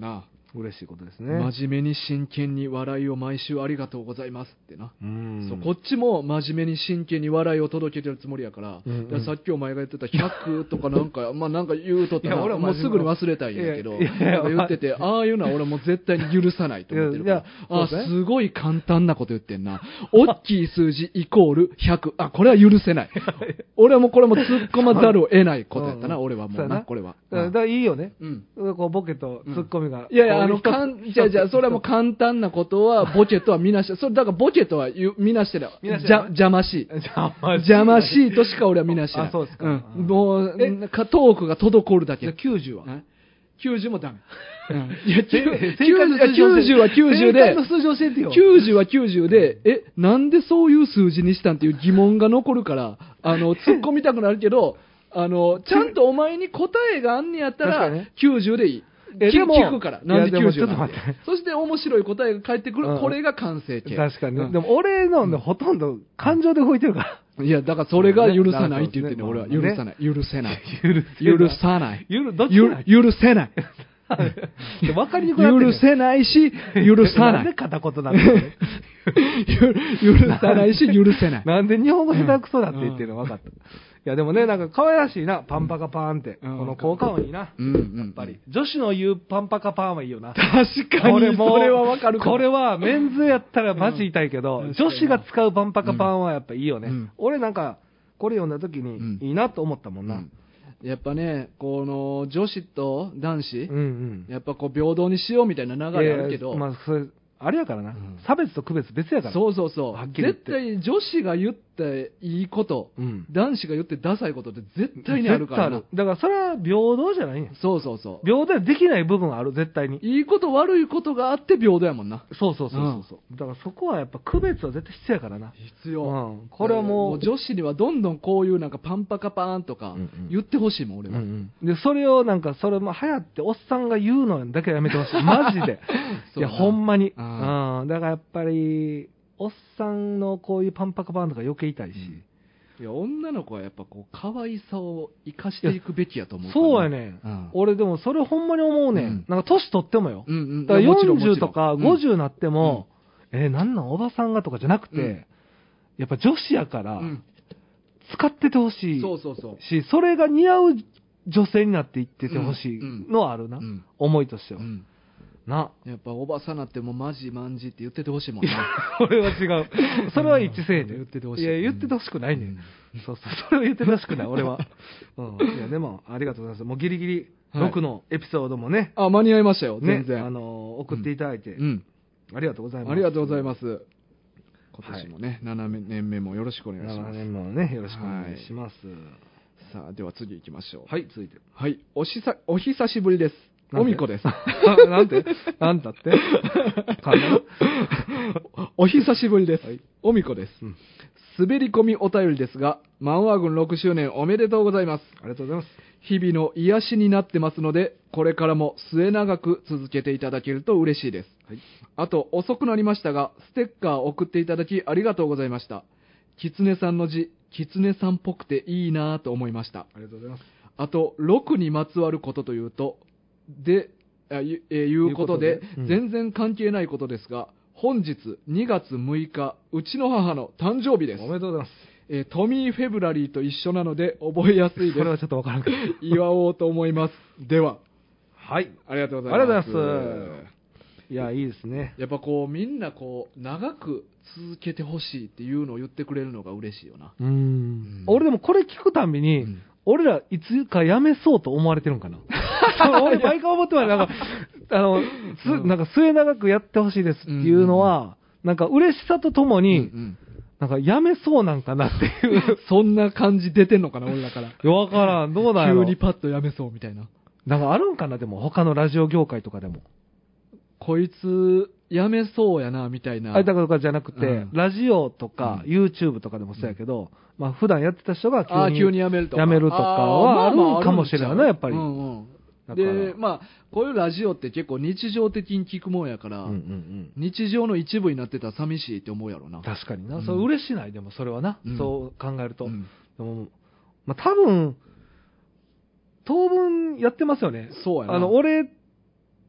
Speaker 2: 嬉しいことですね。
Speaker 1: 真面目に真剣に笑いを毎週ありがとうございますってな。
Speaker 2: うん。
Speaker 1: そう、こっちも真面目に真剣に笑いを届けてるつもりやから、
Speaker 2: うんうん、
Speaker 1: だからさっきお前が言ってたひゃくとかなんか、まあなんか言うとったら、俺はもうすぐに忘れたいんやけど、
Speaker 2: いやいや
Speaker 1: なんか言ってて、ああいうのは俺もう絶対に許さないと思ってるから。
Speaker 2: いやいや
Speaker 1: ああ、
Speaker 2: そうですね
Speaker 1: すごい簡単なこと言ってんな。大きい数字イコールひゃく。あ、これは許せない。俺はもうこれも突っ込まざるを得ないことやったな、
Speaker 2: うん
Speaker 1: 俺はもうな、これは。
Speaker 2: だからだからいいよね。
Speaker 1: うん。
Speaker 2: こうボケとツッコミが。
Speaker 1: いやいや、あの、
Speaker 2: こう
Speaker 1: かん、じゃあじゃあ、それはもう簡単なことは、ボケとはみなして、それだからボケとは言うみなしてる。
Speaker 2: みなしてる
Speaker 1: じゃ、邪魔しい。
Speaker 2: 邪魔しい。
Speaker 1: 邪魔しいとしか俺はみなしてない。
Speaker 2: あそうですか
Speaker 1: うん。もう、かトークが滞るだけ。
Speaker 2: じゃあきゅうじゅうは
Speaker 1: えきゅうじゅうもダメ。うんいや、きゅう
Speaker 2: 正
Speaker 1: きゅう
Speaker 2: 解の数字
Speaker 1: きゅうじゅうはきゅうじゅうで
Speaker 2: 正解の、数字教えてよ。
Speaker 1: きゅうじゅうはきゅうじゅうで、え、なんでそういう数字にしたんっていう疑問が残るから、あの、突っ込みたくなるけど、あの、ちゃんとお前に答えがあんねやったら
Speaker 2: 確かにね、
Speaker 1: きゅうじゅうでいい。聞
Speaker 2: えでも
Speaker 1: 聞くから。なんで
Speaker 2: いやでも
Speaker 1: きゅうじゅうなん
Speaker 2: ちょっと待って
Speaker 1: そして面白い答えが返ってくる。
Speaker 2: うん
Speaker 1: これが完成形。
Speaker 2: 確かにね。
Speaker 1: うん
Speaker 2: でも俺のね、ほとんど感情で動いてるから。
Speaker 1: いや、だからそれが許さないって言ってんね、
Speaker 2: ね
Speaker 1: 俺は。
Speaker 2: まあね
Speaker 1: 許さない。許せない。
Speaker 2: 許
Speaker 1: 許さない。
Speaker 2: ゆる、どっち
Speaker 1: ゆ
Speaker 2: なん
Speaker 1: 許せない。
Speaker 2: わかりにくくなってる
Speaker 1: 許せないし、許さ
Speaker 2: なんで
Speaker 1: ない。
Speaker 2: 片言なんだよね
Speaker 1: ゆ許さないし、許せない。
Speaker 2: なんで日本語下手くそだって言ってるの分かった。いやでもね、なんか可愛らしいな、パンパカパーンって。
Speaker 1: うん
Speaker 2: この効果音いいな。
Speaker 1: うんうん。
Speaker 2: やっぱり。女子の言うパンパカパーンはいいよな。
Speaker 1: 確かに、それはわかるかも
Speaker 2: これはメンズやったらマジ痛いけど、
Speaker 1: うん
Speaker 2: 女子が使うパンパカパーンはやっぱいいよね。
Speaker 1: うん
Speaker 2: 俺なんか、これ読んだ時
Speaker 1: うん
Speaker 2: にいいなと思ったもんな。
Speaker 1: うんやっぱね、この女子と男子、
Speaker 2: うんうん。
Speaker 1: やっぱこう平等にしようみたいな流れあるけど、
Speaker 2: いやいやまあ、それ、あれやからな、
Speaker 1: うん
Speaker 2: 差別と区別別やから。
Speaker 1: そうそうそう
Speaker 2: はっきり言って
Speaker 1: 絶対女子が言っていいこと、
Speaker 2: うん。
Speaker 1: 男子が言ってダサいことって絶対にあるからな
Speaker 2: 絶対あるだからそれは平等じゃないんや。
Speaker 1: そうそうそう
Speaker 2: 平等できない部分ある、絶対に。
Speaker 1: いいこと悪いことがあって平等やもんな
Speaker 2: そうそうそうそうそう、だからそこはやっぱ区別は絶対必要やからな。
Speaker 1: 必要、
Speaker 2: うんこれはもう
Speaker 1: 女子にはどんどんこういうなんかパンパカパーンとか
Speaker 2: うんうん
Speaker 1: 言ってほしいもん俺は、
Speaker 2: うんうん、で、それをなんか、それも流行って、おっさんが言うのだけはやめてほしい。マジで。
Speaker 1: そうやな
Speaker 2: いや、ほんまに。う
Speaker 1: うん
Speaker 2: ん。だからやっぱり、おっさんのこういうパンパカパンとか余計痛いし。
Speaker 1: いや女の子はやっぱこう可愛さを生かしていくべきやと思うから
Speaker 2: そうやね、
Speaker 1: うんん。
Speaker 2: 俺でもそれほんまに思うねん。
Speaker 1: うん
Speaker 2: なんか年取ってもよ。
Speaker 1: うんうん
Speaker 2: だから
Speaker 1: いやもちろん
Speaker 2: よんじゅうとか
Speaker 1: もちろん
Speaker 2: ごじゅうになっても、えーなんなんおばさんがとかじゃなくて、
Speaker 1: うん
Speaker 2: やっぱ女子やから
Speaker 1: う、ん
Speaker 2: 使っててほしい
Speaker 1: そうそうそう
Speaker 2: し、それが似合う女性になっていっててほしいのはあるな。
Speaker 1: うん
Speaker 2: 思いとしては。
Speaker 1: うん
Speaker 2: な。
Speaker 1: やっぱおばさなってもマジマンジって言っててほしいもんな
Speaker 2: これは違う。それは一致せえねん。
Speaker 1: 言っててほしい
Speaker 2: いや、言っててほしくないねん。
Speaker 1: うん
Speaker 2: そうそう、それは言っててほしくない、俺は。うん。いや、でも、ありがとうございます。もうギリギリ、
Speaker 1: はい
Speaker 2: ろくのエピソードもね、
Speaker 1: あ間に合いましたよ全
Speaker 2: ね、
Speaker 1: 然、
Speaker 2: あのー、送っていただいて、
Speaker 1: うん
Speaker 2: ありがとうございます。
Speaker 1: ありがとうございます
Speaker 2: す。
Speaker 1: 今年もね、ななねんめもよろしくお願いし
Speaker 2: 7
Speaker 1: ます
Speaker 2: 年もね、よろしくお願いします。
Speaker 1: さあでは次行きましょう
Speaker 2: はい、続いて。
Speaker 1: はいおしさお久しぶりです
Speaker 2: なんて
Speaker 1: おみこです
Speaker 2: なんてなんだってかんだな
Speaker 1: お久しぶりです、
Speaker 2: はい
Speaker 1: おみこです、
Speaker 2: うん
Speaker 1: 滑り込みお便りですが漫画軍ろくしゅうねんおめでとうございます
Speaker 2: ありがとうございます。
Speaker 1: 日々の癒しになってますのでこれからも末永く続けていただけると嬉しいです、
Speaker 2: はい
Speaker 1: あと遅くなりましたがステッカー送っていただきありがとうございましたキツネさんの字キツネさんっぽくていいなぁと思いました
Speaker 2: ありがとうございます。
Speaker 1: あとろくにまつわることというとであゆえーいうことで
Speaker 2: いうことでうん
Speaker 1: 全然関係ないことですが本日にがつむいかうちの母の誕生日です
Speaker 2: おめでとうございます。
Speaker 1: えートミー・フェブラリーと一緒なので覚えやすいで
Speaker 2: これはちょっとわからんけど。
Speaker 1: す祝おうと思いますでは
Speaker 2: はい。
Speaker 1: ありがとうございます
Speaker 2: ありがとうございますいや、いいですね。
Speaker 1: やっぱこうみんなこう長く続けてほしいっていうのを言ってくれるのが嬉しいよな、
Speaker 2: うー
Speaker 1: うん
Speaker 2: ん。俺でもこれ聞くたんびに、
Speaker 1: うん
Speaker 2: 俺らいつか辞めそうと思われてるんかな。俺毎回思ってはなんか、あの、す
Speaker 1: うん
Speaker 2: なんか末永くやってほしいですっていうのは、なんか嬉しさととも
Speaker 1: うん
Speaker 2: に、
Speaker 1: うん
Speaker 2: なんか辞めそうなんかなっていう。
Speaker 1: そんな感じ出てんのかな俺だから
Speaker 2: いやわからん。どうなんやろ
Speaker 1: 急にパッとやめそうみたいな
Speaker 2: なんかあるんかなでも、他のラジオ業界とかでも。
Speaker 1: こいつやめそうやなみたいな
Speaker 2: あれだからじゃなくて、
Speaker 1: うん
Speaker 2: ラジオとか、
Speaker 1: うん
Speaker 2: YouTube とかでもそうやけど、まあ普段やってた人が急に
Speaker 1: あー急にやめるとか
Speaker 2: 辞めるとかはあ
Speaker 1: ーまま
Speaker 2: るかもしれないな、やっぱり。
Speaker 1: うんうん
Speaker 2: だから
Speaker 1: でまあこういうラジオって結構日常的に聞くもんやから、
Speaker 2: うんうんうん
Speaker 1: 日常の一部になってたら寂しいって思うやろな
Speaker 2: 確かにな。
Speaker 1: うん
Speaker 2: それ嬉しない、でもそれはな。
Speaker 1: うん
Speaker 2: そう考えると。
Speaker 1: うん
Speaker 2: でも、まあ多分、当分やってますよね。
Speaker 1: そうやな
Speaker 2: あの、俺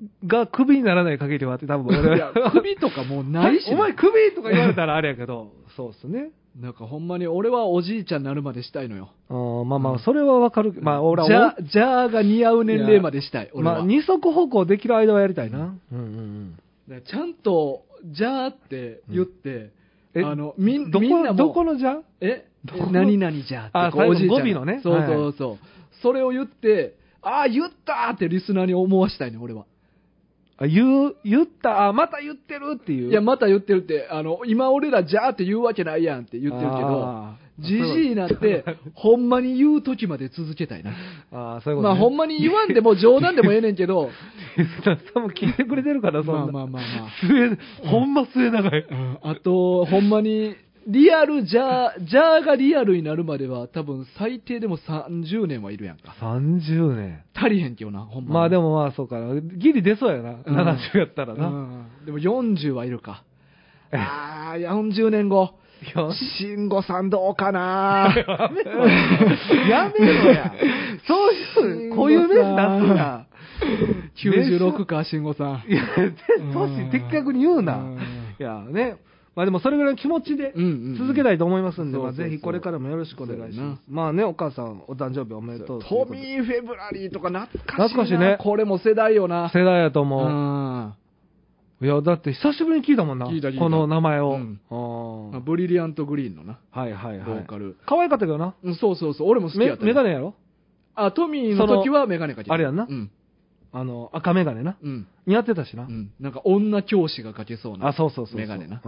Speaker 2: がクビにならない限りはって多分俺
Speaker 1: いや、首とかもうないし、
Speaker 2: お前クビとか言われたらあれやけど、そうっすね。
Speaker 1: なんかほんまに俺はおじいちゃんになるまでしたいのよ。
Speaker 2: あまあまあ、それはわかる。まあ俺は、
Speaker 1: じゃ、じゃあが似合う年齢までしたい。俺は。
Speaker 2: まあ二足歩行できる間はやりたいな。うんうんうん。
Speaker 1: だからちゃんと、じゃあって言って、
Speaker 2: うん、
Speaker 1: あの、みん
Speaker 2: どこ
Speaker 1: みんなも。
Speaker 2: どこのじゃ
Speaker 1: え何々じゃって
Speaker 2: あ、
Speaker 1: こうおじいちゃん。
Speaker 2: 語尾のね。
Speaker 1: そうそうそう。はい、それを言って、ああ、言ったーってリスナーに思わしたいね、俺は。
Speaker 2: あ、言う、言った、あ、また言ってるっていう。
Speaker 1: いや、また言ってるって、あの、今俺らじゃーって言うわけないやんって言ってるけど、じじいになって、ほんまに言う時まで続けたいな。
Speaker 2: ああ、そういうこと、ね、
Speaker 1: まあ、ほんまに言わんでも冗談でもええねんけど。
Speaker 2: リスナーさんも聞いてくれてるから、そんな。
Speaker 1: まあまあまあまあ。
Speaker 2: 末、ほんま末長い。
Speaker 1: うん、あと、ほんまに、リアル、じゃあ、じゃあがリアルになるまでは、多分最低でもさんじゅうねんはいるやんか。
Speaker 2: さんじゅうねん。
Speaker 1: 足りへんけどな、ほんま。
Speaker 2: まあでもまあそうかな。ギリ出そうやな。うん、ななじゅうやったらな。
Speaker 1: うん、でもよんじゅうはいるか。ああ、よんじゅうねんご。慎吾さんどうかな
Speaker 2: やめろやめろや。そういう、こういうメース出すな。
Speaker 1: きゅうじゅうろくか、慎吾さん。
Speaker 2: いや、年的確に言うな。いや、ね。まあでもそれぐらいの気持ちで続けたいと思いますんで、まあぜひこれからもよろしくお願いします。まあね、お母さんお誕生日おめでとう。
Speaker 1: トミー・フェブラリーとか懐かしいな。
Speaker 2: 懐かしいね。
Speaker 1: これも世代よな。
Speaker 2: 世代やと思う。うんいや、だって久しぶりに聞いたもんな。聞いた聞いたこの名前を。うん、
Speaker 1: あブリリアントグリーンのな。
Speaker 2: はいはいはい。
Speaker 1: ボーカル。
Speaker 2: 可愛かったけどな。
Speaker 1: うん、そうそうそう。俺も好きやった。
Speaker 2: メガネやろ
Speaker 1: あ、トミーの時はメガネかけて
Speaker 2: あれやんな。うん。あの、赤メガネな。うん。似合ってたしな。うん。
Speaker 1: なんか女教師がかけそうな。
Speaker 2: あ、そうそうそう。
Speaker 1: メガネな。
Speaker 2: うん。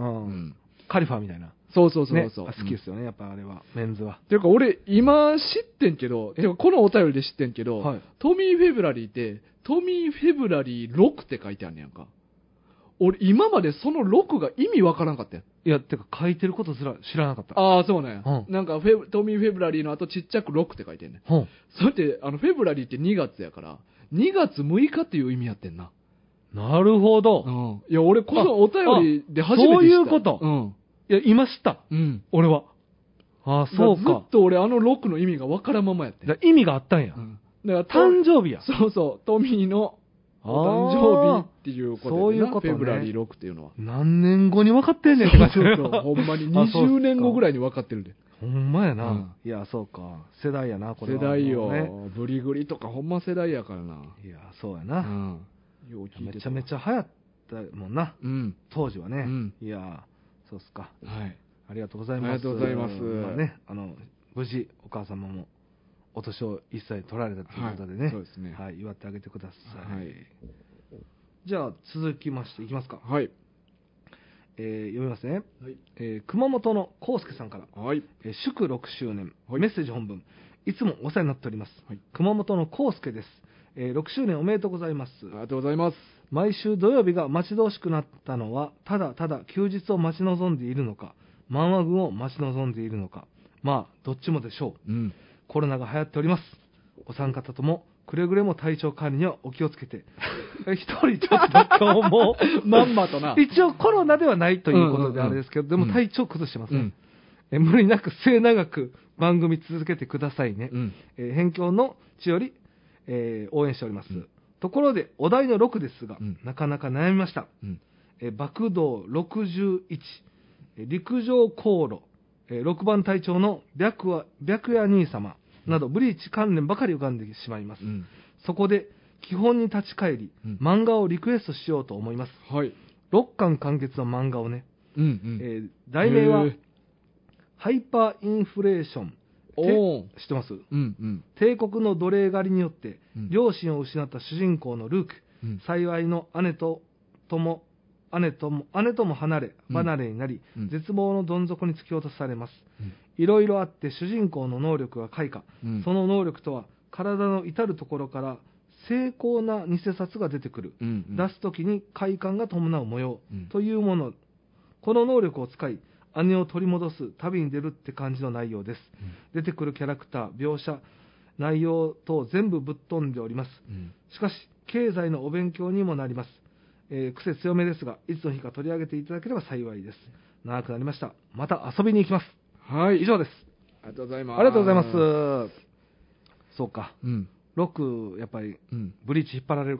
Speaker 2: カリファーみたいな。
Speaker 1: そうそうそうそう。
Speaker 2: 好きですよね、やっぱあれは。メンズは。
Speaker 1: ていうか俺、今知ってんけど、てかこのお便りで知ってんけど、トミー・フェブラリーって、トミー・フェブラリーろくって書いてあんねやんか。俺、今までそのろくが意味わからんかったやん。
Speaker 2: いや、てか書いてることすら知らなかった。
Speaker 1: ああ、そうね、うん。なんかフェ、トミー・フェブラリーの後ちっちゃくろくって書いてんねん。うん。それって、あの、フェブラリーってにがつやから、にがつむいかっていう意味やってんな。
Speaker 2: なるほど。
Speaker 1: うん。いや、俺、このお便りで初めて知った。
Speaker 2: そういうこと。
Speaker 1: うん。
Speaker 2: いや、今知った。うん。俺は。ああ、そうか。
Speaker 1: ずっと俺、あのろくの意味がわからんままやってん。
Speaker 2: だ意味があったんや。うん。だから、誕生日や。
Speaker 1: そうそう。トミーの、お誕生日っていうことで、
Speaker 2: そういうことね。
Speaker 1: フェブラリーろくっていうのは。
Speaker 2: 何年後に分かってんねんって感じ。
Speaker 1: そうそうそう。ほんまににじゅうねんごぐらいに分かってるで。
Speaker 2: ほんまやな、うん。いや、そうか。世代やな、これは。
Speaker 1: 世代よ。ね、ブリグリとかほんま世代やからな。
Speaker 2: いや、そうやな。うん。よう聞いてめちゃめちゃ流行ったもんな。うん。当時はね。うん。いや、そうっすか。はい。ありがとうございます。
Speaker 1: ありがとうございます。
Speaker 2: まあね、あの、無事、お母様も、お年を一切取られたということでね。はい、そうですね。はい、祝ってあげてください。はい。じゃあ、続きまして、いきますか。はい。えー、読みますね。はい。えー、熊本の康介さんから。はい。えー、祝ろくしゅうねん、はい、メッセージ本文。いつもお世話になっております。はい。熊本の康介です。えー、ろくしゅうねんおめでとうございます。
Speaker 1: ありがとうございます。
Speaker 2: 毎週土曜日が待ち遠しくなったのは、ただただ休日を待ち望んでいるのか、漫画群を待ち望んでいるのか、まあ、どっちもでしょう。うん。コロナが流行っております。お三方とも、くれぐれも体調管理にはお気をつけて。一人ちょっと今日も、
Speaker 1: まんまとな。
Speaker 2: 一応コロナではないということであれですけど、うんうんうん、でも体調崩してますね。うん、え無理なく末永く番組続けてくださいね。うん、えー、辺境の地より、えー、応援しております。うん、ところで、お題のろくですが、うん、なかなか悩みました。うん、えー、爆道ろくじゅういち、陸上航路、えー、ろくばん隊長の白夜、白夜兄様など、ブリーチ関連ばかり浮かんでしまいます。うん、そこで、基本に立ち返り、うん、漫画をリクエストしようと思います。はい。ろっかん完結の漫画をね。うんうん、えー、題名は、ハイパーインフレーション。お知ってます、うんうん、帝国の奴隷狩りによって、うん、両親を失った主人公のルーク。うん、幸いの姉と、とも、姉とも、姉とも離れ、離れになり、うん、絶望のどん底に突き落とされます。いろいろあって主人公の能力が開花。うん、その能力とは、体の至るところから、精巧な偽札が出てくる、うんうん、出すときに快感が伴う模様、うん、というもの。この能力を使い姉を取り戻す旅に出るって感じの内容です、うん、出てくるキャラクター、描写、内容等全部ぶっ飛んでおります、うん、しかし経済のお勉強にもなります、えー、癖強めですがいつの日か取り上げていただければ幸いです。長くなりました。また遊びに行きます。はい、以上です。
Speaker 1: ありがとうございます。
Speaker 2: ありがとうございます。そうか、うんろく、やっぱり、うん、ブリーチ引っ張られるか。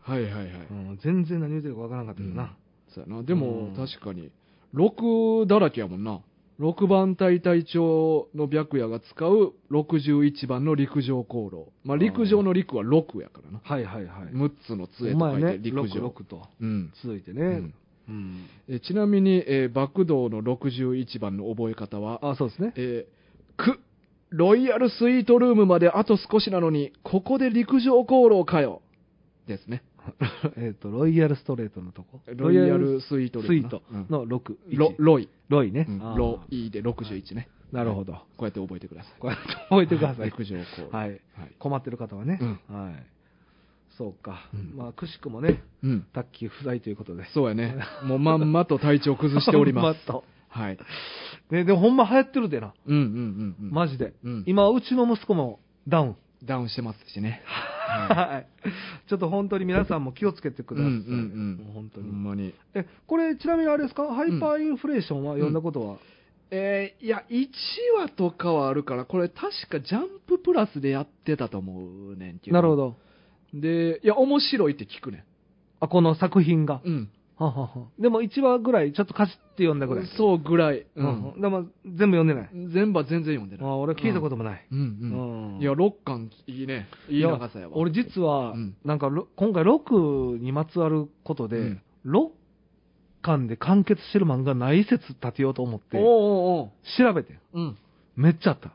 Speaker 1: はいはいはい。
Speaker 2: うん、全然何言ってるかわからなかったけどな。うん、
Speaker 1: そうやな。でも、確かに、ろくだらけやもんな。ろくばん隊隊長の白夜が使うろくじゅういちばんの陸上航路。まあ、陸上の陸はろくやからな。
Speaker 2: はいはいはい。
Speaker 1: むっつの杖と書いて陸上。
Speaker 2: ろく、ろくと続いてね。うん
Speaker 1: うんえちなみに、えー、爆道のろくじゅういちばんの覚え方は、
Speaker 2: あ、そうですね。
Speaker 1: えー、く、ロイヤルスイートルームまであと少しなのに、ここで陸上航路かよ。ですね。
Speaker 2: えっと、ロイヤルストレートのとこ。
Speaker 1: ロイヤルスイートルーム。
Speaker 2: スイートのろく。
Speaker 1: ロ、ロイ。
Speaker 2: ロイね。
Speaker 1: うん、ロイでろくじゅういちね。
Speaker 2: なるほど。
Speaker 1: こうやって覚えてください。
Speaker 2: こうやって覚えてください。
Speaker 1: 陸上航路。
Speaker 2: はい。困ってる方はね。はい。そうか。まあ、くしくもね、タッキー不在ということで。
Speaker 1: そうやね。もうまんまと体調崩しております。まんまと。はい。
Speaker 2: ね、でもほんま流行ってるでな。
Speaker 1: うんうんうん。
Speaker 2: マジで。今、うちの息子もダウン。
Speaker 1: ダウンしてますしね。
Speaker 2: はい。ちょっと本当に皆さんも気をつけてください。うんうん
Speaker 1: うん。
Speaker 2: 本当に。
Speaker 1: ほんまに。
Speaker 2: え、これちなみにあれですか、ハイパーインフレーションは読んだことは、
Speaker 1: えー、いや、いちわとかはあるから、これ確かジャンププラスでやってたと思うねんけど。
Speaker 2: なるほど。
Speaker 1: で、いや、面白いって聞くねん。
Speaker 2: あ、この作品が。
Speaker 1: うん。
Speaker 2: ははは。でもいちわぐらい、ちょっとかじって読んだぐらい。
Speaker 1: そうぐらい。
Speaker 2: うん。でも全部読んでない。
Speaker 1: 全部は全然読んでない。
Speaker 2: あ、俺聞いたこともない。
Speaker 1: うんうん。いや、ろっかんいいね。いい長さやわ。
Speaker 2: 俺実は、なんか、今回ろくにまつわることで、ろっかんで完結してる漫画ない説立てようと思って、調べて。うん。めっちゃあった。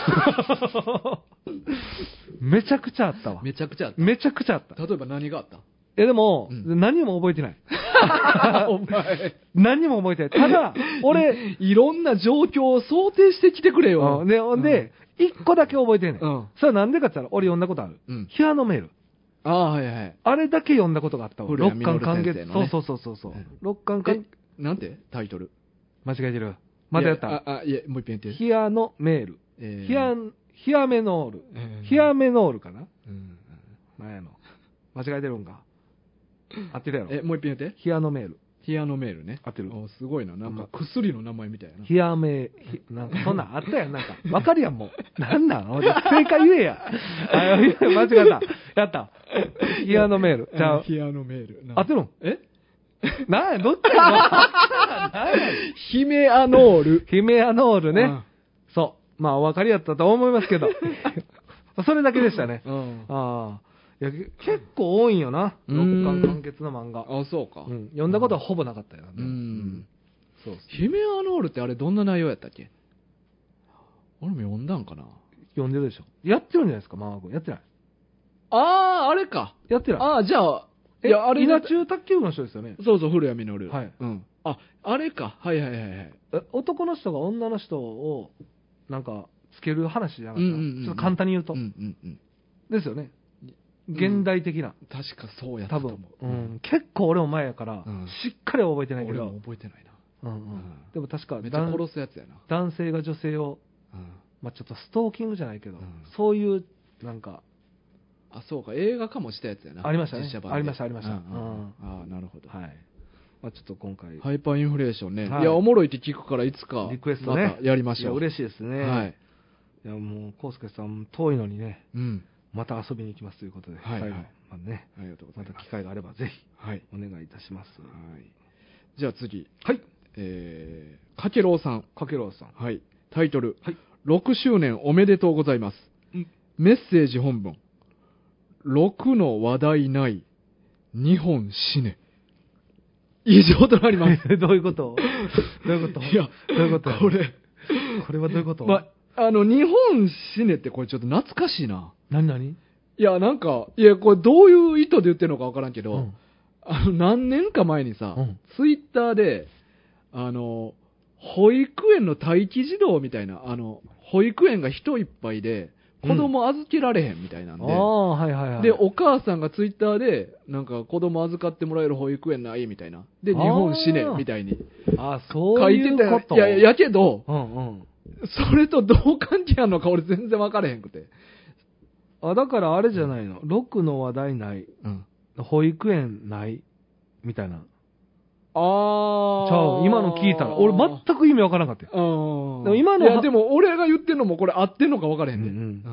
Speaker 2: めちゃくちゃあったわ。
Speaker 1: めちゃくちゃあった。
Speaker 2: めちゃくちゃあった。
Speaker 1: 例えば何があった？
Speaker 2: え、でも、うん、何も覚えてない。お前。何も覚えてない。ただ、俺、
Speaker 1: いろんな状況を想定してきてくれよ。
Speaker 2: うん、で、ほんで、一個だけ覚えてんねん。うん、それはなんでかって言ったら、俺読んだことある。うん、ヒアノメール。
Speaker 1: ああ、はいはい。
Speaker 2: あれだけ読んだことがあったわ。
Speaker 1: ろっかん
Speaker 2: 完結。そうそうそうそう。ろっかん完結。
Speaker 1: なんてタイトル。
Speaker 2: 間違えてる。またやった。
Speaker 1: あ、あ、いえ、もう一遍言って。
Speaker 2: ヒアノメール。えー、ヒア、ヒアメノール。えー、ヒアメノールかな、うん、なんやの。間違えてるんか。合ってるやろ。
Speaker 1: え、もう一遍言って。
Speaker 2: ヒアノメール。
Speaker 1: ヒアノメールね。
Speaker 2: 合ってる。
Speaker 1: おすごいな。なんか薬の名前みたいな。
Speaker 2: ヒアメ、なんかそんなんあったやん。なんか、わかるやん、もう。なんなん正解言えや。あ、間違えた。やった。ヒアノメール。じゃあ。
Speaker 1: ヒアノメール。
Speaker 2: 合ってるん？
Speaker 1: え
Speaker 2: なんや、どっちや
Speaker 1: ヒメアノール。
Speaker 2: ヒメアノールね。そう。まあ、お分かりやったと思いますけど。それだけでしたね。ああ。いや、結構多いんよな。ろっかん完結の漫画。
Speaker 1: あ、そうか。
Speaker 2: うん。読んだことはほぼなかったよな。うん。
Speaker 1: そう。ヒメアノールってあれどんな内容やったっけ？俺も読んだんかな？
Speaker 2: 読んでるでしょ。やってるんじゃないですか、マー君。やってない？
Speaker 1: ああ、あれか。
Speaker 2: やってない。
Speaker 1: ああ、じゃあ、
Speaker 2: いや、あれ、稲中卓球部の人ですよね。
Speaker 1: そうそう、古谷実。
Speaker 2: はい。
Speaker 1: うん。あ、あれか。はいはいはいはい。
Speaker 2: 男の人が女の人を、なんか、つける話じゃなかった。うんうんうん、ちょっと簡単に言うと。うんうんうん。ですよね。現代的な。
Speaker 1: うん、確かそうやったと思う。
Speaker 2: 多分。うん。結構俺も前やから、うん、しっかり覚えてないけど。
Speaker 1: 俺も覚えてないな。
Speaker 2: うんうん。うん、でも確か、
Speaker 1: めっちゃ殺すやつやな。
Speaker 2: 男性が女性を、うん、まあちょっとストーキングじゃないけど、うん、そういう、なんか、
Speaker 1: あ、そうか、映画化もしたやつやな。
Speaker 2: ありましたね。
Speaker 1: 実写版
Speaker 2: ありました、ありました。うん。
Speaker 1: ああ、なるほど。
Speaker 2: はい。まあちょっと今回。
Speaker 1: ハイパーインフレーションね。はい、いや、おもろいって聞くから、いつか、
Speaker 2: リクエストね。
Speaker 1: やりましょう。
Speaker 2: いや、嬉しいですね。
Speaker 1: はい。
Speaker 2: いや、もう、コウスケさん、遠いのにね、
Speaker 1: うん。
Speaker 2: また遊びに行きますということで、
Speaker 1: はい、はい。
Speaker 2: まあね、
Speaker 1: ありがとうございます。
Speaker 2: また機会があれば、ぜひ、
Speaker 1: はい。
Speaker 2: お願いいたします。
Speaker 1: はい。じゃあ次。
Speaker 2: はい。
Speaker 1: えー、かけろうさん。
Speaker 2: かけろうさん。
Speaker 1: はい。タイトル。
Speaker 2: はい。
Speaker 1: ろくしゅうねんおめでとうございます。うん、メッセージ本文。ろくの話題ない。にほん死ね。以上となります。
Speaker 2: どういうことどういうこと
Speaker 1: いや、
Speaker 2: どういうこと
Speaker 1: これ。
Speaker 2: これはどういうこと、
Speaker 1: ま、あの、にほん死ねってこれちょっと懐かしいな。
Speaker 2: 何何
Speaker 1: いや、なんか、いや、これどういう意図で言ってるのかわからんけど、うん、あの、何年か前にさ、うん、ツイッターで、あの、保育園の待機児童みたいな、あの、保育園が人いっぱいで、子供預けられへんみたいなんで、うん、
Speaker 2: ああ、はいはいはい。
Speaker 1: で、お母さんがツイッターで、なんか子供預かってもらえる保育園ないみたいな。で、日本死ねみたいに。
Speaker 2: ああ、そういうこと。
Speaker 1: 書いてた。いや、やけど、
Speaker 2: うんうん、
Speaker 1: それとどう関係あるのか俺全然分からへんくて。
Speaker 2: あ、だからあれじゃないの。ろくの話題ない。うん、保育園ないみたいな。
Speaker 1: ああ。
Speaker 2: ちゃう、今の聞いたら。俺全く意味わからなかったよ。
Speaker 1: ああ。
Speaker 2: でも今の。
Speaker 1: いや、でも俺が言ってんのもこれ合ってんのか分からへんね、うんうん。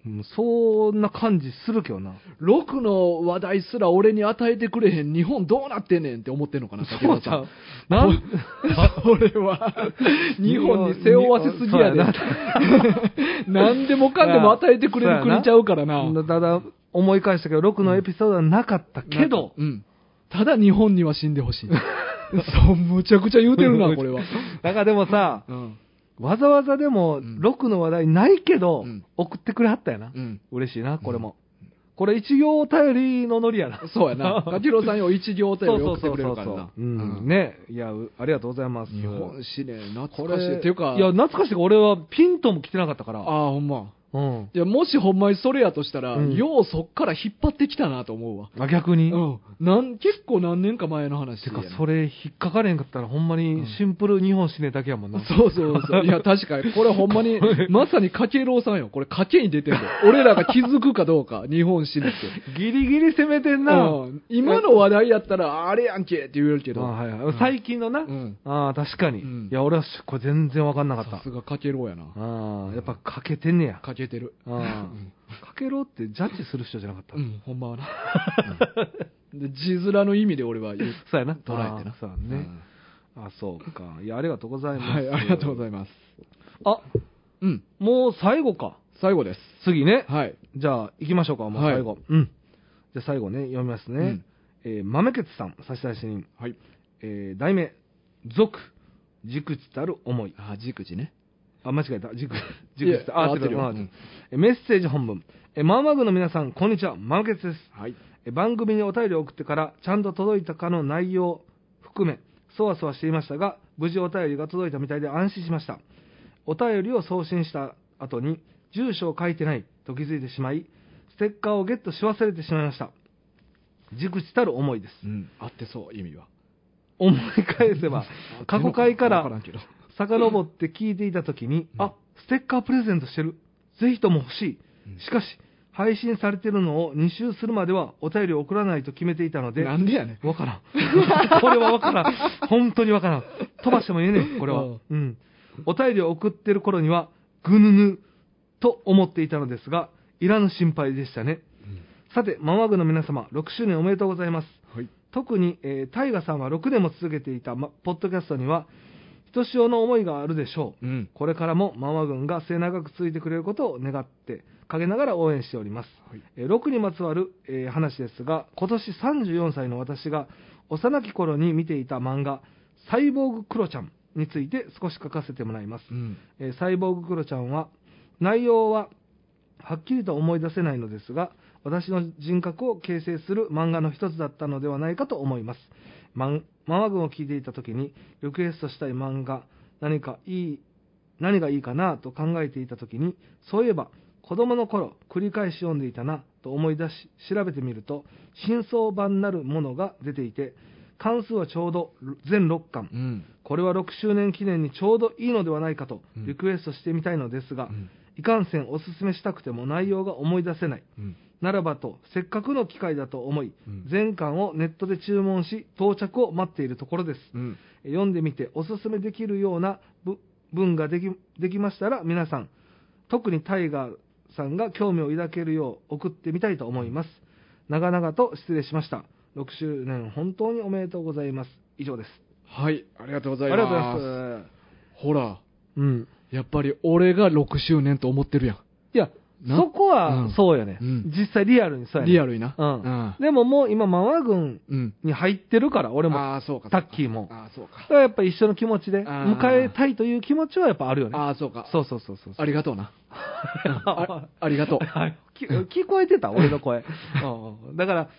Speaker 2: うん、そんな感じするけどな。
Speaker 1: ろくの話題すら俺に与えてくれへん日本どうなってんねんって思ってんのかな、
Speaker 2: そうちゃう。なん、
Speaker 1: それは、日本に背負わせすぎやで。何でもかんでも与えてくれる国ちゃうからな。
Speaker 2: ただ、思い返したけど、ろくのエピソードはなかったけど、
Speaker 1: うん。ただ日本には死んでほしい。そう、むちゃくちゃ言うてるな、これは。
Speaker 2: だからでもさ、うん、わざわざでも、ろくの話題ないけど、うん、送ってくれはったやな。うん、嬉しいな、これも。うん、これ一行お便りのノリやな。
Speaker 1: そうやな。かきろうさんよ一行お便り送ってくれるからな。
Speaker 2: うん。ね。いや、ありがとうございます。
Speaker 1: 日本史ね、懐かしい。っていうか。
Speaker 2: いや、懐かしい。俺はピンとも来てなかったから。
Speaker 1: ああ、ほんま。うん。いや、もしほんまにそれやとしたら、うん、ようそっから引っ張ってきたなと思うわ。
Speaker 2: あ、逆に？
Speaker 1: うん。なん、結構何年か前の話
Speaker 2: てか、それ引っかかれんかったらほんまにシンプル日本史ねだけやもんな。
Speaker 1: うん、そうそうそう。いや、確かに。これほんまに、まさにかけろうさんよ。これ賭けに出てるよ。俺らが気づくかどうか、日本史ねって。
Speaker 2: ギリギリ攻めてんな。
Speaker 1: うん。今の話題やったら、あれやんけって言えるけど。
Speaker 2: あ、はいはい。最近のな。うん。ああ、確かに。うん、いや、俺はこれ全然わかんなかった。
Speaker 1: さすがかけろうやな。
Speaker 2: ああ、やっぱかけてんねや。
Speaker 1: かけてる。
Speaker 2: ああ。かけろってジャッジする人じゃなかった。
Speaker 1: うん、ほんまはな。うん、で字面の意味で俺は言う。
Speaker 2: そうやな。
Speaker 1: 捉えてな。
Speaker 2: そうね。あ、そうか。いや、ありがとうございます。
Speaker 1: はい、ありがとうございます。
Speaker 2: あ、うん。もう最後か。
Speaker 1: 最後です。
Speaker 2: 次ね。
Speaker 1: はい。
Speaker 2: じゃあ、行きましょうか。もう最後。はい、うん。じゃあ最後ね、読みますね。うん、えー、豆ケツさん、差出人。
Speaker 1: はい。
Speaker 2: えー、題名、俗、熟知たる思い。
Speaker 1: あ、熟知ね。
Speaker 2: あ、間違えた。熟知たる。あ、合ってるよ。うん、メッセージ本文。え、マンマグの皆さん、こんにちは。マンケツです。
Speaker 1: はい。
Speaker 2: え、番組にお便りを送ってから、ちゃんと届いたかの内容含め、そわそわしていましたが、無事お便りが届いたみたいで安心しました。お便りを送信した後に、住所を書いてないと気づいてしまい、ステッカーをゲットし忘れてしまいました。熟知たる思いです。
Speaker 1: うん、あってそう、意味は。
Speaker 2: 思い返せば、過去回から遡って聞いていたときに、うん、あ、ステッカープレゼントしてる。ぜひとも欲しい。しかし、配信されてるのをに周するまではお便りを送らないと決めていたので。
Speaker 1: なんでやね
Speaker 2: ん。わからん。これはわからん。本当にわからん。飛ばしてもいいねん、これは。うん。お便りを送ってる頃には、ぐぬぬと思っていたのですが、いらぬ心配でしたね。うん、さて、ママグの皆様、ろくしゅうねんおめでとうございます。はい、特に、えー、タイガさんはろくねんも続けていた、ま、ポッドキャストには、ひとしおの思いがあるでしょう。うん、これからもママ軍が末永く続いてくれることを願って、陰ながら応援しております。はい、えー、ろくにまつわる、えー、話ですが、今年さんじゅうよんさいの私が幼き頃に見ていた漫画、サイボーグクロちゃんについて少し書かせてもらいます。うん、えー、サイボーグクロちゃんは、内容ははっきりと思い出せないのですが、私の人格を形成する漫画の一つだったのではないかと思います。ママ軍を聞いていたときに、リクエストしたい漫画、何かいい、何がいいかなと考えていたときに、そういえば、子供の頃、繰り返し読んでいたなと思い出し、調べてみると、新装版なるものが出ていて、関数はちょうど全ろっかん、うん、これはろくしゅうねん記念にちょうどいいのではないかとリクエストしてみたいのですが、うん、いかんせんおすすめしたくても内容が思い出せない、うん、ならばとせっかくの機会だと思い、うん、全巻をネットで注文し到着を待っているところです、うん、読んでみておすすめできるような文ができ、できましたら皆さん、特にタイガーさんが興味を抱けるよう送ってみたいと思います。長々と失礼しました。ろくしゅうねん本当におめでとうございます。以上です。
Speaker 1: はい、ありがとうございます。
Speaker 2: ありがとうございます。
Speaker 1: ほら、うん、やっぱり俺がろくしゅうねんと思ってるやん。
Speaker 2: いや、そこはそうよね、うん。実際リアルにそうやね。
Speaker 1: リアルにな。
Speaker 2: うん。うん、でももう今ママ軍に入ってるから、俺も、
Speaker 1: ああ、そうか。
Speaker 2: タッキーも。
Speaker 1: ああ、そうか。
Speaker 2: だからやっぱ一緒の気持ちで迎えたいという気持ちはやっぱあるよね。
Speaker 1: ああ、そうか。
Speaker 2: そうそうそうそう。
Speaker 1: ありがとうな。あ, ありがとう。
Speaker 2: 聞こえてた俺の声。うん、だから、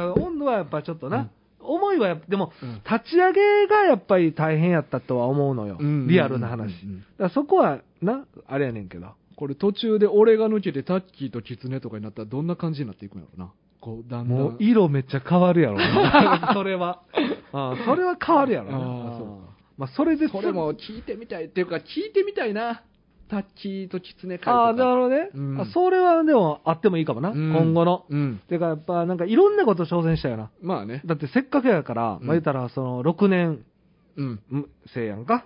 Speaker 2: 温度はやっぱちょっとな、うん、思いはやっぱ、でも、うん、立ち上げがやっぱり大変やったとは思うのよ。うん、リアルな話。うん、だからそこはな、あれやねんけど。
Speaker 1: これ途中で俺が抜けてタッキーとキツネとかになったらどんな感じになっていくんやろうな。こうだんだん
Speaker 2: もう色めっちゃ変わるやろな。それは。あそれは変わるやろな。あそうまあ、それで
Speaker 1: それも聞いてみたいっていうか聞いてみたいな。タッキーとキツネ会とか。
Speaker 2: ああ、なるほどね、うん。あそれはでもあってもいいかもな。うん、今後の。うん。てかやっぱなんかいろんなこと挑戦したよな。
Speaker 1: まあね。
Speaker 2: だってせっかくやから、うん、まあ言ったらそのろくねん生やんか。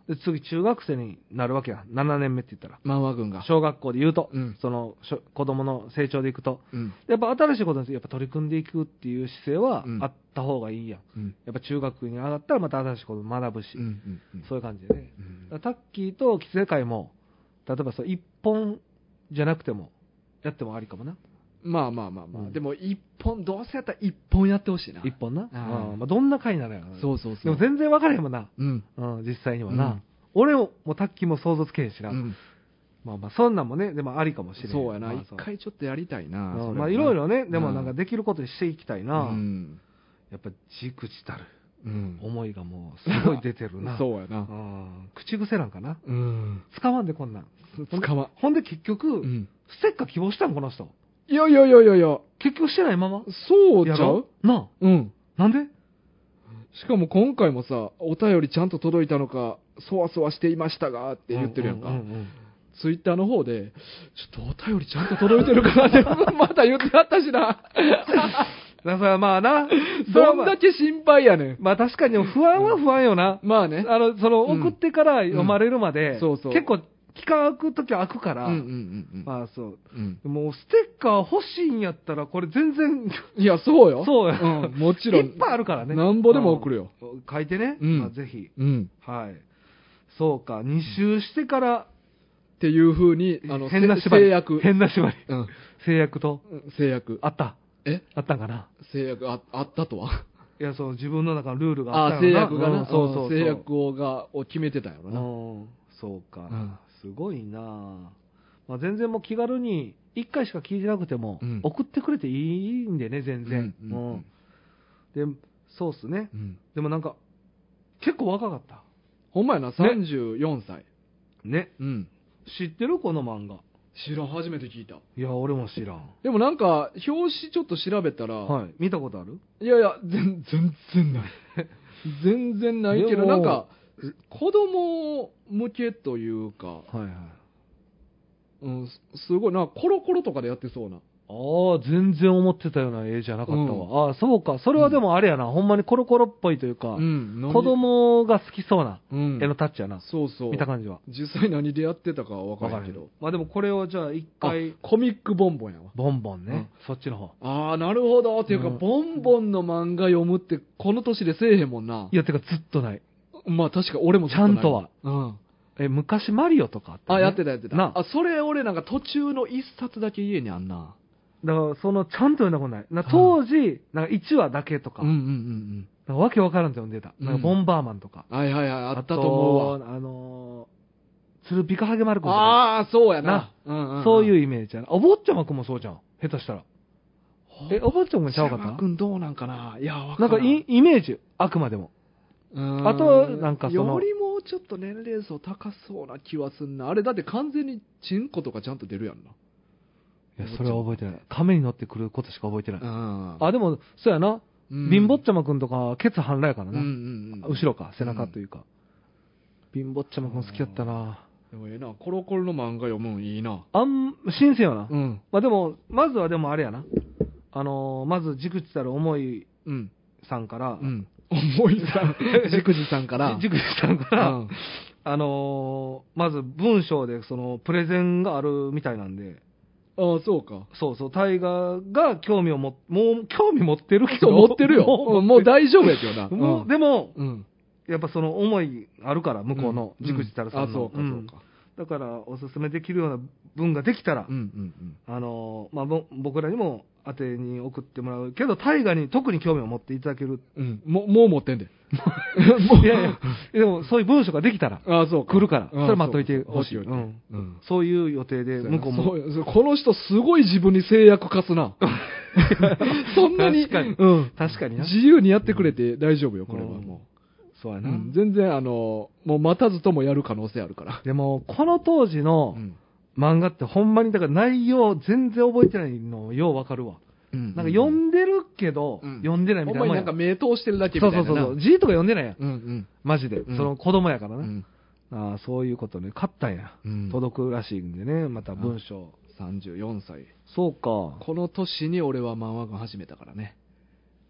Speaker 2: で次中学生になるわけや。ななねんめって言ったら。
Speaker 1: 漫画軍が。
Speaker 2: 小学校で言うと、
Speaker 1: うん、
Speaker 2: そのしょ子供の成長でいくと、
Speaker 1: うん、
Speaker 2: やっぱ新しいことにやっぱ取り組んでいくっていう姿勢は
Speaker 1: うん
Speaker 2: あった方がいいやん。
Speaker 1: うん、
Speaker 2: やっぱ中学に上がったらまた新しいことを学ぶし、
Speaker 1: うんうんうん、
Speaker 2: そういう感じでね。
Speaker 1: うん
Speaker 2: だからタッキーとキツネ会も、例えばそう一本じゃなくても、やってもありかもな。
Speaker 1: まあまあまあまあ、
Speaker 2: うん
Speaker 1: でも一本、どうせやったら一本やってほしいな。
Speaker 2: 一本な。
Speaker 1: あー
Speaker 2: うんまあ、どんな会になるやろな。
Speaker 1: そうそうそう。
Speaker 2: でも全然分からへんもんな。
Speaker 1: うん。
Speaker 2: うん、実際にはな。
Speaker 1: うん
Speaker 2: 俺ももうタッキーも想像つけへんしな。
Speaker 1: うん
Speaker 2: まあまあ、そんなんもね、でもありかもしれない。
Speaker 1: そうやな、
Speaker 2: まあそう
Speaker 1: 一回ちょっとやりたいな。
Speaker 2: うん
Speaker 1: それは
Speaker 2: まあいろいろね、でも
Speaker 1: うん
Speaker 2: なんかできることにしていきたいな。
Speaker 1: うん。
Speaker 2: やっぱじくじたる
Speaker 1: うん。
Speaker 2: 思いがもうすごい出てるな。
Speaker 1: そうやな。
Speaker 2: うん口癖なんかな。
Speaker 1: うん。
Speaker 2: 使わんでこんなん。
Speaker 1: 使わん。
Speaker 2: ほんで結局、
Speaker 1: うん。
Speaker 2: ステッカー希望したんこの人。
Speaker 1: いやいやいやいやいや、
Speaker 2: 結局してないまま
Speaker 1: そうちゃ
Speaker 2: やろ
Speaker 1: う
Speaker 2: なあ。
Speaker 1: うん。
Speaker 2: なんで
Speaker 1: しかも今回もさ、お便りちゃんと届いたのか、そわそわしていましたがって言ってるやんか。
Speaker 2: うううんうん
Speaker 1: ツイッターの方で、ちょっとお便りちゃんと届いてるかなって、また言ってあったしな。
Speaker 2: だからまあな、
Speaker 1: どんだけ心配やねん。
Speaker 2: まあ確かに不安は不安よな。
Speaker 1: まあね。
Speaker 2: あの、その、
Speaker 1: うん
Speaker 2: 送ってから読まれるまで、
Speaker 1: うんそうそう
Speaker 2: 結構、期間空くときは空くから、
Speaker 1: うんうんうんうん。
Speaker 2: まあそう。
Speaker 1: うん
Speaker 2: もうステッカー欲しいんやったら、これ全然、
Speaker 1: いや、そうよ。
Speaker 2: そうや
Speaker 1: うん、もちろん。
Speaker 2: いっぱいあるからね。
Speaker 1: なんぼでも送るよ。
Speaker 2: うん書いてね。
Speaker 1: うん
Speaker 2: まあぜひ。
Speaker 1: うん。
Speaker 2: はい。そうか、に周してから、
Speaker 1: っていう風に、あの、
Speaker 2: 変な縛り。
Speaker 1: 制約。
Speaker 2: 変な縛り。
Speaker 1: うん。
Speaker 2: 制約と、
Speaker 1: 制約。
Speaker 2: あった。
Speaker 1: え
Speaker 2: あったんかな。
Speaker 1: 制約ああったとはい
Speaker 2: や、そう、自分の中のルールがあ
Speaker 1: ああ、
Speaker 2: ったんやろ
Speaker 1: 制約がな。
Speaker 2: うんそうそうそう。
Speaker 1: 制約をが、を決めてたんやろな。
Speaker 2: うん、そうか、
Speaker 1: うん
Speaker 2: すごいな、まあ、全然もう気軽にいっかいしか聞いてなくても、
Speaker 1: うん
Speaker 2: 送ってくれていいんでね、全然、
Speaker 1: うんうんうん
Speaker 2: うんでそうっすね、
Speaker 1: うん。
Speaker 2: でもなんか結構若かった
Speaker 1: ほんまやな、さんじゅうよんさい。
Speaker 2: ね。
Speaker 1: うん。
Speaker 2: 知ってるこの漫画。
Speaker 1: 知らん、初めて聞いた。
Speaker 2: いや俺も知らん。
Speaker 1: でもなんか、表紙ちょっと調べたら、
Speaker 2: はい、見たことある？
Speaker 1: いやいや、全全然ない。全然ないけど、
Speaker 2: でも
Speaker 1: なんか、子供向けというか、
Speaker 2: はいはい。
Speaker 1: うん、すすごいな、コロコロとかでやってそうな。
Speaker 2: ああ、全然思ってたような絵じゃなかったわ。
Speaker 1: うん
Speaker 2: ああ、そうか。それはでもあれやな、ほんまにコロコロっぽいというか、
Speaker 1: うん、
Speaker 2: 子供が好きそうな
Speaker 1: うん、
Speaker 2: 絵のタッチやな。
Speaker 1: そうそう。
Speaker 2: 見た感じは。
Speaker 1: 実際何でやってたかは分からんけど。
Speaker 2: まあでもこれをじゃあ一
Speaker 1: あ
Speaker 2: 回、
Speaker 1: コミックボンボンやわ。
Speaker 2: ボンボンね、そっちの方。
Speaker 1: ああ、なるほど。っていうか、
Speaker 2: うん
Speaker 1: ボンボンの漫画読むって、この年でせえへんもんな。
Speaker 2: いや、てかずっとない。
Speaker 1: まあ確か俺もずっとない
Speaker 2: ちゃんとは。
Speaker 1: うん。
Speaker 2: え、昔マリオとかあった、ね、
Speaker 1: あ、やってたやってた。
Speaker 2: な
Speaker 1: あ、それ俺なんか途中の一冊だけ家にあんな。
Speaker 2: だから、その、ちゃんと読んだことない。な当時、なんかいちわだけとか、
Speaker 1: うんうんうん
Speaker 2: なんかわけわからんと読んでた。なんかボンバーマンとか。
Speaker 1: うん。はいはいはい、あったと思うわ。
Speaker 2: あとあのー、鶴ピカハゲマルくんとか。
Speaker 1: ああ、そうやな。
Speaker 2: な
Speaker 1: うんうん、
Speaker 2: そういう
Speaker 1: う
Speaker 2: イメージやな。お坊ちゃまくんもそうじゃん。下手したら。え、お坊ちゃまくんちゃうかった
Speaker 1: くんどうなんかないや、わか
Speaker 2: なんかイイメージ、あくまでも。
Speaker 1: うん
Speaker 2: あとなんかその
Speaker 1: よりもちょっと年齢層高そうな気はすんな。あれだって完全にチンコとかちゃんと出るやんな。
Speaker 2: いや、それは覚えてない。亀に乗ってくることしか覚えてない。
Speaker 1: あ
Speaker 2: あ、でも、そうやな。
Speaker 1: うん
Speaker 2: 貧乏ちゃまくんとか、ケツ半裸やからな。
Speaker 1: うんうんうん、
Speaker 2: 後ろか、背中というか。貧乏ちゃまくん好きやったな。
Speaker 1: でもええな、コロコロの漫画読むんいいな。
Speaker 2: あん、新鮮やな。
Speaker 1: うん。
Speaker 2: まあでも、まずはでもあれやな。あのー、まず、じくじたる思い
Speaker 1: うん。
Speaker 2: さんから、
Speaker 1: うん。思いさん、じくじさんから。
Speaker 2: じじくじさんから、
Speaker 1: うん
Speaker 2: あのー、まず文章でそのプレゼンがあるみたいなんで、
Speaker 1: ああ、そうか。
Speaker 2: そうそう、タイガーが興味をも、もう興味持ってるけど、
Speaker 1: そう、持ってるよ。うんもう大丈夫やけどな。
Speaker 2: もうでも、
Speaker 1: うん。
Speaker 2: やっぱその思いあるから、向こうの、
Speaker 1: うん
Speaker 2: じくじたるさんの。
Speaker 1: あ、そうか、そう
Speaker 2: うん
Speaker 1: か。
Speaker 2: だから、おすすめできるような文ができたら、
Speaker 1: うんうん
Speaker 2: あのー、まあ、ぼ僕らにも当てに送ってもらうけど、タイガーに特に興味を持っていただける。
Speaker 1: うん。うん。もう、もう持ってんで。
Speaker 2: いやいや、でもそういう文章ができたら、
Speaker 1: ああ、そうか。
Speaker 2: 来るから、
Speaker 1: うん
Speaker 2: それ待っといてほしい。
Speaker 1: そうか
Speaker 2: うん
Speaker 1: うん。
Speaker 2: そういう予定で、向こうも。
Speaker 1: そうそうこの人すごい自分に制約課すな。そんなに、
Speaker 2: 確かに
Speaker 1: うん。
Speaker 2: 確かにな。
Speaker 1: 自由にやってくれて大丈夫よ、これはもう。
Speaker 2: そうやな。
Speaker 1: うん全然、あの、もう待たずともやる可能性あるから。
Speaker 2: でも、この当時の
Speaker 1: うん
Speaker 2: 漫画ってほんまに、だから内容全然覚えてないのようわかるわ。
Speaker 1: うん
Speaker 2: なんか読んでるけど、
Speaker 1: うん
Speaker 2: 読んでないみたいなもんや。
Speaker 1: ほんまになんか目通してるだけみたいなな。
Speaker 2: そうそうそうそう。字とか読んでないやん。
Speaker 1: うんうん。
Speaker 2: マジで。
Speaker 1: うん
Speaker 2: その子供やからな。
Speaker 1: うん
Speaker 2: ああ、そういうことね。勝ったんや。
Speaker 1: うん
Speaker 2: 届くらしいんでね、また文章。
Speaker 1: さんじゅうよんさい。
Speaker 2: そうか。
Speaker 1: この年に俺は漫画が始めたからね。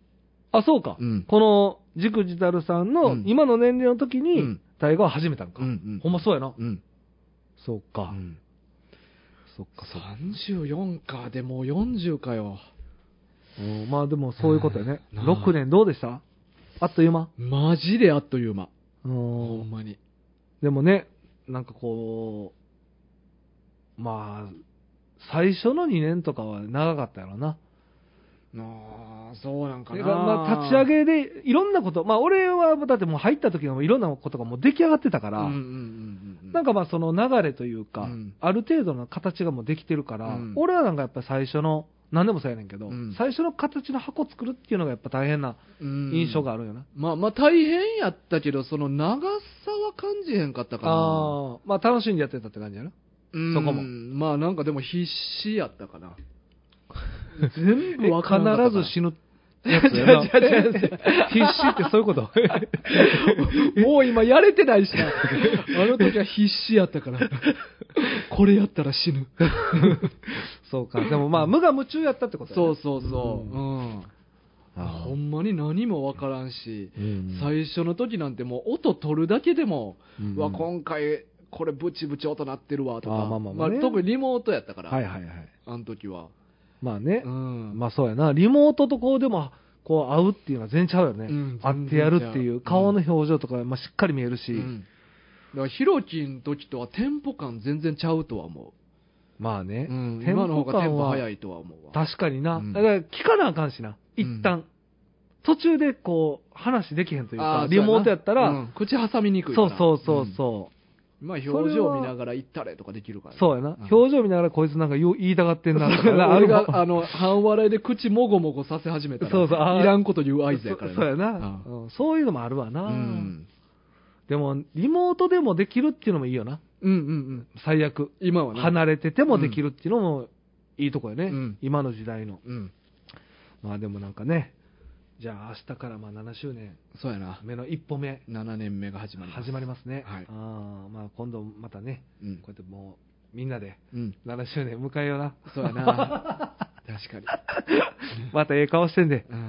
Speaker 2: あ、そうか。
Speaker 1: うん、
Speaker 2: この、ジクジタルさんの今の年齢の時に、大河を始めたんか。うんうん、ほんまそうやな。
Speaker 1: うん。
Speaker 2: そうか。
Speaker 1: うん、
Speaker 2: そっか、そっか。
Speaker 1: さんじゅうよんか、でもうよんじゅうかよ。
Speaker 2: うん、まあでもそういうことやね。ろくねんどうでした？あっという間？
Speaker 1: マジであっという間。
Speaker 2: うん。
Speaker 1: ほんまに。
Speaker 2: でもね、なんかこう、まあ、最初のにねんとかは長かったやろな。
Speaker 1: ああ、そうなんかな。
Speaker 2: まあ、立ち上げでいろんなこと、まあ俺はだってもう入った時のいろんなことがもう出来上がってたから、なんかまあその流れというか、うん、ある程度の形がもうできてるから、うん、俺はなんかやっぱ最初の、何でもそうやねんけど、うん、最初の形の箱作るっていうのがやっぱ大変な印象があるよな。
Speaker 1: まあまあ大変やったけど、その長さは感じへんかったかな。
Speaker 2: ああ、まあ楽しんでやってたって感じやな。そこも。
Speaker 1: まあなんかでも必死やったかな。
Speaker 2: 全部わからなかった。必ず死ぬやつやな。必死ってそういうこと
Speaker 1: もう今やれてないしな。あの時は必死やったから。これやったら死ぬ。
Speaker 2: そうか。でもまあ無我夢中やったってことや
Speaker 1: ね。そうそうそう。うん。うん、ほんまに何もわからんし、うん、最初の時なんてもう音取るだけでも、うん、わ今回これブチブチ音鳴ってるわとか、あまあまあまあね、まあ、特にリモートやったから、
Speaker 2: はいはいはい、
Speaker 1: あの時は。
Speaker 2: まあね、うん、まあそうやな、リモートとこうでもこう会うっていうのは全然ちゃうよね、うん、会ってやるっていう顔の表情とか、まあ、しっかり見えるし、うん、
Speaker 1: だからヒロキの時とはテンポ感全然ちゃうとは思う。
Speaker 2: まあね、
Speaker 1: うん、今の方がテンポ早いとは思うわ。
Speaker 2: 確かにな、うん、だから聞かなあかんしな、一旦、うん、途中でこう話できへんというか、リモートやったら、うん、
Speaker 1: 口挟みにくいから。
Speaker 2: そうそうそうそう。
Speaker 1: まあ表情見ながら行ったれとかできるから、ね、
Speaker 2: そうやな、うん、表情見ながらこいつなんか言いたがってんなとか
Speaker 1: 俺があの半笑いで口もごもごさせ始めたらそうそういらんこと言う合図やからね。
Speaker 2: そ, そうやな、うん、そういうのもあるわな、うん、でもリモートでもできるっていうのもいいよな、
Speaker 1: うんうんうん、
Speaker 2: 最悪
Speaker 1: 今はね
Speaker 2: 離れててもできるっていうのもいいとこよね、うん、今の時代の、うん、まあでもなんかね、じゃあ明日からまあななしゅうねん
Speaker 1: そうやな
Speaker 2: 目の一歩目
Speaker 1: ななねんめが始まります
Speaker 2: 始まりますね、
Speaker 1: はい、
Speaker 2: あまあ今度またね、うん、こうやってもうみんなでななしゅうねん迎えような、
Speaker 1: そうやな確かに
Speaker 2: またええ顔してんで、うん、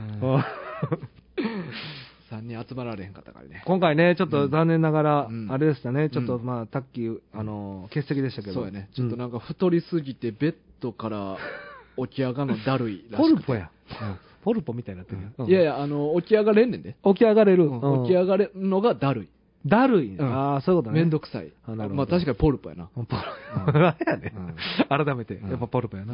Speaker 1: さんにん集まられへんかったからね
Speaker 2: 今回ねちょっと残念ながら、うん、あれでしたねちょっとまあタッキーあの欠席でしたけど、
Speaker 1: そうやねちょっとなんか太りすぎてベッドから起き上がるのだるいらしくて
Speaker 2: ポルポや、うんポルポみたいになってる、
Speaker 1: うん、いやいや、あの、起き上がれんねんで。
Speaker 2: 起き上がれる。
Speaker 1: うん、起き上がれるのがだるい。
Speaker 2: だるい、うん、ああ、そういうことね。
Speaker 1: めんどくさい。あなるほどまあ確かにポルポやな。ポルポ。
Speaker 2: 何やね、うん、改めて、やっぱポルポやな。うん、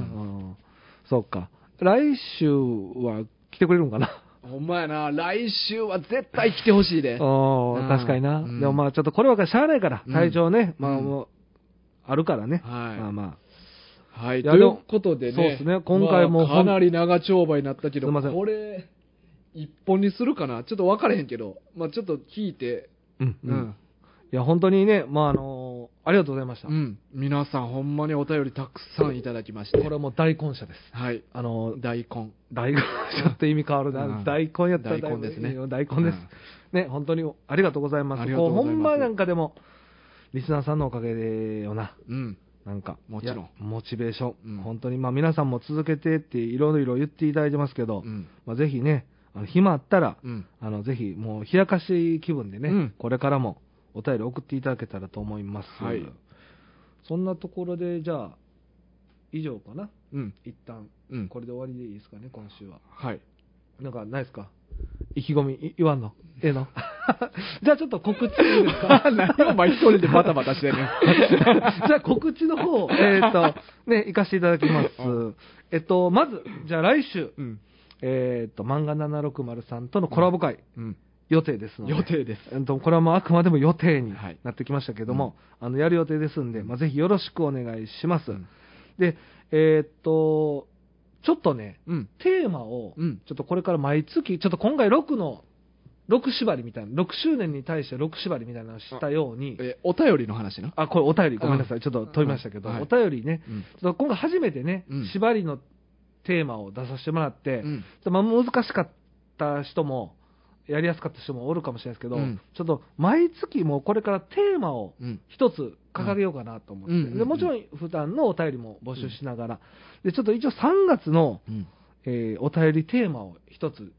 Speaker 2: そうか。来週は来てくれるんかな。
Speaker 1: ほんまやな。来週は絶対来てほしいで。
Speaker 2: お確かにな、うん。でもまあちょっとこれはしゃあないから、体調ね、うん、まあもう、あるからね。
Speaker 1: はい。
Speaker 2: まあまあ。
Speaker 1: はい、ということでね、
Speaker 2: そうですね今回も、
Speaker 1: まあ、かなり長丁場になったけど、これ、一本にするかな、ちょっと分からへんけど、まあ、ちょっと聞いて、
Speaker 2: うんうん、うん、いや、本当にね、まああのー、ありがとうございました、
Speaker 1: うん、皆さん、ほんまにお便りたくさんいただきまして、
Speaker 2: これはもう大根社です、
Speaker 1: はい、
Speaker 2: あのー、
Speaker 1: 大根、
Speaker 2: 大根社って意味変わるな、うん、大根やったら
Speaker 1: 大根ですね、
Speaker 2: 大根です、うん、ね、本当にありがとうございます、こうほんまなんかでも、リスナーさんのおかげでよな。うんなんか
Speaker 1: もちろん
Speaker 2: モチベーション、うん、本当にまあ皆さんも続けてっていろいろ言っていただいてますけど、うんまあ、ぜひねあの暇あったら、うん、あのぜひもう冷やかし気分でね、うん、これからもお便り送っていただけたらと思います、はい、そんなところでじゃあ以上かな、うん、一旦、うん、これで終わりでいいですかね今週は。
Speaker 1: はい
Speaker 2: なんかないですか意気込み言わんのええのじゃあちょっと告知いいですか
Speaker 1: 何を前一人でバタバタしてる
Speaker 2: じゃあ告知の方えっ、ー、とね行かせていただきますえっとまずじゃあ来週、うん、えっ、ー、と漫画ななろくまるさんとのコラボ会、うん、予定ですので
Speaker 1: 予定です、
Speaker 2: えっと、これはもうあくまでも予定になってきましたけども、はいうん、あのやる予定ですんで、まあ、ぜひよろしくお願いします、うん、でえっ、ー、とちょっとね、うん、テーマを、うん、ちょっとこれから毎月、ちょっと今回ろくの、ろく縛りみたいな、ろくしゅうねんに対してろく縛りみたいなのをしたように。
Speaker 1: え、お便りの話な。
Speaker 2: あ、これお便り、ごめんなさい、うん、ちょっと飛びましたけど、うん、お便りね、うん、ちょっと今回初めてね、うん、縛りのテーマを出させてもらって、うん、ちょっとまあ難しかった人も、やりやすかった人もおるかもしれないですけど、うん、ちょっと毎月もうこれからテーマを一つ掲げようかなと思って、うん、でもちろん普段のお便りも募集しながら、でちょっと一応さんがつの、うんえー、お便りテーマを一つ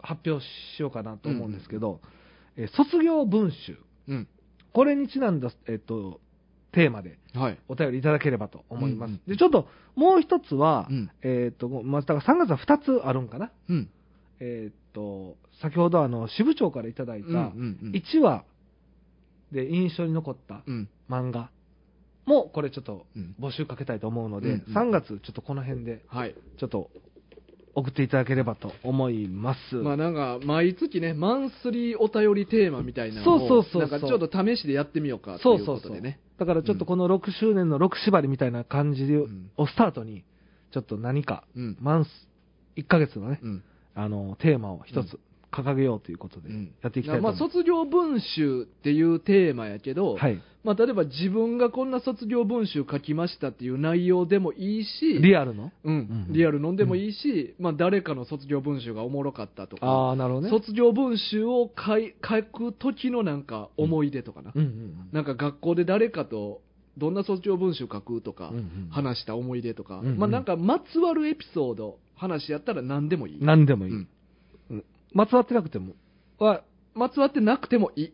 Speaker 2: 発表しようかなと思うんですけど、うん、えー、卒業文集、うん、これにちなんだ、えっと、テーマでお便りいただければと思います。はい、でちょっともう一つは、うん、えっとまあ、だからさんがつはふたつあるんかな、うん、えっと先ほどあの支部長からいただいたいちわで印象に残った漫画もこれちょっと募集かけたいと思うので、うんうん、さんがつちょっとこの辺でちょっと送っていただければと思います。
Speaker 1: まあなんか毎月ねマンスリーお便りテーマみたいなのをそうそうそうそうなんかちょっと試しでやってみようかということでね。そうそうそう
Speaker 2: だからちょっとこのろくしゅうねんのろく縛りみたいな感じをスタートにちょっと何か、うん、マンスいっかげつのね、うん、あのテーマを一つ掲げようということでやっていきたいと思います。
Speaker 1: まあ卒業文集っていうテーマやけど、はい、まあ例えば自分がこんな卒業文集書きましたっていう内容でもいいし、
Speaker 2: リアルの、
Speaker 1: うん、うん、リアルのでもいいし、うん、まあ誰かの卒業文集がおもろかったとか、
Speaker 2: ああなるほどね。
Speaker 1: 卒業文集を書い書く時のなんか思い出とかな、うんうんうん、なんか学校で誰かとどんな卒業文集書くとか、うんうん、話した思い出とか、うんうん、まあなんかまつわるエピソード話やったら何でもいい。
Speaker 2: 何でもいい。うん、まつわってなくても。
Speaker 1: はまつわってなくてもいい。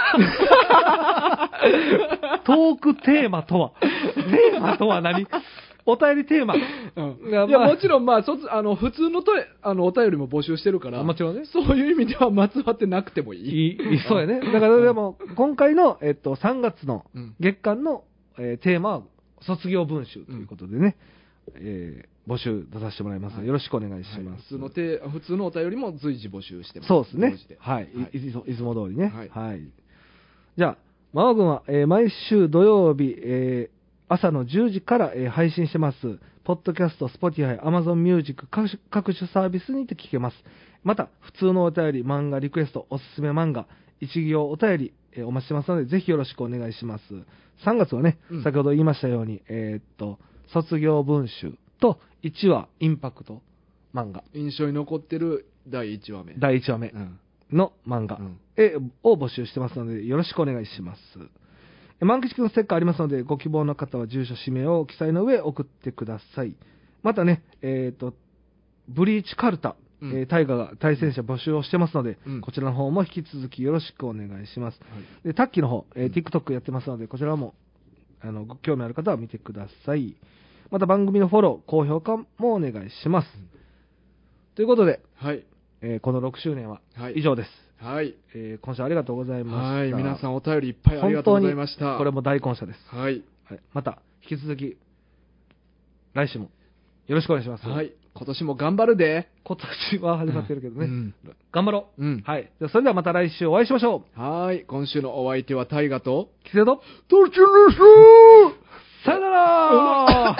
Speaker 2: トークテーマとはテーマとは何？お便りテーマ。
Speaker 1: うん、いや、まあ、もちろん、まあ、そあの普通のとあのお便りも募集してるから、
Speaker 2: もちろんね。
Speaker 1: そういう意味ではまつわってなくてもいい。
Speaker 2: いいそうやね。だからでも、今回の、えっと、さんがつの月間の、えー、テーマは卒業文集ということでね。うんえー募集出させてもらいます、はい、よろしくお願いします、はい、
Speaker 1: 普通のて普通のお便りも随時募集してます。
Speaker 2: そうですね、はい、はい、い, い, ついつも通りね、はいはい、じゃあ真央君は、えー、毎週土曜日、えー、朝のじゅうじから、えー、配信してますポッドキャスト、Spotify、Amazon Music 各, 各種サービスにて聞けます。また普通のお便り、漫画リクエスト、おすすめ漫画、一行お便り、えー、お待ちしてますのでぜひよろしくお願いします。さんがつはね、うん、先ほど言いましたように、えー、っと卒業文集といちわインパクト漫画
Speaker 1: 印象に残ってるだいいちわめ
Speaker 2: だいいちわめの漫画、うん、えを募集してますのでよろしくお願いします。満吉くんステッカーありますのでご希望の方は住所氏名を記載の上送ってください。またねえっ、ー、とブリーチカルタ、うん、えー、タイガが対戦者募集をしてますので、うん、こちらの方も引き続きよろしくお願いします、はい、でタッキーの方、えー、TikTok やってますのでこちらもあのご興味ある方は見てください。また番組のフォロー、高評価もお願いします。うん、ということで、はいえー、このろくしゅうねんは以上です。はい、えー、今週ありがとうございました。
Speaker 1: はい、皆さんお便りいっぱいありがとうございました。
Speaker 2: これも大感謝です。
Speaker 1: はい、
Speaker 2: はい。また引き続き来週もよろしくお願いします。
Speaker 1: はい。今年も頑張るで。
Speaker 2: 今年は始まってるけどね。うん、頑張ろう。
Speaker 1: うん。
Speaker 2: はい。じゃあそれではまた来週お会いしましょ
Speaker 1: う。はい。今週のお相手はタイガと
Speaker 2: キセと
Speaker 1: トルチュルス
Speaker 2: さよなら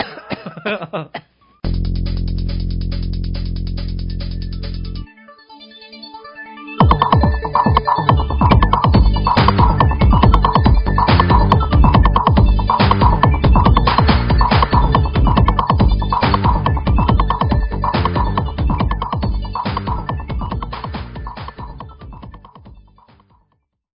Speaker 2: ー